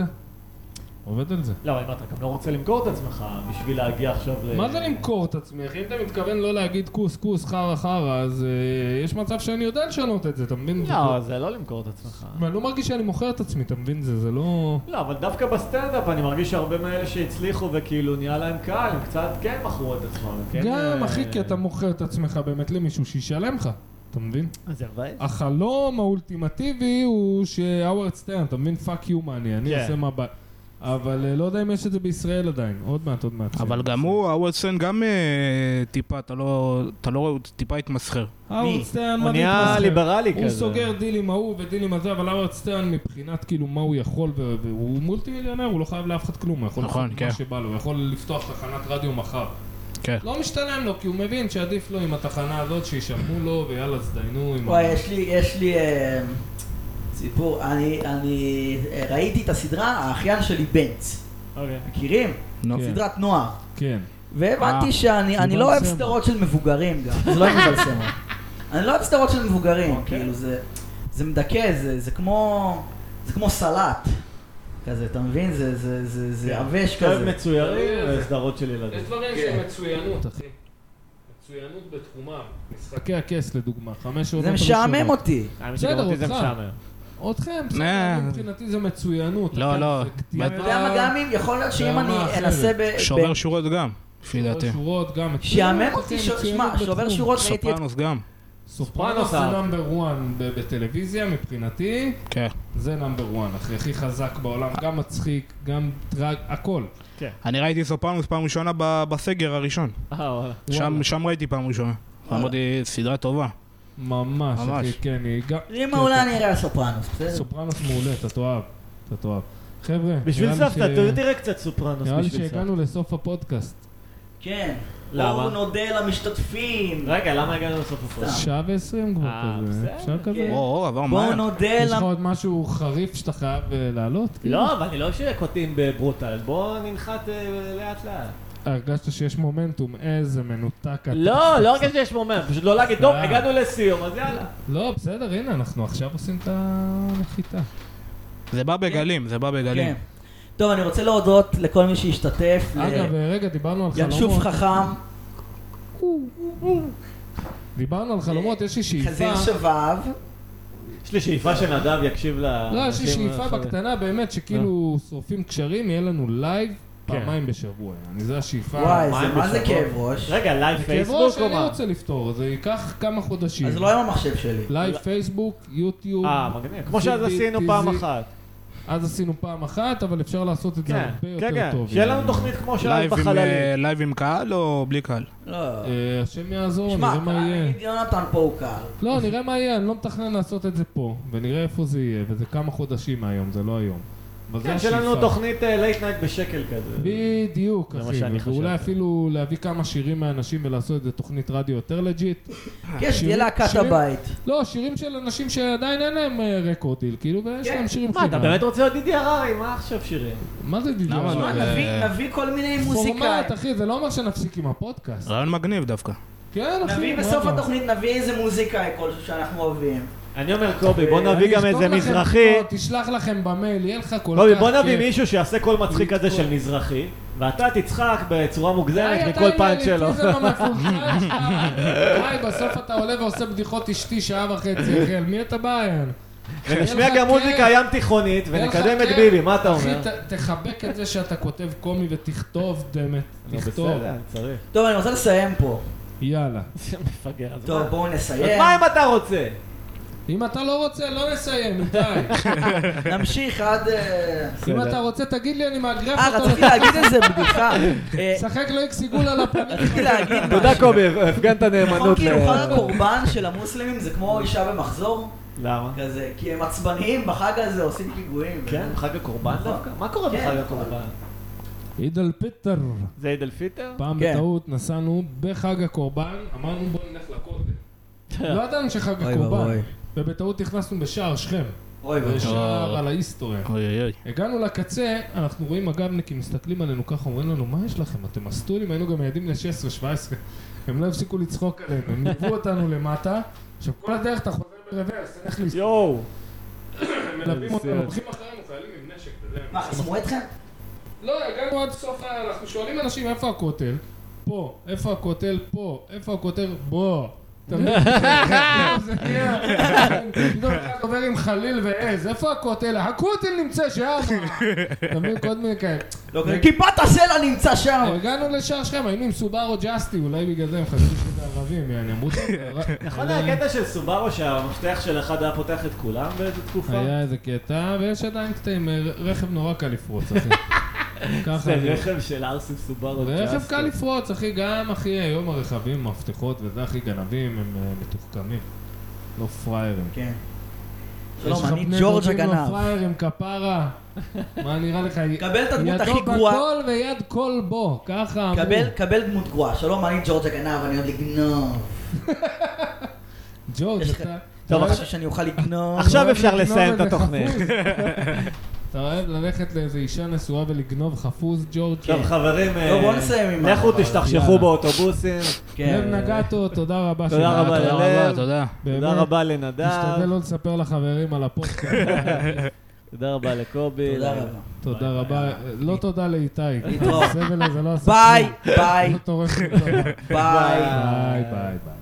C: עובד על זה.
A: לא, אם אתה גם לא רוצה למכור את עצמך בשביל להגיע עכשיו
C: מה זה למכור את עצמי? אם אתה מתכוון לא להגיד כוס כוס חרא חרא, אז יש מצב שאני יודע לשנות את זה, אתה מבין?
A: לא, זה לא למכור את עצמך.
C: אני לא מרגיש שאני מוכר את עצמי, אתה מבין? זה לא...
A: לא, אבל דווקא בסטנדאפ אני מרגיש שהרבה מאלה שהצליחו וכאילו נהיה להם קהל, הם קצת כן מכרו את עצמם.
C: גם, אחי, כי אתה מוכר את עצמך באמת למישהו שישלם לך, אתה מבין?
A: אז זה הלוואי.
C: החלום האולטימטיבי הוא שהאוורד סטרן, אתה מבין? פאק יו מאני, אני עושה מה... אבל לא יודע אם יש את זה בישראל עדיין, עוד מעט.
D: אבל גם הוא, האוורד סטרן גם טיפה, אתה לא רואה, הוא טיפה התמסחר.
C: האוורד סטרן,
A: הוא נהיה ליברלי כזה.
C: הוא סוגר דיל עם ההוא ודיל עם הזה, אבל האוורד סטרן מבחינת כאילו מה הוא יכול, והוא מולטי מיליונר, הוא לא חייב לאף אחד כלום, הוא יכול לעשות מה שבא לו, הוא יכול לפתוח תחנת רדיו מחר. לא משתלם לו, כי הוא מבין שעדיף לו עם התחנה הזאת, שישלמו לו, ויאללה, זדיינו עם...
B: וואי, יש לי סיפור, אני ראיתי את הסדרה, האחיין שלי בנץ. מכירים? סדרת נוער.
C: כן.
B: והבנתי שאני לא אוהב סדרות של מבוגרים גם, זה לא מבלסם. אני לא אוהב סדרות של מבוגרים, כאילו זה מדכא, זה כמו סלט. כזה, אתה מבין? זה עבש כזה.
A: אוהב מצוירים וסדרות של ילדים.
C: יש דברים של מצוינות, אחי. מצוינות בתחומם. משחקי הכס לדוגמה, 5 עונות.
B: זה משעמם אותי.
C: בסדר, אתכם, בסדר, מבחינתי זה מצוינות.
D: לא.
B: אתה יודע מה גם אם, יכול להיות שאם אני אנסה
D: שובר שורות גם, לפי דעתי.
C: שובר שורות גם.
B: שעמם אותי, שמע, שובר שורות ראיתי את...
D: סופרנוס גם.
C: סופרנוס זה נאמבר 1 בטלוויזיה מבחינתי.
D: כן.
C: זה נאמבר 1, הכי חזק בעולם, גם מצחיק, גם טראג, הכל.
D: אני ראיתי סופרנוס פעם ראשונה בסגר הראשון. שם ראיתי פעם ראשונה. אמרתי, סדרה טובה.
C: ממש, אחי, כן, היא גם...
B: רימה אולי אני אראה על סופרנוס, בסדר?
C: סופרנוס מעולה, אתה תאהב. חבר'ה,
A: בשביל סבתא, תראה קצת סופרנוס בשביל סבתא.
C: נראה לי שהגענו לסוף הפודקאסט.
B: כן.
A: למה?
B: בואו נודה למשתתפים.
A: רגע, למה הגענו לסוף הפודקאסט?
C: שעה ו20 כבר כזה. אפשר כזה?
D: עבר
B: בואו
D: מהר.
B: נודה
C: יש לך עוד משהו חריף שאתה חייב לעלות?
A: לא, אבל אני לא שקוטעים בברוטל, בואו ננחת לאט לאט.
C: הרגשת שיש מומנטום, איזה מנותק אתה.
A: לא הרגשתי שיש מומנט, פשוט לא להגיד, טוב, הגענו לסיום, אז יאללה.
C: לא, בסדר, הנה, אנחנו עכשיו עושים את הנחיתה.
D: זה בא בגלים.
B: כן. טוב, אני רוצה להודות לכל מי שהשתתף.
C: אגב, רגע, דיברנו על חלומות.
B: ינשוף חכם.
C: דיברנו על חלומות, יש לי שאיפה.
B: חזיר שבב.
A: יש לי שאיפה שנדב יקשיב ל...
C: לא, יש לי שאיפה בקטנה באמת, שכאילו שורפים קשרים, יהיה לנו לייב פעמיים בשבוע. זה השאיפה.
B: וואי, מה זה כאב ראש?
A: רגע, לייב
C: כאב
A: פייסבוק
C: ראש
A: או
C: אני
A: מה?
C: רוצה לפתור, זה ייקח כמה חודשים.
B: אז זה לא עם המחשב שלי.
C: לייב פייסבוק, יוטיוב.
A: מגניב. כמו שאז עשינו פעם אחת.
C: אז עשינו פעם אחת, אבל אפשר לעשות את זה הרבה יותר טוב.
A: שיהיה לנו תוכנית כמו שאז בחללים.
D: לייב עם קהל או בלי קהל?
B: לא.
C: השם יעזור, נראה מה יהיה.
B: יונתן פה הוא קהל.
C: לא, נראה מה יהיה, אני לא מתכנן לעשות את זה פה, ונראה איפה זה יהיה, וזה כמה חודשים מהיום, זה לא היום.
A: כן, שיהיה לנו תוכנית לייט נייט בשקל כזה.
C: בדיוק, אחי, ואולי אפילו להביא כמה שירים מהאנשים ולעשות את זה תוכנית רדיו יותר לג'יט.
B: כן, שתהיה להקת הבית.
C: לא, שירים של אנשים שעדיין אין להם רקורדיל, כאילו, ויש להם שירים
A: מה, אתה באמת רוצה להיות דידי הררי? מה עכשיו שירים?
C: מה זה דידי הררי?
B: נביא כל מיני מוזיקה.
C: פורמט, אחי, זה לא אומר שנפסיק עם הפודקאסט.
D: רעיון מגניב דווקא.
F: כן, אחי.
B: נביא
F: מה
B: בסוף
F: לא?
B: התוכנית, נביא איזה מוזיקאי כלשהו שאנחנו אוהבים.
A: אני אומר, קובי, בוא נביא גם איזה
F: אני אכתוב לכם,
A: מזרחי.
F: תשלח לכם במייל, יהיה לך כל כך
A: קובי, בוא נביא
F: כיף.
A: מישהו שיעשה קול מצחיק כזה של מזרחי, ואתה תצחק בצורה מוגזמת
F: די,
A: מכל פאנץ' שלו.
F: אתה עם האליטיזם המפולחן שלך. די, בסוף אתה עולה ועושה בדיחות אשתי שעה וחצי, אחי, על מי אתה בא, יאן?
A: ונשמיע גם מוזיקה ים תיכונית, ונקדם את ביבי, מה אתה אומר?
F: אחי, תחבק את זה שאתה כותב קומי ותכתוב, באמת, תכתוב.
A: בסדר, אני צריך.
B: טוב, אני רוצה לסיים פה.
F: יאללה.
A: זה מפגר. אז
B: טוב,
A: מה?
B: בואו
A: אז
B: נסיים.
A: מה אם אתה רוצה?
F: אם אתה לא רוצה, לא נסיים, איתי.
B: נמשיך עד...
F: אם אתה רוצה, תגיד לי, אני מאגרף אותו.
B: רציתי להגיד איזה בדיחה.
F: שחק לו איקס עיגול על הפנים.
B: רציתי להגיד
A: תודה
B: משהו.
A: קובי, הפגנת
B: נכון,
A: נאמנות
B: כאילו חג הקורבן של המוסלמים זה כמו אישה במחזור?
A: למה?
B: כזה, כי הם עצבניים בחג הזה, עושים פיגועים.
A: כן, חג הקורבן דווקא? מה קורה
B: כן,
A: בחג
B: נכון.
A: הקורבן?
F: עיד אל פיטר.
A: זה עיד אל פיטר?
F: פעם
B: כן.
F: בטעות נסענו בחג הקורבן, אמרנו בוא נלך לכותל. לא ידענו שחג
B: אוי
F: הקורבן.
B: ואבוי.
F: ובטעות נכנסנו בשער שכם.
B: אוי ואבוי.
F: בשער על ההיסטוריה.
D: אוי אוי אוי.
F: הגענו לקצה, אנחנו רואים מג"בניקים מסתכלים עלינו ככה, אומרים לנו, מה יש לכם? אתם מסטולים? היינו גם ילדים ל-16-17. הם לא הפסיקו לצחוק עלינו, הם ליוו אותנו למטה. עכשיו כל הדרך אתה חוזר ברוורס, איך לסתום?
A: יואו!
F: הם מלווים אותנו, הולכים אחרינו, חיילים עם נשק, אתה יודע.
B: מה, חסמו אתכם?
F: לא, הגענו עד סוף, אנחנו שואלים אנשים איפה הכותל? פה. איפה הכותל? פה. איפה הכותל? בוא. אתה מבין? זה נהיה... פתאום אחד עובר עם חליל ועז, איפה הכותל? הכותל נמצא שם! אתה מבין? כל מיני כאלה.
B: כיפת הסלע נמצא שם!
F: הגענו לשער שכם, היינו עם סובארו ג'אסטי, אולי בגלל זה הם חשבו שזה ערבים, יעני, אמרו...
A: נכון הקטע של סובארו שהמפתח של אחד היה פותח את כולם באיזה תקופה?
F: היה איזה קטע, ויש עדיין קטעים, רכב נורא קל לפרוץ, אחי. ככה
A: זה
F: אני-
A: רכב של ארסי סובארו.
F: רכב
A: ג'אסטי.
F: קל לפרוץ, אחי, גם אחי, היום הרכבים, מפתחות וזה, אחי, גנבים, הם מתוחכמים. לא פריירים.
B: כן.
F: יש
B: שלום,
F: לך
B: אני
F: בני
B: ג'ורג'
F: דודים
B: הגנב.
F: לא פריירים, כפרה. מה נראה לך?
B: קבל את הדמות הכי
F: ידו
B: גרועה.
F: בכל ויד כל בו, ככה אמרו.
B: קבל דמות גרועה. שלום, אני ג'ורג' הגנב, אני אוהב לגנוב.
F: ג'ורג',
B: יש לך-
F: אתה...
A: טוב,
B: אתה חושב שאני אוכל לגנוב?
A: עכשיו
F: אוהב
A: אפשר
F: לגנוב
A: לסיים את
F: איזה
A: התוכנית.
F: חפוז. אתה אוהב ללכת לאיזה אישה נשואה ולגנוב חפוז, ג'ורג'?
A: טוב חברים,
B: טוב, בוא נסיים עם
A: לכו
B: הדבר הזה.
A: תשתכשכו
F: יאללה.
A: באוטובוסים.
B: כן.
F: לב נגעתו, תודה רבה.
A: תודה
F: שבאת.
A: רבה
D: תודה רבה,
A: ללב.
D: תודה.
F: באמת,
A: תודה רבה לנדב.
F: תשתדל לא לספר לחברים על הפודקאסט.
A: תודה רבה לקובי.
B: תודה רבה.
F: תודה רבה. לא תודה לאיתי.
B: להתראות.
F: הסבל הזה לא עשה
B: ביי,
F: כלום.
B: ביי,
F: לא טורף לי דבר.
B: ביי.
F: ביי, ביי, ביי.